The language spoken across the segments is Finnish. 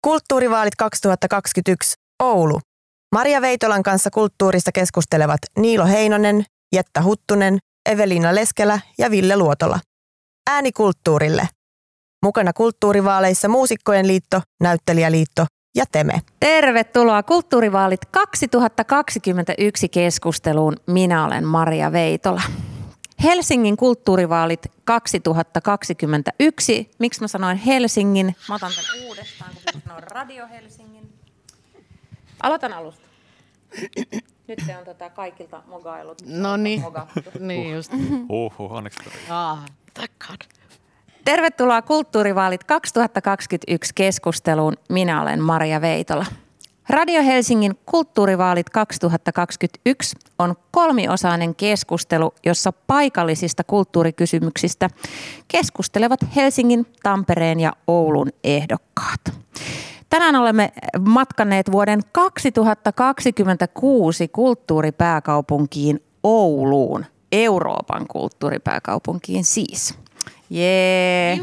Kulttuurivaalit 2021 Oulu. Maria Veitolan kanssa kulttuurista keskustelevat Niilo Heinonen, Jetta Huttunen, Eveliina Leskelä ja Ville Luotola. Ääni kulttuurille. Mukana kulttuurivaaleissa Muusikkojen liitto, Näyttelijäliitto ja Teme. Tervetuloa Kulttuurivaalit 2021 keskusteluun. Minä olen Maria Veitola. Helsingin kulttuurivaalit 2021. Miksi mä sanoin Helsingin? Mä otan tämän uudestaan, kun sanoin Radio Helsingin. Aloitan alusta. Nyt se on kaikilta mogailut. No niin, niin just. Onneksi. Thank God. Tervetuloa Kulttuurivaalit 2021 keskusteluun. Minä olen Maria Veitola. Radio Helsingin Kulttuurivaalit 2021 on kolmiosainen keskustelu, jossa paikallisista kulttuurikysymyksistä keskustelevat Helsingin, Tampereen ja Oulun ehdokkaat. Tänään olemme matkanneet vuoden 2026 kulttuuripääkaupunkiin Ouluun, Euroopan kulttuuripääkaupunkiin siis. Jee!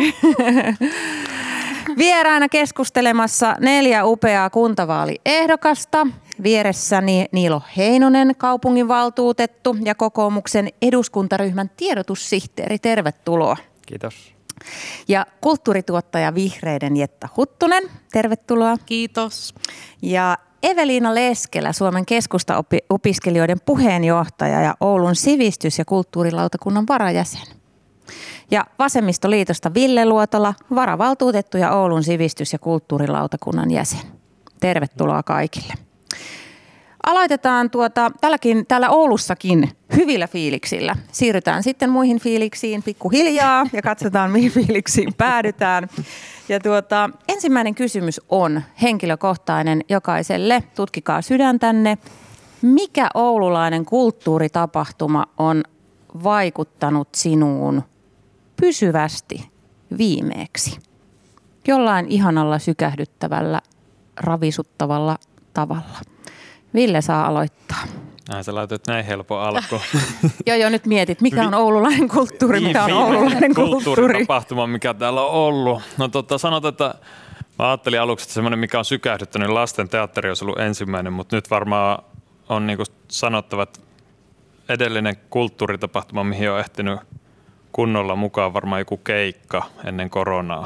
Vieraana keskustelemassa 4 upeaa kuntavaaliehdokasta. Vieressäni Niilo Heinonen, kaupunginvaltuutettu ja kokoomuksen eduskuntaryhmän tiedotussihteeri. Tervetuloa. Kiitos. Ja kulttuurituottaja Vihreiden Jetta Huttunen. Tervetuloa. Kiitos. Ja Eveliina Leskelä, Suomen keskustaopiskelijoiden puheenjohtaja ja Oulun sivistys- ja kulttuurilautakunnan varajäsen. Ja Vasemmistoliitosta Ville Luotola, varavaltuutettu ja Oulun sivistys- ja kulttuurilautakunnan jäsen. Tervetuloa kaikille. Aloitetaan täällä Oulussakin hyvillä fiiliksillä. Siirrytään sitten muihin fiiliksiin pikkuhiljaa ja katsotaan mihin fiiliksiin päädytään. Ja ensimmäinen kysymys on henkilökohtainen jokaiselle. Tutkikaa sydäntänne. Mikä oululainen kulttuuritapahtuma on vaikuttanut sinuun pysyvästi viimeeksi? Jollain ihanalla, sykähdyttävällä, ravisuttavalla tavalla. Ville saa aloittaa. Sä laitat näin helppo alku. Joo, nyt mietit, mikä on oululainen kulttuuri, mikä on oululainen kulttuuritapahtuma, mikä täällä on ollut. No sanotaan, että mä ajattelin aluksi, että semmoinen, mikä on sykähdyttänyt, lasten teatteri olisi ollut ensimmäinen, mutta nyt varmaan on niin kuin sanottava, että edellinen kulttuuritapahtuma, mihin on ehtinyt kunnolla mukaan varmaan joku keikka ennen koronaa.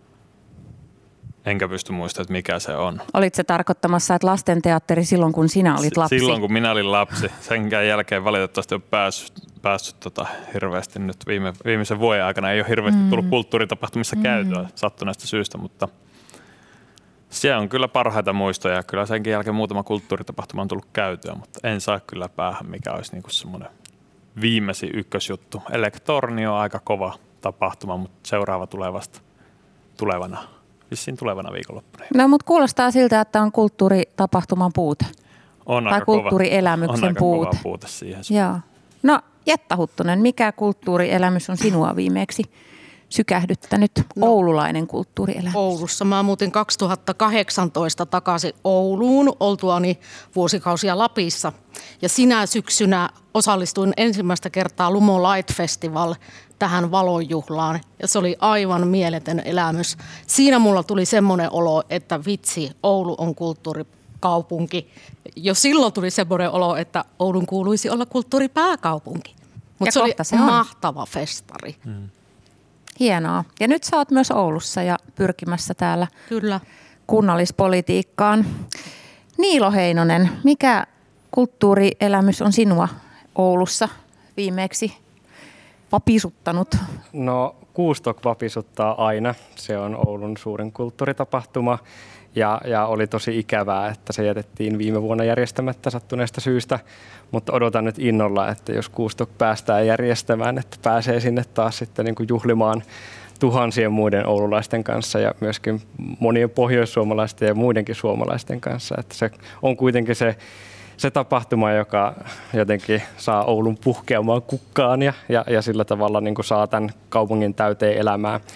Enkä pysty muistamaan, että mikä se on. Olit se tarkoittamassa, että lastenteatteri silloin, kun sinä olit lapsi? Silloin, kun minä olin lapsi. Senkään jälkeen valitettavasti on päässyt hirveästi nyt viimeisen vuoden aikana. Ei ole hirveästi tullut kulttuuritapahtumissa käytyä sattuneesta syystä, mutta siellä on kyllä parhaita muistoja. Kyllä senkin jälkeen muutama kulttuuritapahtuma on tullut käytyä, mutta en saa kyllä päähän, mikä olisi niinku semmoinen viimeisin ykkösjuttu. Elektorni on aika kova tapahtuma, mutta seuraava tulee vasta tulevana viikonloppuna. No, mutta kuulostaa siltä, että on kulttuuritapahtuman puute. On tai aika kulttuurielämyksen puute. Kova puute siihen. Joo. No, Jetta Huttunen, mikä kulttuurielämys on sinua viimeksi sykähdyttänyt? Oululainen kulttuurielämys. Oulussa. Mä muutin 2018 takaisin Ouluun, oltuani vuosikausia Lapissa. Ja sinä syksynä osallistuin ensimmäistä kertaa Lumo Light Festival tähän valonjuhlaan. Ja se oli aivan mieletön elämys. Siinä mulla tuli semmoinen olo, että vitsi, Oulu on kulttuurikaupunki. Jo silloin tuli semmoinen olo, että Oulun kuuluisi olla kulttuuripääkaupunki. Mutta se oli mahtava festari. Hienoa. Ja nyt sä oot myös Oulussa ja pyrkimässä täällä Kyllä. kunnallispolitiikkaan. Niilo Heinonen, mikä kulttuurielämys on sinua Oulussa viimeksi vapisuttanut? No, Kuustok vapisuttaa aina. Se on Oulun suurin kulttuuritapahtuma ja oli tosi ikävää, että se jätettiin viime vuonna järjestämättä sattuneesta syystä. Mutta odotan nyt innolla, että jos Kuustok päästään järjestämään, että pääsee sinne taas sitten niin kuin juhlimaan tuhansien muiden oululaisten kanssa ja myöskin monien pohjoissuomalaisten ja muidenkin suomalaisten kanssa. Että se on kuitenkin se tapahtuma, joka jotenkin saa Oulun puhkeamaan kukkaan ja sillä tavalla niin kuin saa tämän kaupungin täyteen elämää.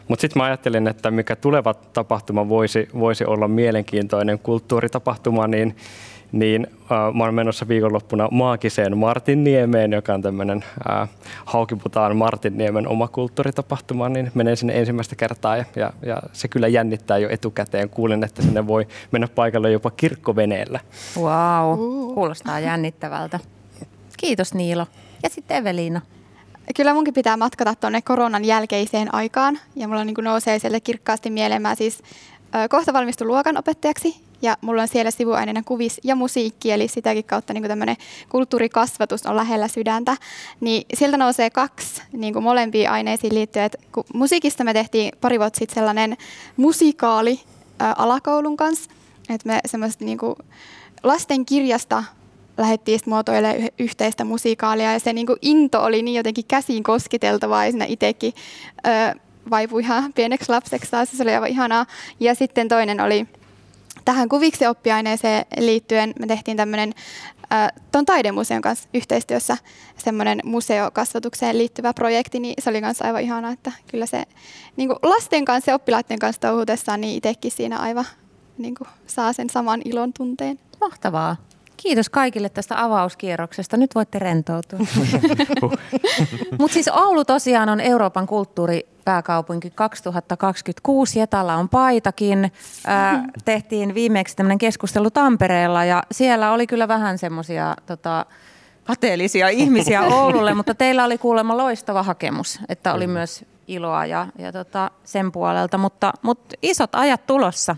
Mutta sitten mä ajattelin, että mikä tuleva tapahtuma voisi olla mielenkiintoinen kulttuuritapahtuma, niin mä olen menossa viikonloppuna Maagiseen Martinniemeen, joka on tämmöinen Haukiputaan Martinniemen oma kulttuuritapahtuma, niin menen sinne ensimmäistä kertaa ja se kyllä jännittää jo etukäteen. Kuulin, että sinne voi mennä paikalle jopa kirkkoveneellä. Wow, kuulostaa jännittävältä. Kiitos Niilo. Ja sitten Eveliina. Kyllä munkin pitää matkata tuonne koronan jälkeiseen aikaan ja mulla niin kuin nousee siellä kirkkaasti mieleen. Mä siis kohta valmistun luokanopettajaksi ja mulla on siellä sivuaineena kuvis ja musiikki, eli sitäkin kautta niin kuin tämmöinen kulttuurikasvatus on lähellä sydäntä. Niin sieltä nousee 2 niin kuin molempia aineisiin liittyen. Et kun musiikista me tehtiin pari vuotta sitten sellainen musikaali alakoulun kanssa, että me semmoista niin kuin lasten kirjasta lähdettiin muotoilemaan yhteistä musikaalia ja se niin kuin into oli niin jotenkin käsiin kosketeltavaa ja siinä itsekin vaipui ihan pieneksi lapseksi taas, se oli aivan ihanaa. Ja sitten toinen oli tähän kuviksen oppiaineeseen liittyen, me tehtiin tämmöinen tuon taidemuseon kanssa yhteistyössä semmoinen museokasvatukseen liittyvä projekti, niin se oli myös aivan ihanaa, että kyllä se niin kuin lasten kanssa ja oppilaiden kanssa touhutessaan, niin itsekin siinä aivan niin kuin saa sen saman ilon tunteen. Mahtavaa. Kiitos kaikille tästä avauskierroksesta. Nyt voitte rentoutua. Mutta siis Oulu tosiaan on Euroopan kulttuuripääkaupunki 2026. Jetalla on paitakin. Tehtiin viimeksi tämmöinen keskustelu Tampereella ja siellä oli kyllä vähän semmoisia kateellisia ihmisiä Oululle, mutta teillä oli kuulemma loistava hakemus, että oli myös iloa ja sen puolelta, mutta isot ajat tulossa.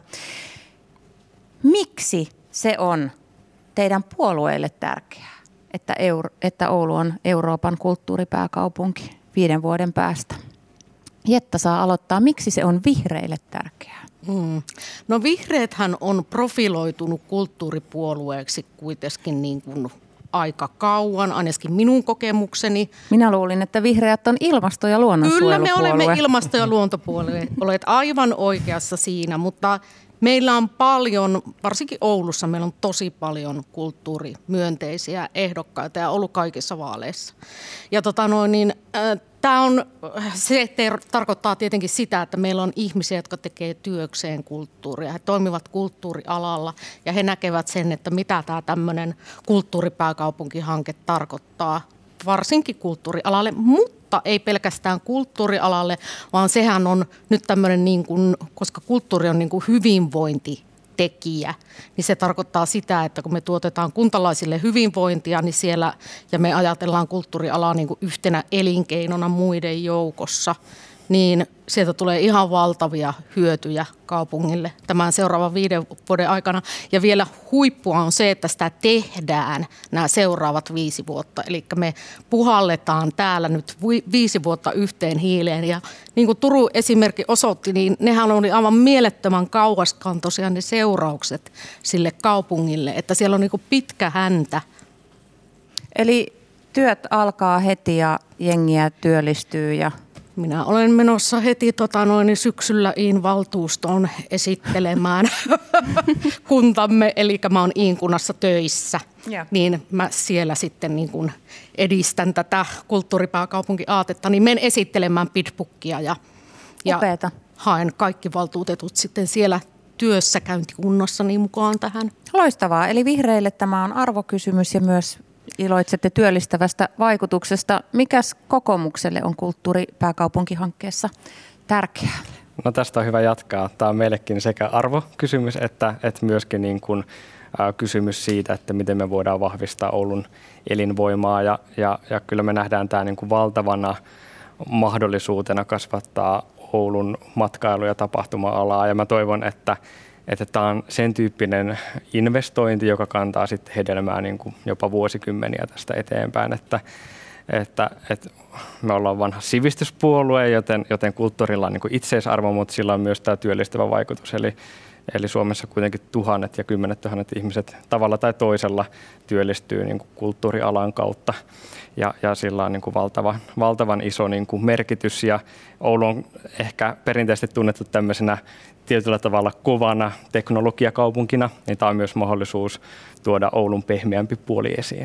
Miksi se on teidän puolueille tärkeää, että Oulu on Euroopan kulttuuripääkaupunki 5 vuoden päästä? Jetta saa aloittaa. Miksi se on vihreille tärkeää? No vihreäthän on profiloitunut kulttuuripuolueeksi kuitenkin niin kuin aika kauan, ainakin minun kokemukseni. Minä luulin, että vihreät on ilmasto- ja luonnonsuojelupuolue. Kyllä me olemme ilmasto- ja luontopuolue. Olet aivan oikeassa siinä, mutta meillä on paljon, varsinkin Oulussa meillä on tosi paljon kulttuurimyönteisiä ehdokkaita ja ollut kaikissa vaaleissa. Ja tämä on, se tarkoittaa tietenkin sitä, että meillä on ihmisiä, jotka tekee työkseen kulttuuria. He toimivat kulttuurialalla ja he näkevät sen, että mitä tämä tämmöinen kulttuuripääkaupunkihanke tarkoittaa, varsinkin kulttuurialalle, mutta ei pelkästään kulttuurialalle, vaan sehän on nyt tämmöinen, niin kuin, koska kulttuuri on niin kuin hyvinvointitekijä, niin se tarkoittaa sitä, että kun me tuotetaan kuntalaisille hyvinvointia, niin siellä, ja me ajatellaan kulttuurialaa niin kuin yhtenä elinkeinona muiden joukossa, niin sieltä tulee ihan valtavia hyötyjä kaupungille tämän seuraavan 5 vuoden aikana. Ja vielä huippua on se, että sitä tehdään nämä seuraavat 5 vuotta. Eli me puhalletaan täällä nyt 5 vuotta yhteen hiileen. Ja niin kuin Turun esimerkki osoitti, niin nehän oli aivan mielettömän kauaskantoisia ne seuraukset sille kaupungille. Että siellä on niin kuin pitkä häntä. Eli työt alkaa heti ja jengiä työllistyy ja... Minä olen menossa heti syksyllä Iin valtuustoon esittelemään kuntamme, eli mä oon Iin kunnassa töissä. Ja. Niin mä siellä sitten niin kun edistän tätä kulttuuripääkaupunkiaatetta, niin menen esittelemään Pitbookia ja haen kaikki valtuutetut sitten siellä työssäkäyntikunnassani mukaan tähän. Loistavaa, eli vihreille tämä on arvokysymys ja myös iloitsette työllistävästä vaikutuksesta. Mikäs kokoomukselle on kulttuuripääkaupunkihankkeessa tärkeää? No tästä on hyvä jatkaa. Tämä on meillekin sekä arvokysymys että myöskin niin kuin, kysymys siitä, että miten me voidaan vahvistaa Oulun elinvoimaa. Ja kyllä me nähdään tämä niin kuin valtavana mahdollisuutena kasvattaa Oulun matkailu- ja tapahtuma-alaa. Ja mä toivon, että tämä on sen tyyppinen investointi, joka kantaa sitten hedelmää niin kuin jopa vuosikymmeniä tästä eteenpäin, että me ollaan vanha sivistyspuolue, joten kulttuurilla on niin kuin itseisarvo, mutta sillä on myös tämä työllistävä vaikutus. Eli Suomessa kuitenkin 1000 ja 10 000 ihmiset tavalla tai toisella työllistyy niin kuin kulttuurialan kautta. Ja sillä on niin kuin valtavan iso niin kuin merkitys. Ja Oulu on ehkä perinteisesti tunnettu tämmöisenä tietyllä tavalla kovana teknologiakaupunkina, niin tämä on myös mahdollisuus tuoda Oulun pehmeämpi puoli esiin.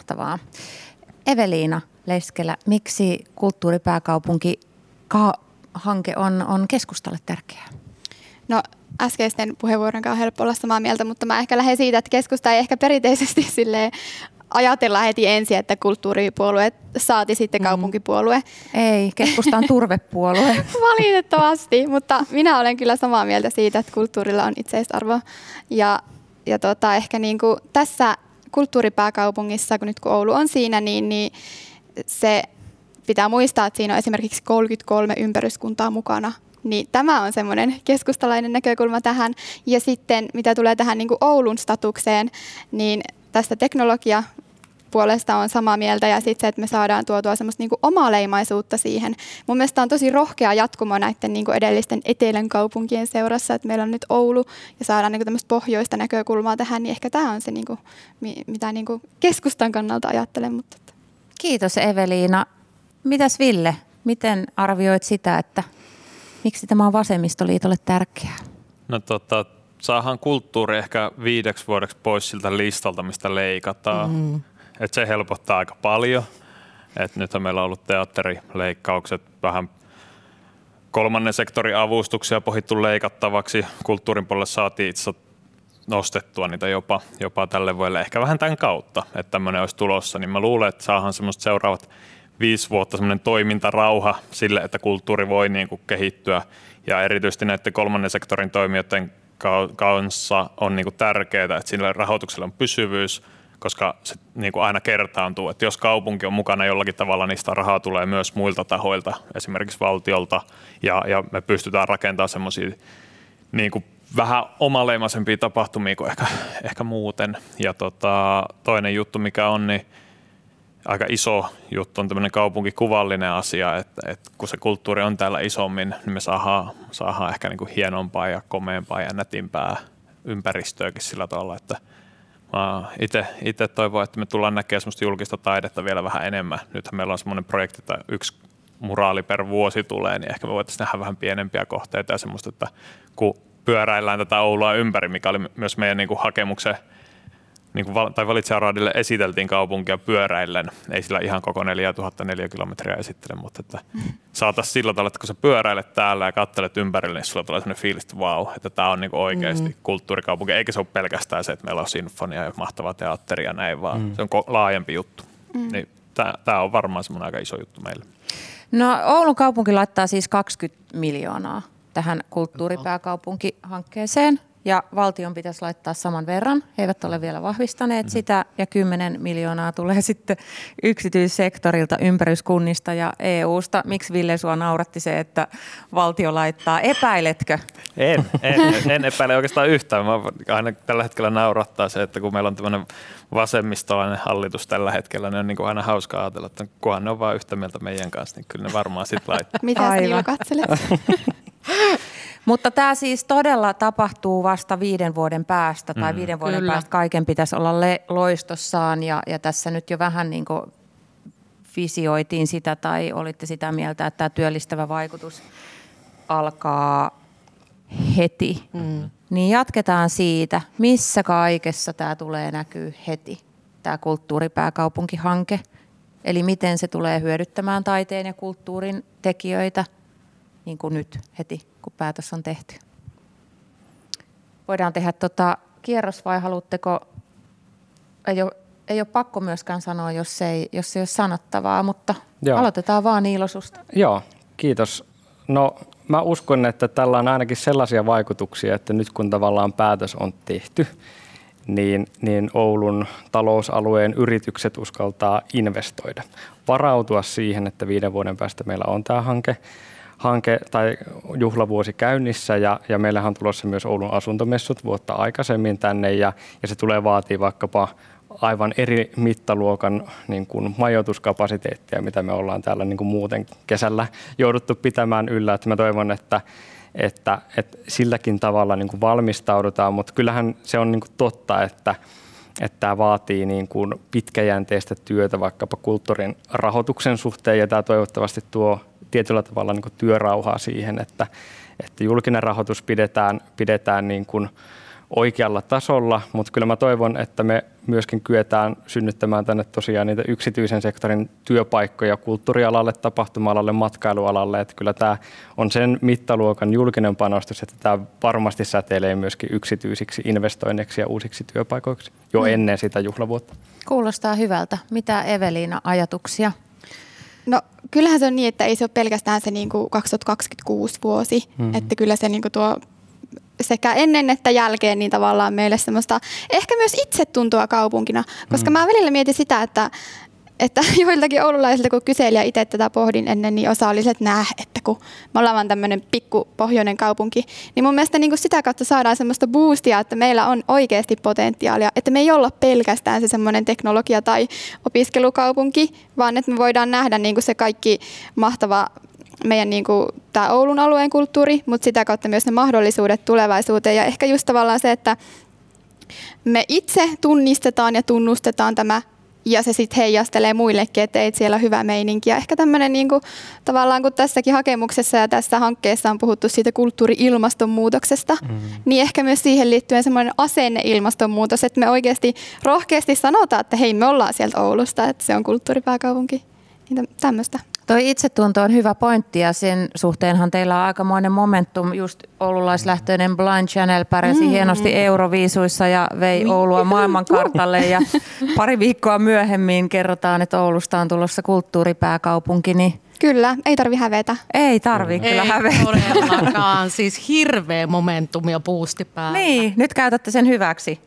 Mahtavaa. Eveliina Leskelä, miksi kulttuuripääkaupunki hanke on keskustalle tärkeä? No äskeisten puheenvuoron kanssa on helppo olla samaa mieltä, mutta mä ehkä lähden siitä, että keskusta ei ehkä perinteisesti silleen ajatella heti ensin, että kulttuuripuolue saati sitten kaupunkipuolue. Ei, keskusta on turvepuolue. Valitettavasti, mutta minä olen kyllä samaa mieltä siitä, että kulttuurilla on itseisarvo. Ja ehkä niin kuin tässä kulttuuripääkaupungissa, kun Oulu on siinä, niin se pitää muistaa, että siinä on esimerkiksi 33 ympäryskuntaa mukana. Niin tämä on semmoinen keskustalainen näkökulma tähän. Ja sitten mitä tulee tähän niin kuin Oulun statukseen, niin tästä teknologiapuolesta on samaa mieltä ja sitten se, että me saadaan tuotua semmoista niin kuin omaleimaisuutta siihen. Mun mielestä on tosi rohkea jatkumo näiden niin kuin edellisten etelän kaupunkien seurassa, että meillä on nyt Oulu ja saadaan niin kuin tämmöistä pohjoista näkökulmaa tähän, niin ehkä tämä on se, niin kuin, mitä niin kuin keskustan kannalta ajattelen. Mutta. Kiitos Eveliina. Mitäs Ville, miten arvioit sitä, että miksi tämä on vasemmistoliitolle tärkeää? No saadaan kulttuuri ehkä 5 vuodeksi pois siltä listalta, mistä leikataan. Et se helpottaa aika paljon. Et nythän meillä on ollut teatterileikkaukset, vähän kolmannen sektorin avustuksia pohjittu leikattavaksi. Kulttuurin puolelle saatiin itse nostettua niitä jopa tälle vuodelle, ehkä vähän tämän kautta, että tämmöinen olisi tulossa. Niin mä luulen, että saadaan semmoista seuraavat 5 vuotta semmoinen toimintarauha sille, että kulttuuri voi niin kuin kehittyä. Ja erityisesti näiden kolmannen sektorin toimijoiden kanssa on niin kuin tärkeää, että sillä rahoituksella on pysyvyys, koska se niin kuin aina kertaantuu. Että jos kaupunki on mukana jollakin tavalla, niin sitä rahaa tulee myös muilta tahoilta, esimerkiksi valtiolta, ja me pystytään rakentamaan semmoisia niin kuin vähän omaleimaisempia tapahtumia kuin ehkä muuten. Ja toinen juttu, mikä on, niin aika iso juttu on tämmöinen kaupunkikuvallinen asia, että kun se kulttuuri on täällä isommin, niin me saadaan ehkä niin kuin hienompaa ja komeampaa ja nätimpää ympäristöäkin sillä tavalla, että mä itse toivon, että me tullaan näkemään semmoista julkista taidetta vielä vähän enemmän. Nythän meillä on semmoinen projekti, että 1 muraali per vuosi tulee, niin ehkä me voitaisiin nähdä vähän pienempiä kohteita ja semmoista, että kun pyöräillään tätä Oulua ympäri, mikä oli myös meidän niin kuin hakemuksen tai valitsijaraadille esiteltiin kaupunkia pyöräillen. Ei sillä ihan koko 4004 kilometriä esittele, mutta että saataisiin sillä tavalla, että kun sä pyöräilet täällä ja katselet ympärille, niin sulla tulee sellainen fiilis, että vau, että tämä on niinku oikeasti kulttuurikaupunki. Eikä se ole pelkästään se, että meillä on sinfonia ja mahtava teatteri ja näin, vaan se on laajempi juttu. Niin tämä on varmaan semmoinen aika iso juttu meille. No Oulun kaupunki laittaa siis 20 miljoonaa tähän kulttuuripääkaupunkihankkeeseen. Ja valtion pitäisi laittaa saman verran. He eivät ole vielä vahvistaneet sitä. Ja 10 miljoonaa tulee sitten yksityissektorilta, ympäryskunnista ja EUsta. Miksi Ville sua nauratti se, että valtio laittaa? Epäiletkö? En epäile oikeastaan yhtään. Mä aina tällä hetkellä naurattaa se, että kun meillä on tämmöinen vasemmistolainen hallitus tällä hetkellä, niin on niin kuin aina hauskaa ajatella, että kunhan ne on vaan yhtä mieltä meidän kanssa, niin kyllä ne varmaan sitten laittaa. Mitä Niilo katselet? Mutta tämä siis todella tapahtuu vasta 5 vuoden päästä tai 5 vuoden Kyllä. päästä kaiken pitäisi olla loistossaan ja tässä nyt jo vähän niin kuin visioitiin sitä tai olitte sitä mieltä, että tämä työllistävä vaikutus alkaa heti. Niin jatketaan siitä, missä kaikessa tämä tulee näkyy heti, tämä kulttuuripääkaupunkihanke. Eli miten se tulee hyödyttämään taiteen ja kulttuurin tekijöitä. Niin kuin nyt heti, kun päätös on tehty. Voidaan tehdä kierros vai haluatteko, ei ole pakko myöskään sanoa, jos ei ole sanottavaa, mutta Joo. Aloitetaan vaan Niilo susta. Joo, kiitos. No mä uskon, että tällä on ainakin sellaisia vaikutuksia, että nyt kun tavallaan päätös on tehty, niin Oulun talousalueen yritykset uskaltaa investoida. Varautua siihen, että 5 vuoden päästä meillä on tämä hanke tai juhlavuosi käynnissä ja meillähän on tulossa myös Oulun asuntomessut vuotta aikaisemmin tänne ja se tulee vaatii vaikkapa aivan eri mittaluokan niin kuin majoituskapasiteettia, mitä me ollaan täällä niin kuin muuten kesällä jouduttu pitämään yllä. Että mä toivon, että silläkin tavalla niin kuin valmistaudutaan, mutta kyllähän se on niin kuin totta, että tämä vaatii niin kuin pitkäjänteistä työtä vaikkapa kulttuurin rahoituksen suhteen ja tämä toivottavasti tuo tietyllä tavalla niin kuin työrauhaa siihen, että julkinen rahoitus pidetään niin kuin oikealla tasolla, mutta kyllä mä toivon, että me myöskin kyetään synnyttämään tänne tosiaan niitä yksityisen sektorin työpaikkoja kulttuurialalle, tapahtuma-alalle, matkailualalle, että kyllä tämä on sen mittaluokan julkinen panostus, että tämä varmasti säteilee myöskin yksityisiksi investoinneiksi ja uusiksi työpaikoiksi jo ennen sitä juhlavuotta. Kuulostaa hyvältä. Mitä Eveliina ajatuksia? No kyllähän se on niin, että ei se ole pelkästään se niin kuin 2026 vuosi, että kyllä se niin kuin tuo sekä ennen että jälkeen niin tavallaan meille semmoista ehkä myös itsetuntoa kaupunkina, koska mä välillä mietin sitä, että joiltakin oululaisilta, kun kyselin ja itse tätä pohdin ennen, niin osa oli se, että että kun me ollaan vaan tämmöinen pikku pohjoinen kaupunki, niin mun mielestä niin kuin sitä kautta saadaan semmoista boostia, että meillä on oikeasti potentiaalia, että me ei olla pelkästään se semmoinen teknologia- tai opiskelukaupunki, vaan että me voidaan nähdä niin kuin se kaikki mahtava meidän niin kuin, tämä Oulun alueen kulttuuri, mutta sitä kautta myös ne mahdollisuudet tulevaisuuteen ja ehkä just tavallaan se, että me itse tunnistetaan ja tunnustetaan tämä ja se sitten heijastelee muillekin, että ei siellä hyvä meininki. Ja ehkä tämmöinen niin kuin, tavallaan kun tässäkin hakemuksessa ja tässä hankkeessa on puhuttu siitä kulttuuri-ilmastonmuutoksesta, niin ehkä myös siihen liittyen semmoinen asenne-ilmastonmuutos, että me oikeasti rohkeasti sanotaan, että hei, me ollaan sieltä Oulusta, että se on kulttuuripääkaupunki. Niin tämmöistä. Toi itsetunto on hyvä pointti ja sen suhteenhan teillä on aikamoinen momentum. Just oululaislähtöinen Blind Channel pärjäsi hienosti Euroviisuissa ja vei Oulua maailmankartalle. Ja pari viikkoa myöhemmin kerrotaan, että Oulusta on tulossa kulttuuripääkaupunki. Niin kyllä, ei tarvi hävetä. ei tarvi kyllä hävetä. Ei todellakaan, siis hirveä momentum ja boosti päällä. Niin, nyt käytätte sen hyväksi.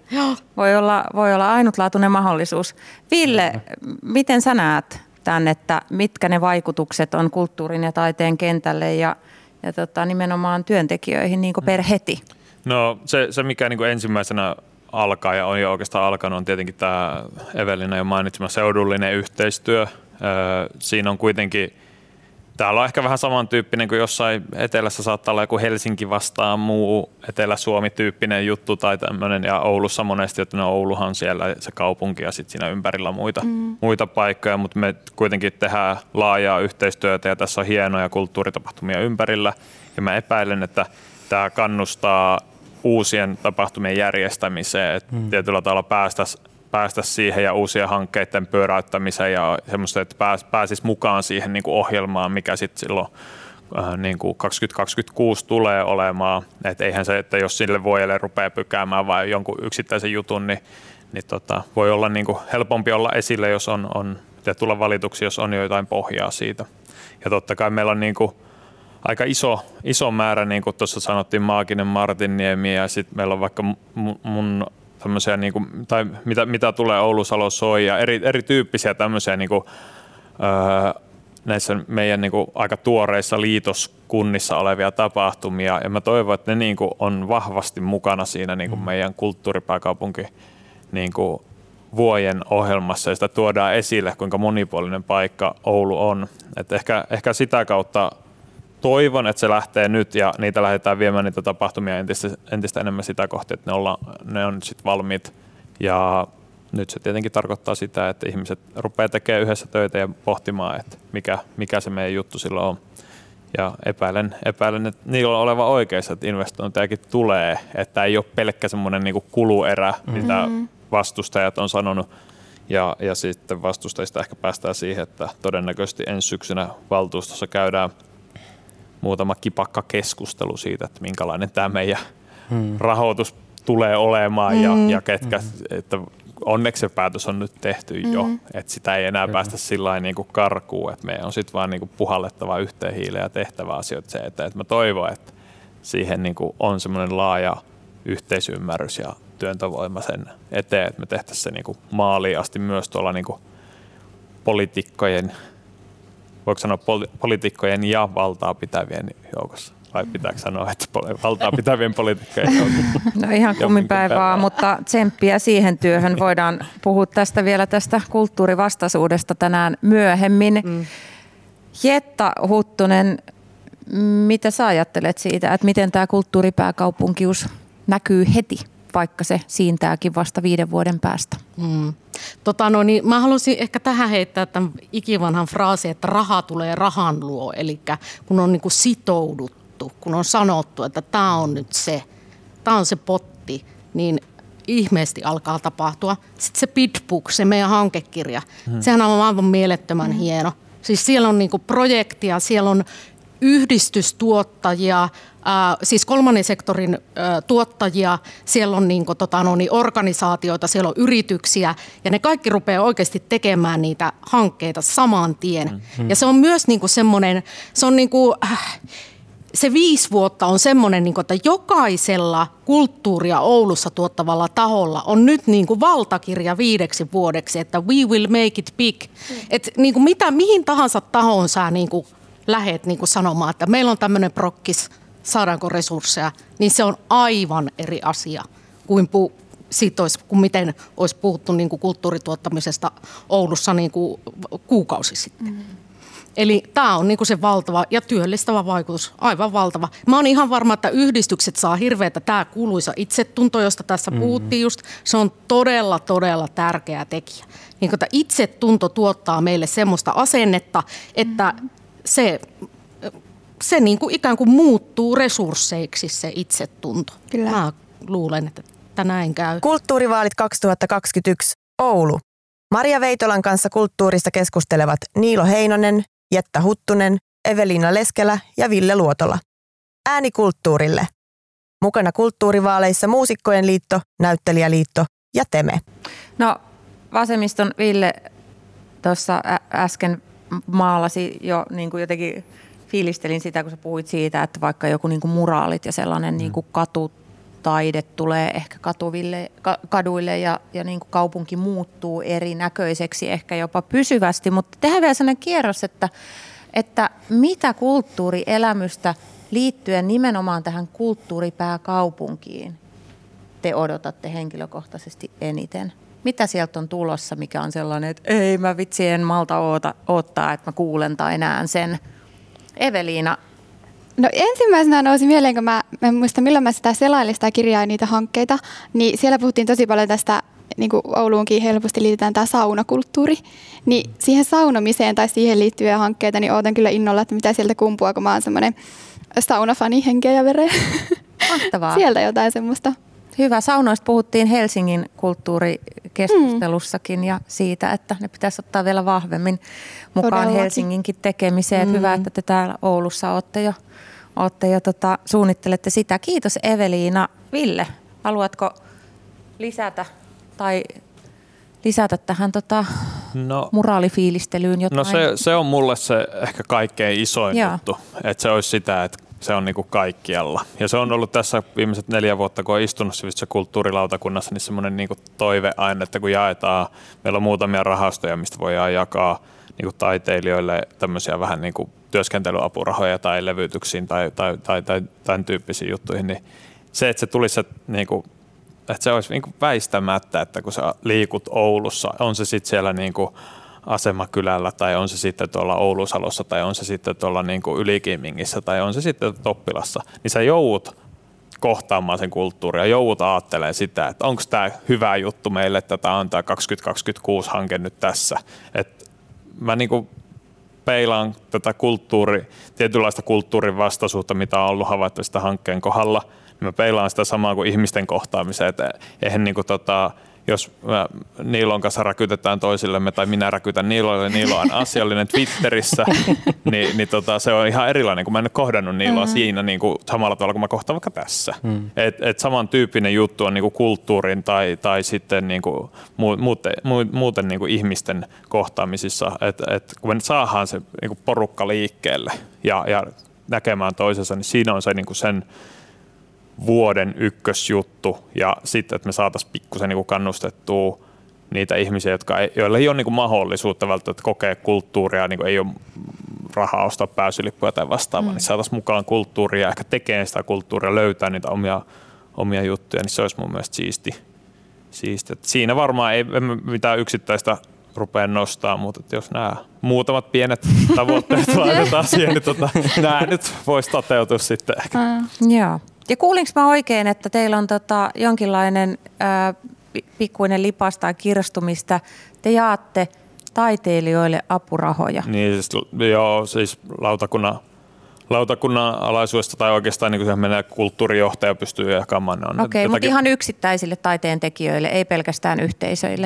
Voi olla ainutlaatuinen mahdollisuus. Ville, miten sä näet tämän, että mitkä ne vaikutukset on kulttuurin ja taiteen kentälle ja nimenomaan työntekijöihin niin kuin per heti? No se mikä niin kuin ensimmäisenä alkaa ja on jo oikeastaan alkanut, on tietenkin tämä Eveliina jo mainitsema seudullinen yhteistyö. Siinä on kuitenkin, täällä on ehkä vähän samantyyppinen kuin jossain etelässä saattaa olla joku Helsinki vastaan muu Etelä-Suomi-tyyppinen juttu tai tämmöinen. Ja Oulussa monesti, että Ouluhan siellä se kaupunki ja sitten siinä ympärillä muita paikkoja, mutta me kuitenkin tehdään laajaa yhteistyötä ja tässä on hienoja kulttuuritapahtumia ympärillä. Ja mä epäilen, että tämä kannustaa uusien tapahtumien järjestämiseen, että tietyllä tavalla päästä siihen ja uusien hankkeiden pyöräyttämiseen ja semmoista, että pääsisi mukaan siihen niin kuin ohjelmaan, mikä sitten silloin niin kuin 2026 tulee olemaan. Että eihän se, että jos sille vuodelle rupeaa pykäämään vai jonkun yksittäisen jutun, niin voi olla niin kuin helpompi olla esille, jos on ja tulla valituksi, jos on jo jotain pohjaa siitä. Ja totta kai meillä on niin kuin aika iso määrä, niin kuin tuossa sanottiin, Maaginen Martinniemi ja sitten meillä on vaikka mun tämmöisiä, niin kuin, tai mitä tulee Oulu-Salo Soi ja erityyppisiä tämmöisiä niin kuin, näissä meidän niin kuin, aika tuoreissa liitoskunnissa olevia tapahtumia. Ja mä toivon, että ne niin kuin, on vahvasti mukana siinä niin kuin meidän kulttuuripääkaupunki niin kuin, vuoden ohjelmassa ja sitä tuodaan esille, kuinka monipuolinen paikka Oulu on. Et ehkä sitä kautta toivon, että se lähtee nyt ja niitä lähdetään viemään niitä tapahtumia entistä enemmän sitä kohti, että ne on sitten valmiit. Ja nyt se tietenkin tarkoittaa sitä, että ihmiset rupeaa tekemään yhdessä töitä ja pohtimaan, että mikä se meidän juttu silloin on. Ja epäilen, että niillä on oleva oikeassa, että investointejakin tulee, että ei ole pelkkä semmoinen niinku kuluerä, mitä vastustajat on sanonut. Ja sitten vastustajista ehkä päästään siihen, että todennäköisesti ensi syksynä valtuustossa käydään muutama kipakka keskustelu siitä, että minkälainen tämä meidän rahoitus tulee olemaan ja ketkä, että onneksi se päätös on nyt tehty jo, että sitä ei enää päästä sillain niin kuin karkuun, että meidän on sitten vaan niin kuin puhallettava yhteen hiileen ja tehtävä asioita se eteen. Että mä toivon, että siihen niin kuin on semmoinen laaja yhteisymmärrys ja työntövoima sen eteen, että me tehtäisiin se niin kuin maaliin asti myös tuolla niin kuin poliitikkojen, voiko sanoa poliitikkojen ja valtaa pitävien joukossa? Vai pitääkö sanoa, että valtaa pitävien poliitikkojen joukossa? No ihan kumminpäivää, mutta tsemppiä siihen työhön. Voidaan puhua vielä tästä kulttuurivastaisuudesta tänään myöhemmin. Jetta Huttunen, mitä sä ajattelet siitä, että miten tämä kulttuuripääkaupunkius näkyy heti, vaikka se siintääkin vasta 5 vuoden päästä? Niin mä haluaisin ehkä tähän heittää tämän ikivanhan fraasin, että raha tulee rahan luo. Eli kun on niin kuin sitouduttu, kun on sanottu, että tämä on nyt se, tämä on se potti, niin ihmeesti alkaa tapahtua. Sitten se Bitbook, se meidän hankekirja, sehän on aivan mielettömän hieno. Siis siellä on niinku projektia, siellä on yhdistystuottajia, siis kolmannen sektorin tuottajia, siellä on niinku, organisaatioita, siellä on yrityksiä ja ne kaikki rupeaa oikeasti tekemään niitä hankkeita saman tien. Ja se on myös niinku semmoinen, se on niinku, se 5 vuotta on semmoinen, niinku, että jokaisella kulttuuria Oulussa tuottavalla taholla on nyt niinku valtakirja 5 vuodeksi, että we will make it big. Et niinku mihin tahansa tahoon sä niinku lähet niinku sanomaan, että meillä on tämmöinen prokkis, saadaanko resursseja, niin se on aivan eri asia kuin kuin miten olisi puhuttu niinku kulttuurituottamisesta Oulussa niinku kuukausi sitten. Eli tämä on niinku se valtava ja työllistävä vaikutus, aivan valtava. Mä oon ihan varma, että yhdistykset saa hirveätä, tämä kuuluisa itsetunto, josta tässä puhuttiin just, se on todella, todella tärkeä tekijä. Niin, että itsetunto tuottaa meille semmoista asennetta, että se niin kuin ikään kuin muuttuu resursseiksi se itsetunto. Kyllä. Mä luulen, että näin käy. Kulttuurivaalit 2021 Oulu. Maria Veitolan kanssa kulttuurista keskustelevat Niilo Heinonen, Jetta Huttunen, Eveliina Leskelä ja Ville Luotola. Ääni kulttuurille. Mukana kulttuurivaaleissa Muusikkojen liitto, Näyttelijäliitto ja Teme. No, vasemmiston Ville tuossa äsken maalasi jo niin kuin jotenkin fiilistelin sitä, kun sä puhuit siitä, että vaikka joku niin kuin muraalit ja sellainen niin kuin katutaide tulee ehkä kaduille ja niin kuin kaupunki muuttuu erinäköiseksi ehkä jopa pysyvästi, mutta tehdään vielä sellainen kierros, että mitä kulttuurielämystä liittyen nimenomaan tähän kulttuuripääkaupunkiin te odotatte henkilökohtaisesti eniten? Mitä sieltä on tulossa, mikä on sellainen, että ei mä vitsi en malta odottaa, että mä kuulen tai näen sen? Eveliina. No ensimmäisenä nousi mieleen, kun mä en muista milloin mä sitä selailin sitä kirjaa ja niitä hankkeita, niin siellä puhuttiin tosi paljon tästä, niin kuin Ouluunkin helposti liitetään tämä saunakulttuuri, niin siihen saunomiseen tai siihen liittyviä hankkeita, niin ootan kyllä innolla, että mitä sieltä kumpuaa, kun mä oon semmoinen saunafani henkeä ja vereen. Mahtavaa. Sieltä jotain semmoista. Hyvä. Saunoista puhuttiin Helsingin kulttuurikeskustelussakin ja siitä, että ne pitäisi ottaa vielä vahvemmin mukaan Todellakin. Helsinginkin tekemiseen. Hyvä, että te täällä Oulussa olette jo suunnittelette sitä. Kiitos Eveliina. Ville, haluatko lisätä tähän muraalifiilistelyyn jotain? No se on mulle se ehkä kaikkein isoin juttu, että se olisi sitä, että se on niinku kaikkialla. Ja se on ollut tässä viimeiset 4 vuotta, kun olen istunut se kulttuurilautakunnassa, niin semmoinen niinku toive aina, että kun jaetaan, meillä on muutamia rahastoja, mistä voidaan jakaa niinku taiteilijoille tämmöisiä vähän niinku työskentelyapurahoja tai levytyksiin tai tämän tyyppisiin juttuihin, niin se, että se tulisi, että se olisi niinku väistämättä, että kun sä liikut Oulussa, on se sitten siellä niinku Asemakylällä tai on se sitten tuolla Oulusalossa tai on se sitten tuolla niinku Ylikiimingissä tai on se sitten Toppilassa, niin sä joudut kohtaamaan sen kulttuuria, joudut ajattelemaan sitä, että onko tämä hyvä juttu meille, että tämä on tämä 2026 hanke nyt tässä. Et mä niinku peilaan tätä tietynlaista kulttuurin vastaisuutta, mitä on ollut havaittavista hankkeen kohdalla, niin mä peilaan sitä samaa kuin ihmisten kohtaamiseen, että eihän niinku jos Niilon kanssa räkytetään toisillemme tai minä räkytän Niilolle, Niilo on asiallinen Twitterissä, niin se on ihan erilainen, kun mä en ole kohdannut Niiloa siinä niin kuin samalla tavalla kuin mä kohtaan vaikka tässä. Et samantyyppinen juttu on niin kuin kulttuurin tai sitten niin kuin muuten niin kuin ihmisten kohtaamisissa, että kun me saadaan se niin kuin porukka liikkeelle ja näkemään toisensa, niin siinä on se niin kuin sen vuoden ykkösjuttu ja sitten, että me saataisiin pikkusen niin kannustettua niitä ihmisiä, joilla ei ole niin mahdollisuutta välttämättä kokea kulttuuria, niin ei ole rahaa ostaa pääsylippuja tai vastaavaa, niin saataisiin mukaan kulttuuria ja ehkä tekemään sitä kulttuuria, löytää niitä omia juttuja, niin se olisi mun mielestä siisti. Siinä varmaan ei mitään yksittäistä rupea nostaa, mutta jos nämä muutamat pienet tavoitteet laitetaan siihen, niin nämä nyt voisi toteutua sitten ehkä. Joo. Ja kuulinko mä oikein, että teillä on jonkinlainen pikkuinen lipas tai kirstumista, te jaatte taiteilijoille apurahoja? Niin, siis lautakunnan lautakunnan alaisuudesta tai oikeastaan niin kuin menee kulttuurijohtaja pystyy jakamaan. Okei, mutta ihan yksittäisille taiteentekijöille, ei pelkästään yhteisöille.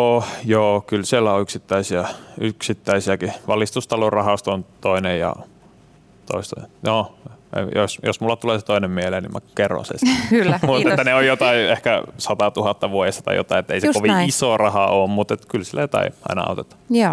Joo, kyllä siellä on yksittäisiäkin. Valistustalon rahasto on toinen ja toista. No, jos mulla tulee se toinen mieleen, niin mä kerron sen. Kyllä, mutta että ne on jotain ehkä 100 000 vuodessa tai jotain, että ei se kovin iso raha ole, mutta kyllä sillä jotain aina autetaan. Joo.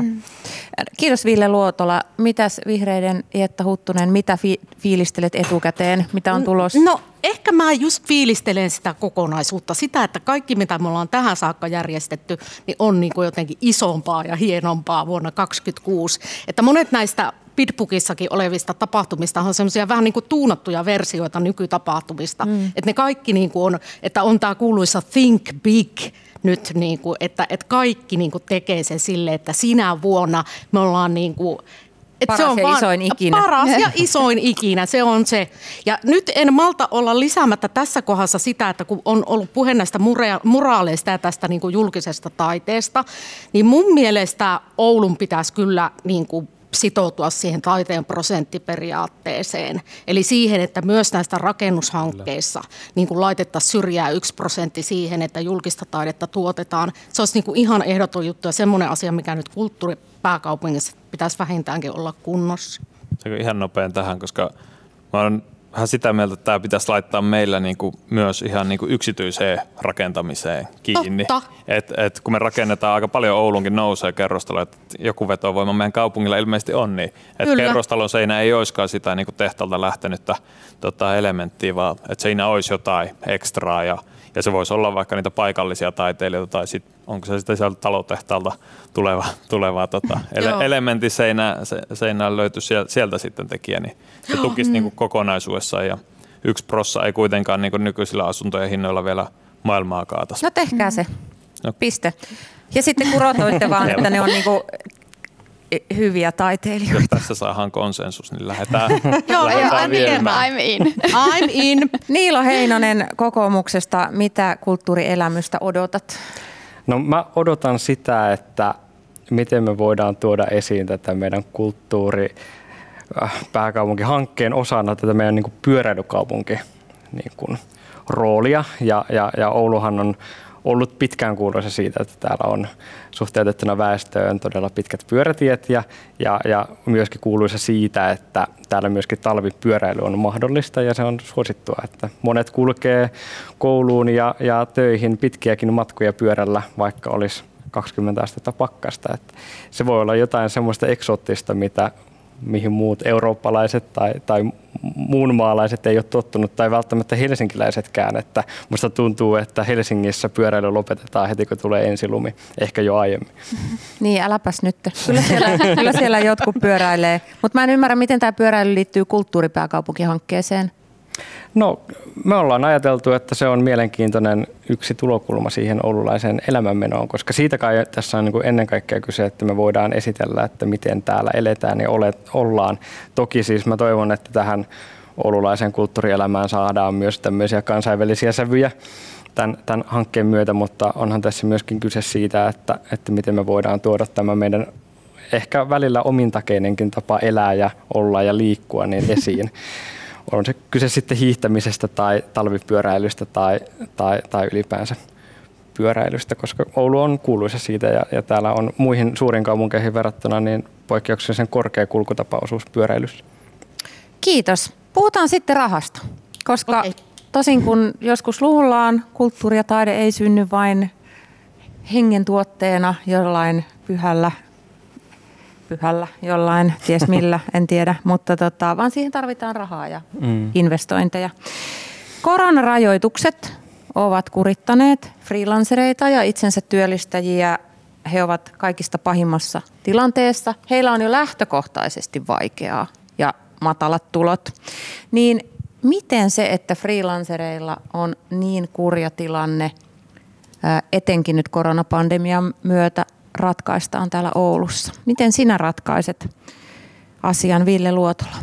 Kiitos Ville Luotola. Mitäs vihreiden Jetta Huttunen, mitä fiilistelet etukäteen? Mitä on tulossa? No ehkä mä just fiilistelen sitä kokonaisuutta, sitä, että kaikki mitä me ollaan tähän saakka järjestetty, niin on niin kuin jotenkin isompaa ja hienompaa vuonna 2026. Että monet näistä Bitbookissakin olevista tapahtumista on semmoisia vähän niin kuin tuunattuja versioita nykytapahtumista. Että ne kaikki niin kuin on, että on tämä kuuluisa Think Big nyt, niin kuin, että kaikki niin kuin tekee sen sille, että sinä vuonna me ollaan niin kuin, paras se on ja isoin ikinä. Paras ja isoin ikinä, se on se. Ja nyt en malta olla lisäämättä tässä kohdassa sitä, että kun on ollut puhe näistä moraaleista ja tästä niin kuin julkisesta taiteesta, niin mun mielestä Oulun pitäisi kyllä niin kuin sitoutua siihen taiteen prosenttiperiaatteeseen. Eli siihen, että myös näistä rakennushankkeissa niin kuin laitettaisiin syrjää 1% siihen, että julkista taidetta tuotetaan. Se olisi niin kuin ihan ehdoton juttu ja semmoinen asia, mikä nyt kulttuuripääkaupungissa pitäisi vähintäänkin olla kunnossa. Se on ihan nopein tähän, koska mä olen vähän sitä mieltä, että tämä pitäisi laittaa meillä niin kuin myös ihan niin kuin yksityiseen rakentamiseen kiinni. Et kun me rakennetaan aika paljon, Oulunkin nousee kerrostalo, että joku vetovoima meidän kaupungilla ilmeisesti on niin, että kerrostalon seinä ei olisikaan sitä niin kuin tehtaalta lähtenyttä elementtiä, vaan että siinä olisi jotain ekstraa ja se voisi olla vaikka niitä paikallisia taiteilijoita tai sit, onko se sitten sieltä talotehtaalta tuleva elementti seinään löytyisi sieltä sitten tekijä, niin se tukisi niin kuin kokonaisuudessaan ja 1% ei kuitenkaan niin kuin nykyisillä asuntojen hinnoilla vielä maailmaa kaataisi. No tehkää se. Piste. Ja sitten kurotoitte vaan, että ne on niin kuin hyviä taiteilijoita. Jos tässä saadaan konsensus, niin lähdetään viemään. I'm in. Niilo Heinonen kokoomuksesta, mitä kulttuurielämystä odotat? No mä odotan sitä, että miten me voidaan tuoda esiin tätä meidän kulttuuripääkaupunkihankkeen osana tätä meidän niin kuin pyöräilykaupunki niin kuin roolia. Ja Ouluhan on ollut pitkään kuuluisa siitä, että täällä on suhteutettuna väestöön todella pitkät pyörätiet ja myöskin kuuluisa siitä, että täällä myöskin talvipyöräily on mahdollista ja se on suosittua, että monet kulkee kouluun ja töihin pitkiäkin matkoja pyörällä, vaikka olisi 20 astetta pakkasta. Että se voi olla jotain semmoista eksoottista, mihin muut eurooppalaiset tai muunmaalaiset ei ole tottunut, tai välttämättä helsinkiläisetkään. Että musta tuntuu, että Helsingissä pyöräily lopetetaan heti, kun tulee ensilumi, ehkä jo aiemmin. Niin, äläpäs nyt. Kyllä siellä jotkut pyöräilee. Mutta mä en ymmärrä, miten tämä pyöräily liittyy kulttuuripääkaupunkihankkeeseen. No, me ollaan ajateltu, että se on mielenkiintoinen yksi tulokulma siihen oululaiseen elämänmenoon, koska siitä kai tässä on niin kuin ennen kaikkea kyse, että me voidaan esitellä, että miten täällä eletään ja ollaan. Toki siis mä toivon, että tähän oululaiseen kulttuurielämään saadaan myös tämmöisiä kansainvälisiä sävyjä tämän hankkeen myötä, mutta onhan tässä myöskin kyse siitä, että miten me voidaan tuoda tämä meidän ehkä välillä omintakeinenkin tapa elää ja olla ja liikkua niin esiin. On se kyse sitten hiihtämisestä tai talvipyöräilystä tai ylipäänsä pyöräilystä, koska Oulu on kuuluisa siitä ja täällä on muihin suurin kaupunkeihin verrattuna niin poikkeuksellisen korkea kulkutapaosuus pyöräilyssä. Kiitos. Puhutaan sitten rahasta, koska tosin kun joskus luullaan, kulttuuri ja taide ei synny vain hengen tuotteena jollain pyhällä, jollain, ties millä, en tiedä, mutta vaan siihen tarvitaan rahaa ja investointeja. Koronarajoitukset ovat kurittaneet freelancereita ja itsensä työllistäjiä. He ovat kaikista pahimmassa tilanteessa. Heillä on jo lähtökohtaisesti vaikeaa ja matalat tulot. Niin miten se, että freelancereilla on niin kurja tilanne, etenkin nyt koronapandemian myötä, ratkaistaan täällä Oulussa? Miten sinä ratkaiset asian, Ville Luotola?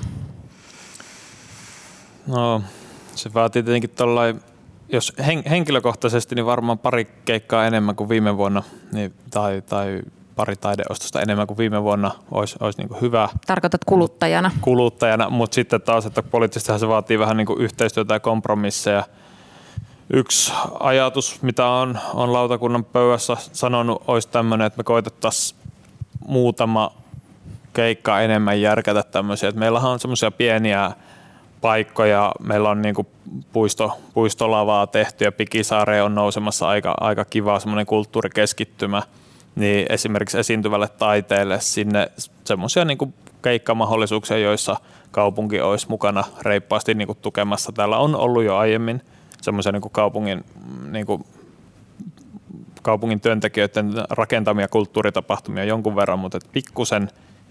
No, se vaatii tietenkin tollain, jos henkilökohtaisesti, niin varmaan pari keikkaa enemmän kuin viime vuonna, niin, tai pari taideostosta enemmän kuin viime vuonna, olisi niin kuin hyvä. Tarkoitat kuluttajana? Kuluttajana, mutta sitten taas, että poliittisestihan se vaatii vähän niin kuin yhteistyötä ja kompromisseja. Yksi ajatus, mitä on lautakunnan pöydässä sanonut, olisi tämmöinen, että me koitettaisiin muutama keikka enemmän järkätä tämmöisiä. Että meillähän on semmoisia pieniä paikkoja, meillä on niin kuin puistolavaa tehty ja Pikisaareen on nousemassa aika kiva semmoinen kulttuurikeskittymä. Niin esimerkiksi esiintyvälle taiteelle sinne semmoisia niin kuin keikkamahdollisuuksia, joissa kaupunki olisi mukana reippaasti niin kuin tukemassa. Täällä on ollut jo aiemmin semmoisia niin kuin kaupungin työntekijöiden rakentamia kulttuuritapahtumia jonkun verran, mutta pikkusen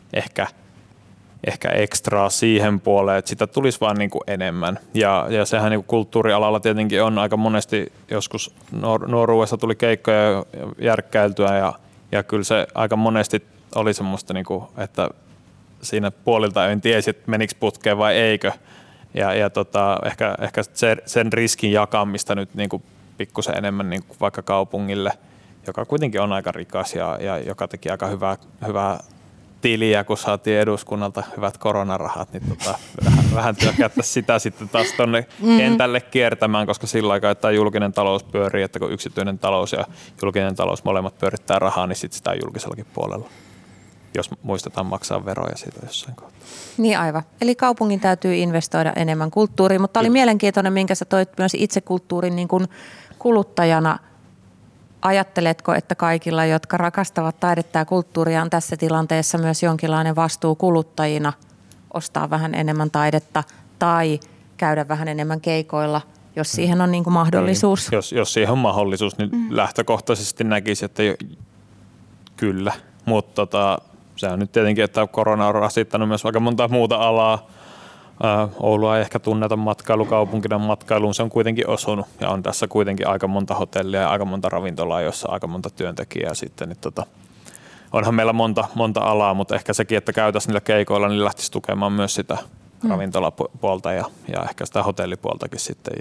ehkä ekstraa siihen puoleen, että sitä tulisi vaan niin kuin enemmän. Ja sehän niin kuin kulttuurialalla tietenkin on aika monesti, joskus nuoruudessa tuli keikkoja järkkäiltyä ja kyllä se aika monesti oli semmoista, niin kuin, että siinä puolilta en tiesi, että menikö putkeen vai eikö. Ja ehkä sen riskin jakamista nyt niin kuin pikkusen enemmän niin kuin vaikka kaupungille, joka kuitenkin on aika rikas ja joka teki aika hyvää tiliä, kun saatiin eduskunnalta hyvät koronarahat, niin vähän työkäyttäisiin sitä sitten taas tuonne kentälle kiertämään, koska sillä aikaa, että julkinen talous pyörii, että kun yksityinen talous ja julkinen talous molemmat pyörittää rahaa, niin sitten sitä on julkisellakin puolella, jos muistetaan maksaa veroja siitä jossain kohtaa. Niin aivan. Eli kaupungin täytyy investoida enemmän kulttuuriin, mutta oli mielenkiintoinen, minkä sä toit myös itse kulttuurin niin kuin kuluttajana. Ajatteletko, että kaikilla, jotka rakastavat taidetta ja kulttuuria, on tässä tilanteessa myös jonkinlainen vastuu kuluttajina ostaa vähän enemmän taidetta tai käydä vähän enemmän keikoilla, jos siihen on niin kuin mahdollisuus? Niin. Jos siihen on mahdollisuus, niin lähtökohtaisesti näkisi, että kyllä. Mutta se on nyt tietenkin, että korona on rasittanut myös aika monta muuta alaa. Oulua ei ehkä tunneta matkailukaupunkina, matkailuun se on kuitenkin osunut ja on tässä kuitenkin aika monta hotellia ja aika monta ravintolaa, jossa aika monta työntekijää sitten. Niin onhan meillä monta alaa, mutta ehkä sekin, että käytäisiin niillä keikoilla, niin lähtisi tukemaan myös sitä ravintolapuolta ja ehkä sitä hotellipuoltakin sitten.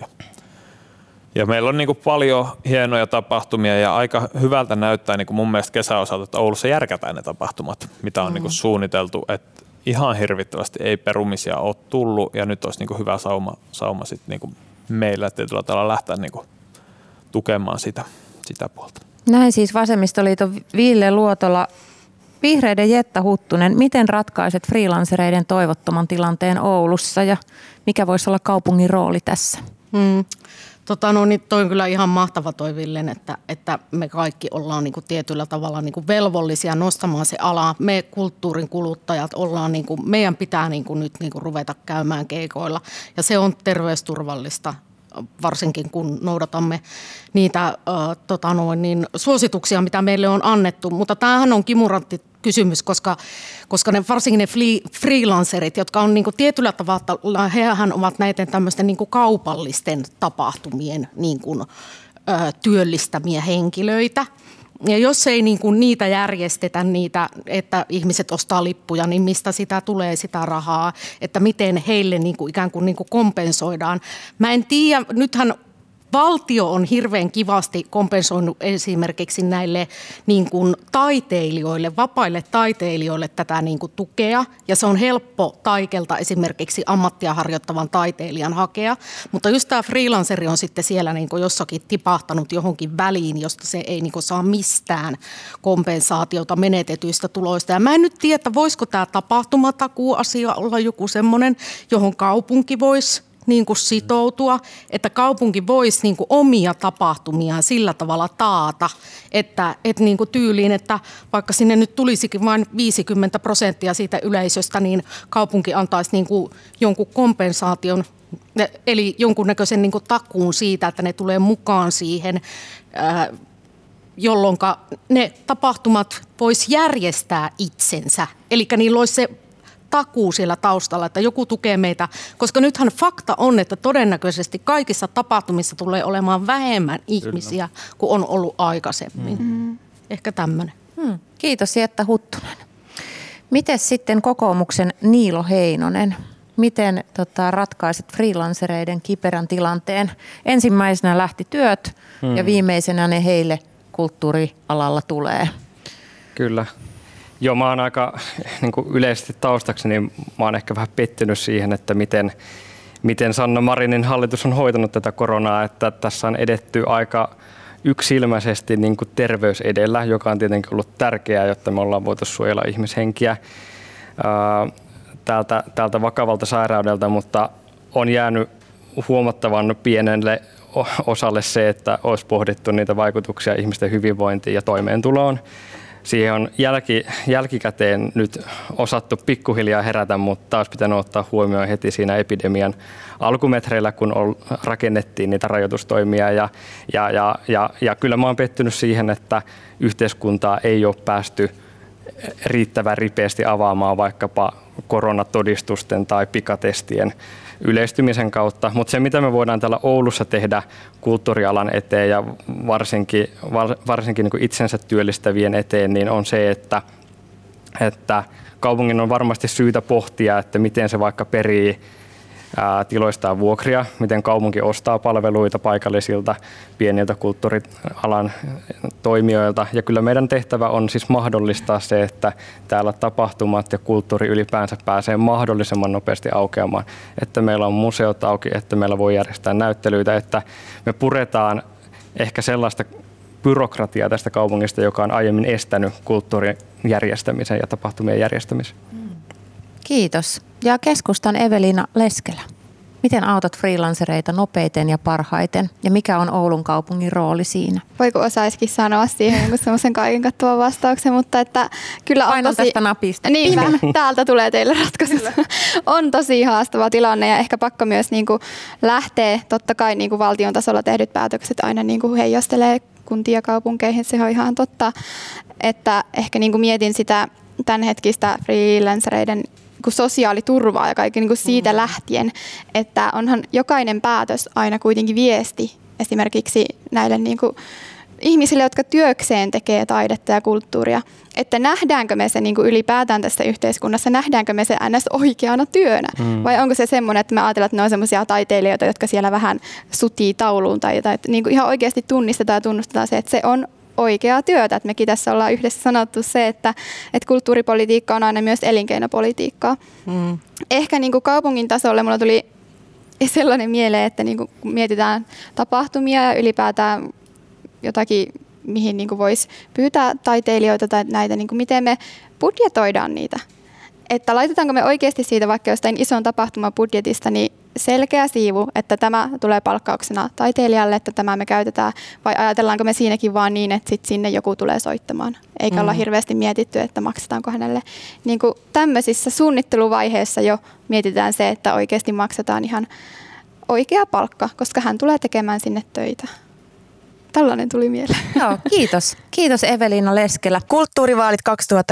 Ja meillä on niin kuin paljon hienoja tapahtumia ja aika hyvältä näyttää niin kuin mun mielestä kesäosalta, että Oulussa järkätään ne tapahtumat, mitä on niin kuin suunniteltu, että ihan hirvittävästi ei perumisia ole tullut ja nyt olisi niin kuin hyvä sauma sit niin kuin meillä tietyllä tavalla lähteä niin kuin tukemaan sitä puolta. Näin siis Vasemmistoliiton Ville Luotola. Vihreiden Jetta Huttunen, miten ratkaiset freelancereiden toivottoman tilanteen Oulussa ja mikä voisi olla kaupungin rooli tässä? Niin toi on kyllä ihan mahtava toi Villen, että me kaikki ollaan niinku tietyllä tavalla niinku velvollisia nostamaan se ala. Me kulttuurin kuluttajat ollaan, niinku, meidän pitää niinku nyt niinku ruveta käymään keikoilla ja se on terveysturvallista, varsinkin kun noudatamme niitä suosituksia, mitä meille on annettu. Mutta tämähän on kimurantti kysymys, koska varsinkin ne freelancerit, jotka on niinku tietyllä tavalla, hehän ovat näiden tämmöisten niinku kaupallisten tapahtumien niinku, työllistämiä henkilöitä. Ja jos ei niinku niitä järjestetä, että ihmiset ostaa lippuja, niin mistä sitä tulee sitä rahaa, että miten heille niinku ikään kuin niinku kompensoidaan. Mä en tiedä, nythän valtio on hirveän kivasti kompensoinut esimerkiksi näille niin kuin taiteilijoille, vapaille taiteilijoille tätä niin kuin tukea. Ja se on helppo Taikelta esimerkiksi ammattia harjoittavan taiteilijan hakea. Mutta just tämä freelanceri on sitten siellä niin kuin jossakin tipahtanut johonkin väliin, josta se ei niin kuin saa mistään kompensaatiota menetetyistä tuloista. Ja mä en nyt tiedä, että voisiko tämä tapahtumatakuuasia olla joku semmoinen, johon kaupunki voisi niin kuin sitoutua, että kaupunki voisi niin kuin omia tapahtumiaan sillä tavalla taata, että niin kuin tyyliin, että vaikka sinne nyt tulisikin vain 50% siitä yleisöstä, niin kaupunki antaisi niin kuin jonkun kompensaation, eli jonkunnäköisen niin kuin takuun siitä, että ne tulee mukaan siihen, jolloin ne tapahtumat voisi järjestää itsensä, eli niillä olisi se takuu siellä taustalla, että joku tukee meitä, koska nythän fakta on, että todennäköisesti kaikissa tapahtumissa tulee olemaan vähemmän ihmisiä kuin on ollut aikaisemmin. Ehkä tämmöinen. Kiitos Jetta Huttunen. Miten sitten kokoomuksen Niilo Heinonen? Miten ratkaisit freelancereiden kiperän tilanteen? Ensimmäisenä lähti työt ja viimeisenä ne heille kulttuurialalla tulee. Kyllä. Joo, mä oon aika niin kuin yleisesti taustaksi, niin mä oon ehkä vähän pettynyt siihen, että miten Sanna Marinin hallitus on hoitanut tätä koronaa, että tässä on edetty aika yksilmäisesti niin kuin terveys edellä, joka on tietenkin ollut tärkeää, jotta me ollaan voitu suojella ihmishenkiä tältä vakavalta sairaudelta, mutta on jäänyt huomattavan pienelle osalle se, että olisi pohdittu niitä vaikutuksia ihmisten hyvinvointiin ja toimeentuloon. Siihen on jälkikäteen nyt osattu pikkuhiljaa herätä, mutta olisi pitänyt ottaa huomioon heti siinä epidemian alkumetreillä, kun rakennettiin niitä rajoitustoimia. Ja kyllä mä oon pettynyt siihen, että yhteiskuntaa ei ole päästy riittävän ripeästi avaamaan vaikkapa koronatodistusten tai pikatestien yleistymisen kautta. Mutta se, mitä me voidaan täällä Oulussa tehdä kulttuurialan eteen ja varsinkin niin kuin itsensä työllistävien eteen, niin on se, että kaupungin on varmasti syytä pohtia, että miten se vaikka perii tiloistaan vuokria, miten kaupunki ostaa palveluita paikallisilta pieniltä kulttuurialan toimijoilta. Ja kyllä meidän tehtävä on siis mahdollistaa se, että täällä tapahtumat ja kulttuuri ylipäänsä pääsee mahdollisimman nopeasti aukeamaan. Että meillä on museot auki, että meillä voi järjestää näyttelyitä, että me puretaan ehkä sellaista byrokratiaa tästä kaupungista, joka on aiemmin estänyt kulttuurin järjestämisen ja tapahtumien järjestämisen. Kiitos. Ja keskustan Eveliina Leskelä. Miten autat freelancereita nopeiten ja parhaiten? Ja mikä on Oulun kaupungin rooli siinä? Voiko osaisikin sanoa siihen jonkun semmoisen kaiken kattavan vastauksen, mutta että kyllä on Painan tosi... tästä napista. Niinpä, täältä tulee teille ratkaisut. On tosi haastava tilanne ja ehkä pakko myös niin kuin lähteä. Totta kai niin kuin valtion tasolla tehdyt päätökset aina niin kuin heijastelee kuntiin ja kaupunkeihin. Se on ihan totta, että ehkä niin kuin mietin sitä tämänhetkistä freelancereiden sosiaaliturvaa ja kaikki niin kuin siitä lähtien, että onhan jokainen päätös aina kuitenkin viesti esimerkiksi näille niin kuin ihmisille, jotka työkseen tekee taidetta ja kulttuuria, että nähdäänkö me se niin kuin ylipäätään tässä yhteiskunnassa, nähdäänkö me se ns. Oikeana työnä vai onko se semmoinen, että me ajatellaan, että ne on semmoisia taiteilijoita, jotka siellä vähän sutii tauluun tai jotain, että niin kuin ihan oikeasti tunnistetaan ja tunnustetaan se, että se on oikeaa työtä. Että mekin tässä ollaan yhdessä sanottu se, että kulttuuripolitiikka on aina myös elinkeinopolitiikkaa. Ehkä niin kuin kaupungin tasolle mulla tuli sellainen mieleen, että niin kuin mietitään tapahtumia ja ylipäätään jotakin, mihin niin kuin voisi pyytää taiteilijoita tai näitä, niin kuin miten me budjetoidaan niitä. Että laitetaanko me oikeasti siitä vaikka jostain ison tapahtumabudjetista niin selkeä siivu, että tämä tulee palkkauksena taiteilijalle, että tämä me käytetään, vai ajatellaanko me siinäkin vaan niin, että sit sinne joku tulee soittamaan. Eikä olla hirveästi mietitty, että maksetaanko hänelle. Niin kuin tämmöisissä suunnitteluvaiheessa jo mietitään se, että oikeasti maksetaan ihan oikea palkka, koska hän tulee tekemään sinne töitä. Tällainen tuli mieleen. Joo, kiitos. Kiitos Eveliina Leskelä. Kulttuurivaalit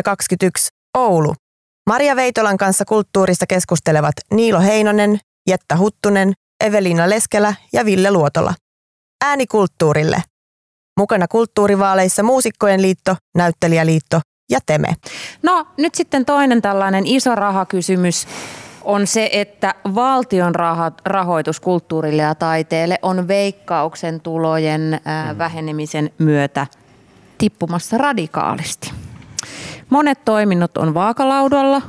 2021 Oulu. Maria Veitolan kanssa kulttuurista keskustelevat Niilo Heinonen, Jetta Huttunen, Eveliina Leskelä ja Ville Luotola. Ääni kulttuurille. Mukana kulttuurivaaleissa Muusikkojen liitto, Näyttelijäliitto ja Teme. No nyt sitten toinen tällainen iso rahakysymys on se, että valtion rahoitus kulttuurille ja taiteelle on Veikkauksen tulojen vähenemisen myötä tippumassa radikaalisti. Monet toiminnot on vaakalaudalla.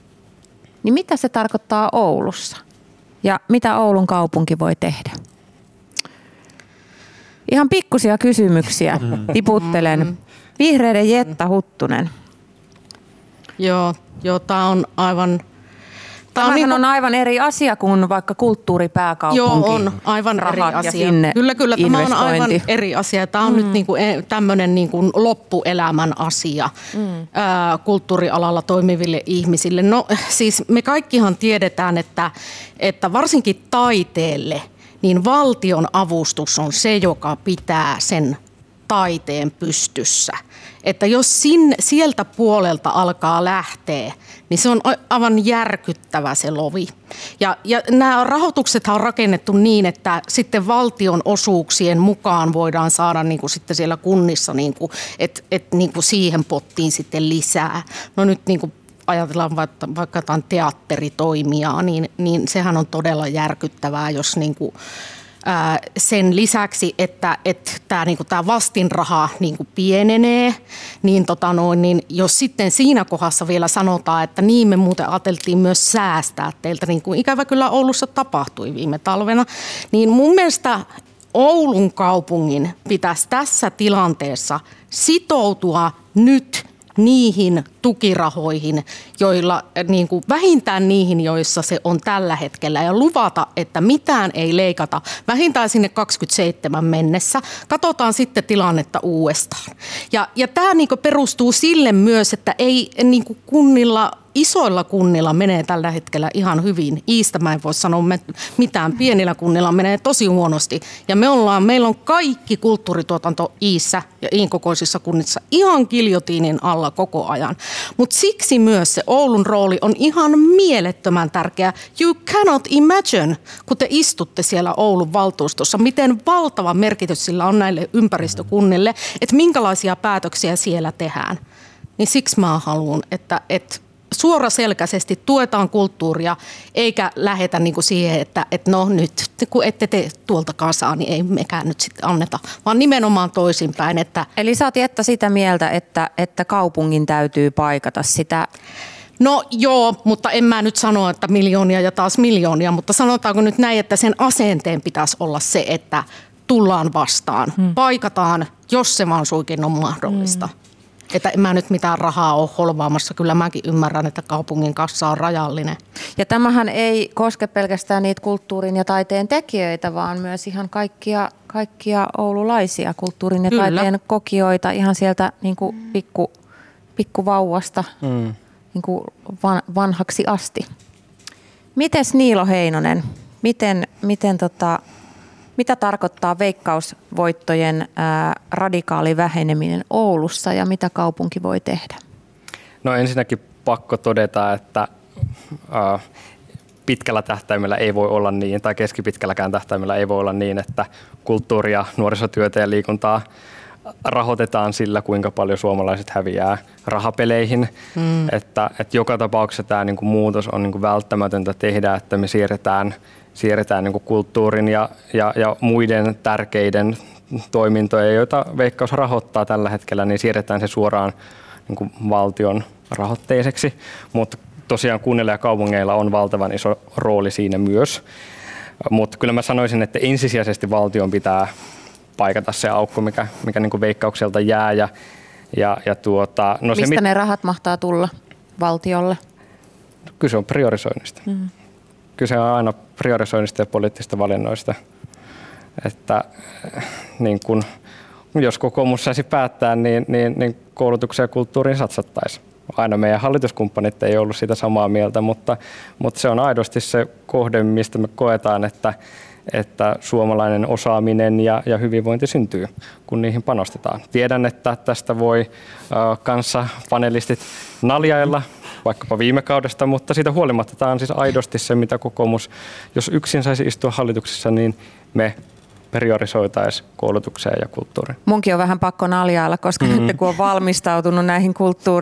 Niin mitä se tarkoittaa Oulussa? Ja mitä Oulun kaupunki voi tehdä? Ihan pikkusia kysymyksiä tiputtelen. Vihreiden Jetta Huttunen. Joo, tämä on aivan... Tämähän on aivan eri asia kuin vaikka kulttuuripääkaupunki. Joo, on aivan eri asia. Kyllä, tämä on aivan eri asia. Tämä on nyt niinku tämmöinen niinku loppuelämän asia kulttuurialalla toimiville ihmisille. No siis me kaikkihan tiedetään, että varsinkin taiteelle niin valtion avustus on se, joka pitää sen taiteen pystyssä. Että jos sieltä puolelta alkaa lähteä, niin se on aivan järkyttävä se lovi. Ja nämä rahoituksethan on rakennettu niin, että sitten valtion osuuksien mukaan voidaan saada niin kuin sitten siellä kunnissa, niin kuin, että niin kuin siihen pottiin sitten lisää. No nyt niin kuin ajatellaan vaikka jotain teatteritoimijaa, niin sehän on todella järkyttävää, jos niin kuin sen lisäksi, että tämä niinku, vastinraha niinku, pienenee, niin, niin jos sitten siinä kohdassa vielä sanotaan, että niin me muuten ajateltiin myös säästää teiltä, niin kuin ikävä kyllä Oulussa tapahtui viime talvena, niin mun mielestä Oulun kaupungin pitäisi tässä tilanteessa sitoutua nyt niihin tukirahoihin, joilla niin kuin vähintään niihin, joissa se on tällä hetkellä, ja luvata, että mitään ei leikata vähintään sinne 27 mennessä. Katsotaan sitten tilannetta uudestaan. Ja tämä niin kuin perustuu sille myös, että ei niin kuin isoilla kunnilla menee tällä hetkellä ihan hyvin. Iistä mä en voi sanoa mitään. Pienillä kunnilla menee tosi huonosti. Ja meillä on kaikki kulttuurituotanto Iissä ja Iin kokoisissa kunnissa ihan giljotiinin alla koko ajan. Mutta siksi myös se Oulun rooli on ihan mielettömän tärkeä. You cannot imagine, kun te istutte siellä Oulun valtuustossa, miten valtava merkitys sillä on näille ympäristökunnille, että minkälaisia päätöksiä siellä tehdään. Niin siksi mä haluan, että suoraselkäisesti tuetaan kulttuuria, eikä lähetä niin kuin siihen, että no nyt, kun ette te tuoltakaan saa, niin ei mekään nyt sitten anneta, vaan nimenomaan toisinpäin. Eli sä oot Jetta sitä mieltä, että kaupungin täytyy paikata sitä? No joo, mutta en mä nyt sano, että miljoonia ja taas miljoonia, mutta sanotaanko nyt näin, että sen asenteen pitäisi olla se, että tullaan vastaan, paikataan, jos se vaan suinkin on mahdollista. Että en mä nyt mitään rahaa ole holvaamassa. Kyllä mäkin ymmärrän, että kaupungin kassa on rajallinen. Ja tämähän ei koske pelkästään niitä kulttuurin ja taiteen tekijöitä, vaan myös ihan kaikkia oululaisia kulttuurin ja taiteen kokijoita ihan sieltä niin kuin pikkuvauvasta niin kuin vanhaksi asti. Mites Niilo Heinonen, mitä tarkoittaa veikkausvoittojen radikaali väheneminen Oulussa ja mitä kaupunki voi tehdä? No ensinnäkin pakko todeta, että pitkällä tähtäimellä ei voi olla niin, tai keskipitkälläkään tähtäimellä ei voi olla niin, että kulttuuria, nuorisotyötä ja liikuntaa rahoitetaan sillä, kuinka paljon suomalaiset häviää rahapeleihin. Että joka tapauksessa tämä niin kuin muutos on niin kuin välttämätöntä tehdä, että me siirretään niin kuin kulttuurin ja muiden tärkeiden toimintoja, joita Veikkaus rahoittaa tällä hetkellä, niin siirretään se suoraan niin kuin valtion rahoitteiseksi. Mutta tosiaan kunnilla ja kaupungeilla on valtavan iso rooli siinä myös. Mutta kyllä mä sanoisin, että ensisijaisesti valtion pitää paikata se aukko, mikä niin kuin Veikkaukselta jää. Mistä ne rahat mahtaa tulla valtiolle? Kyllä se on priorisoinnista. Kyse on aina priorisoinnista ja poliittisista valinnoista. Että niin kun, jos kokoomus saisi päättää, niin koulutukseen ja kulttuuriin satsattaisiin. Aina meidän hallituskumppanit ei ollut sitä samaa mieltä, mutta se on aidosti se kohde, mistä me koetaan, että suomalainen osaaminen ja hyvinvointi syntyy, kun niihin panostetaan. Tiedän, että tästä voi kanssa panelistit naljailla, vaikkapa viime kaudesta, mutta siitä huolimatta tämä on siis aidosti se, mitä kokoomus, jos yksin saisi istua hallituksessa, niin me priorisoitaisiin koulutukseen ja kulttuuriin. Munkin on vähän pakko naljailla, koska nyt kun on valmistautunut näihin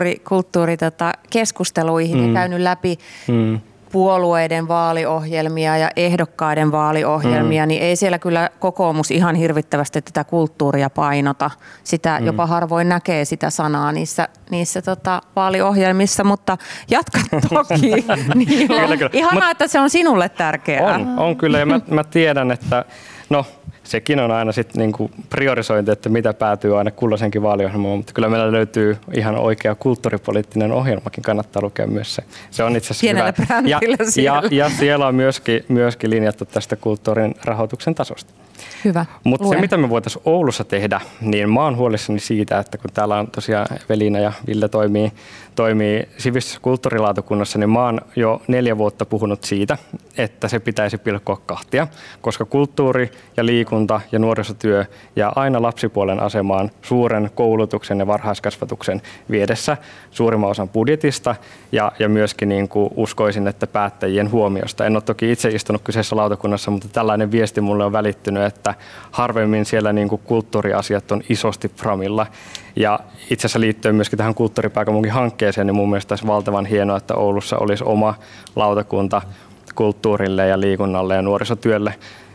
keskusteluihin ja käynyt läpi puolueiden vaaliohjelmia ja ehdokkaiden vaaliohjelmia, niin ei siellä kyllä kokoomus ihan hirvittävästi tätä kulttuuria painota. Sitä jopa harvoin näkee sitä sanaa niissä vaaliohjelmissa, mutta jatka toki. Kyllä. Ihanaa, että se on sinulle tärkeää. On kyllä, ja mä tiedän, että sekin on aina sitten niinku priorisointi, että mitä päätyy aina kulloisenkin vaaliohjelmaan, mutta kyllä meillä löytyy ihan oikea kulttuuripoliittinen ohjelmakin, kannattaa lukea myös se. Se on itse asiassa hyvä. Ja siellä on myöskin linjattu tästä kulttuurin rahoituksen tasosta. Hyvä. Mutta se, mitä me voitaisiin Oulussa tehdä, niin mä oon huolissani siitä, että kun täällä on tosiaan Evelina ja Ville toimii sivistys- ja kulttuurilautakunnassa, niin mä oon jo 4 vuotta puhunut siitä, että se pitäisi pilkkoa kahtia, koska kulttuuri ja liikunta ja nuorisotyö jää aina lapsipuolen asemaan suuren koulutuksen ja varhaiskasvatuksen viedessä suurimman osan budjetista ja myöskin niin kuin uskoisin, että päättäjien huomiosta. En ole toki itse istunut kyseessä lautakunnassa, mutta tällainen viesti mulle on välittynyt, että harvemmin siellä niin kuin kulttuuriasiat on isosti framilla. Ja itse asiassa liittyen myöskin tähän kulttuuripääkaupunkihankkeeseen, niin mun mielestä olisi valtavan hienoa, että Oulussa olisi oma lautakunta kulttuurille ja liikunnalle ja nuorisotyölle.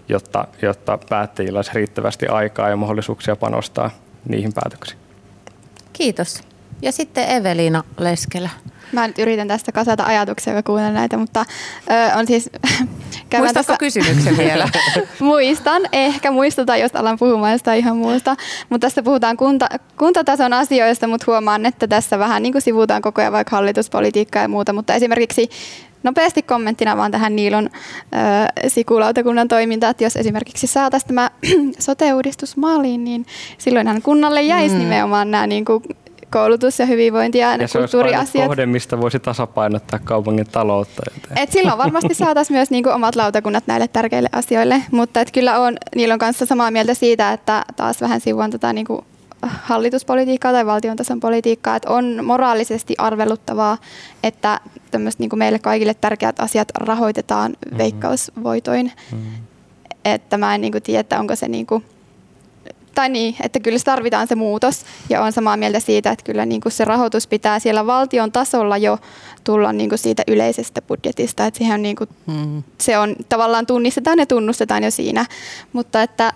jotta päättäjillä olisi riittävästi aikaa ja mahdollisuuksia panostaa niihin päätöksiin. Kiitos. Ja sitten Eveliina Leskelä. Mä nyt yritän tästä kasata ajatuksia, joka kuuntelen näitä, mutta on siis... Muistatko kysymyksen vielä? Muistan, ehkä muistutan, jos alan puhumaan jostain ihan muusta. Mutta tässä puhutaan kuntatason asioista, mutta huomaan, että tässä vähän niin kuin sivutaan koko ajan vaikka hallituspolitiikkaa ja muuta. Mutta esimerkiksi nopeasti kommenttina vaan tähän Niilon sikulautakunnan toimintaan, että jos esimerkiksi saataisiin tämä sote-uudistus maaliin, niin silloinhan kunnalle jäisi nimenomaan nämä niin kuin koulutus ja hyvinvointi ja kulttuuriasiat. Se olisi kohde, mistä voisi tasapainottaa kaupungin taloutta. Et silloin varmasti saataisiin myös niinku omat lautakunnat näille tärkeille asioille, mutta et kyllä on Niilon kanssa samaa mieltä siitä, että taas vähän sivuan tätä niinku hallituspolitiikkaa tai valtion tason politiikkaa, että on moraalisesti arveluttavaa, että tämmöiset niinku meille kaikille tärkeät asiat rahoitetaan veikkausvoitoin. Että mä en niinku tiedä, että onko se niinku tai niin, että kyllä tarvitaan se muutos ja on samaa mieltä siitä, että kyllä niin kuin se rahoitus pitää siellä valtion tasolla jo tulla niin kuin siitä yleisestä budjetista, että siihen on niin kuin, se on tavallaan tunnistetaan ja tunnustetaan jo siinä, mutta että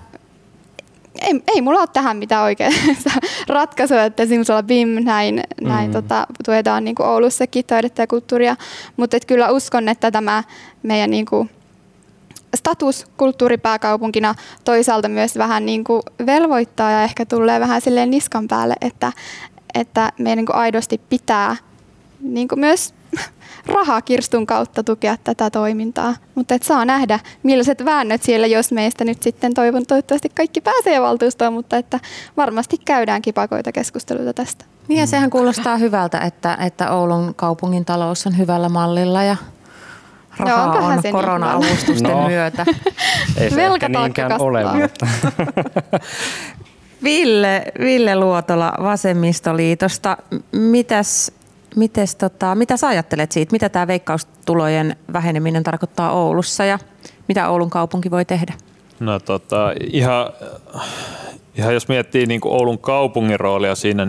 ei mulla ole tähän mitään oikeaa ratkaisua, että esimerkiksi BIM näin tuetaan niin kuin Oulussakin taidetta ja kulttuuria, mutta että kyllä uskon, että tämä meidän niin kuin status kulttuuripääkaupunkina toisaalta myös vähän niin kuin velvoittaa ja ehkä tulee vähän silleen niskan päälle, että meidän niin kuin aidosti pitää niin kuin myös rahakirstun kautta tukea tätä toimintaa. Mutta et saa nähdä, millaiset väännöt siellä, jos meistä nyt sitten toivottavasti kaikki pääsee valtuustoon, mutta että varmasti käydään kipakoita keskusteluita tästä. Niin ja sehän kuulostaa hyvältä, että Oulun kaupungin talous on hyvällä mallilla ja rahaa on korona-avustusten myötä. Ei se ehkä niinkään ole, mutta... Ville Luotola Vasemmistoliitosta. Mitä sä ajattelet siitä? Mitä tämä veikkaustulojen väheneminen tarkoittaa Oulussa ja mitä Oulun kaupunki voi tehdä? No ihan jos miettii niin kuin Oulun kaupungin roolia siinä,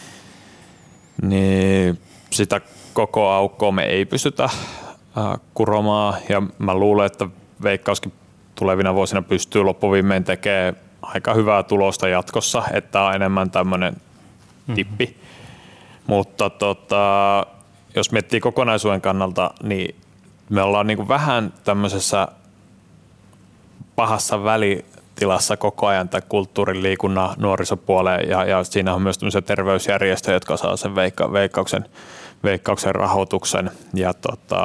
niin sitä koko aukkoa me ei pystytä kuromaan ja mä luulen, että Veikkauskin tulevina vuosina pystyy loppuviimein tekemään aika hyvää tulosta jatkossa, että on enemmän tämmöinen tippi. Mutta jos miettii kokonaisuuden kannalta, niin me ollaan niin kuin vähän tämmöisessä pahassa välitilassa koko ajan tämän kulttuurin, liikunnan, nuorisopuoleen ja siinä on myös tämmöisiä terveysjärjestöjä, jotka saa sen veikkauksen rahoituksen ja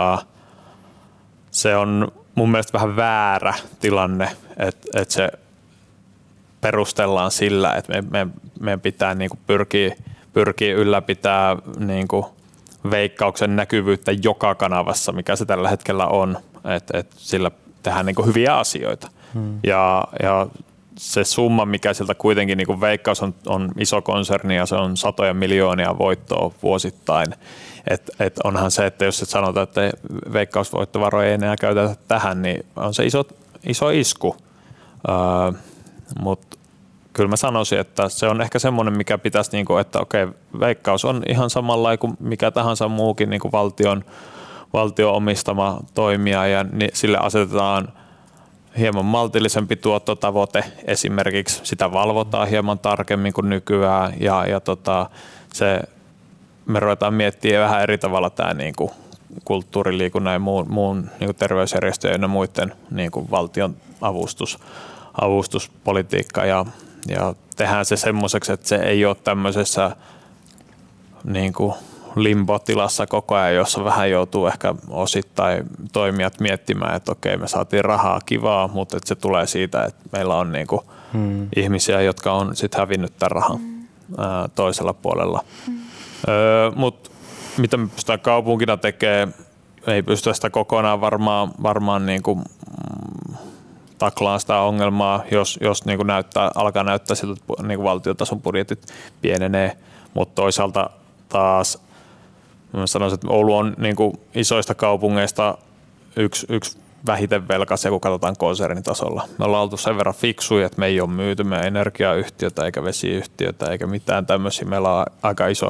se on mun mielestä vähän väärä tilanne, että se perustellaan sillä, että meidän pitää niinku pyrkiä ylläpitää niinku Veikkauksen näkyvyyttä joka kanavassa, mikä se tällä hetkellä on, että sillä tehdään niinku hyviä asioita. Ja se summa, mikä sieltä kuitenkin, niinku Veikkaus on iso konserni ja se on satoja miljoonia voittoa vuosittain. Et onhan se, että jos et sanota, että veikkausvoittovaroja ei enää käytetä tähän, niin on se iso isku. Mutta kyllä mä sanoisin, että se on ehkä semmoinen, mikä pitäisi, niinku, että okei, Veikkaus on ihan samanlainen kuin mikä tahansa muukin niinku valtion omistama toimija ja sille asetetaan hieman maltillisempi tuottotavoite esimerkiksi. Sitä valvotaan hieman tarkemmin kuin nykyään ja se me ruvetaan miettimään vähän eri tavalla tämä niinku kulttuurin, liikunnan ja muun niinku terveysjärjestöjen ja muiden niinku valtion avustuspolitiikka ja tehdään se semmoiseksi, että se ei ole tämmöisessä niinku limbotilassa koko ajan, jossa vähän joutuu ehkä osittain toimijat miettimään, että okei, me saatiin rahaa, kivaa, mutta että se tulee siitä, että meillä on niinku ihmisiä, jotka on sitten hävinnyt tämän rahan toisella puolella. Mutta mitä me pystytään kaupunkina tekemään, ei pystytä sitä kokonaan varmaan niinku, taklaan sitä ongelmaa, jos niinku alkaa näyttää siltä, että niinku valtiotason budjetit pienenee, mutta toisaalta taas mä sanoisin, että Oulu on niinku isoista kaupungeista yksi vähiten velkaisia, kun katsotaan konsernitasolla. Me ollaan oltu sen verran fiksuja, että me ei ole myyty meidän energiayhtiötä eikä vesiyhtiötä eikä mitään tämmöisiä. Meillä on aika iso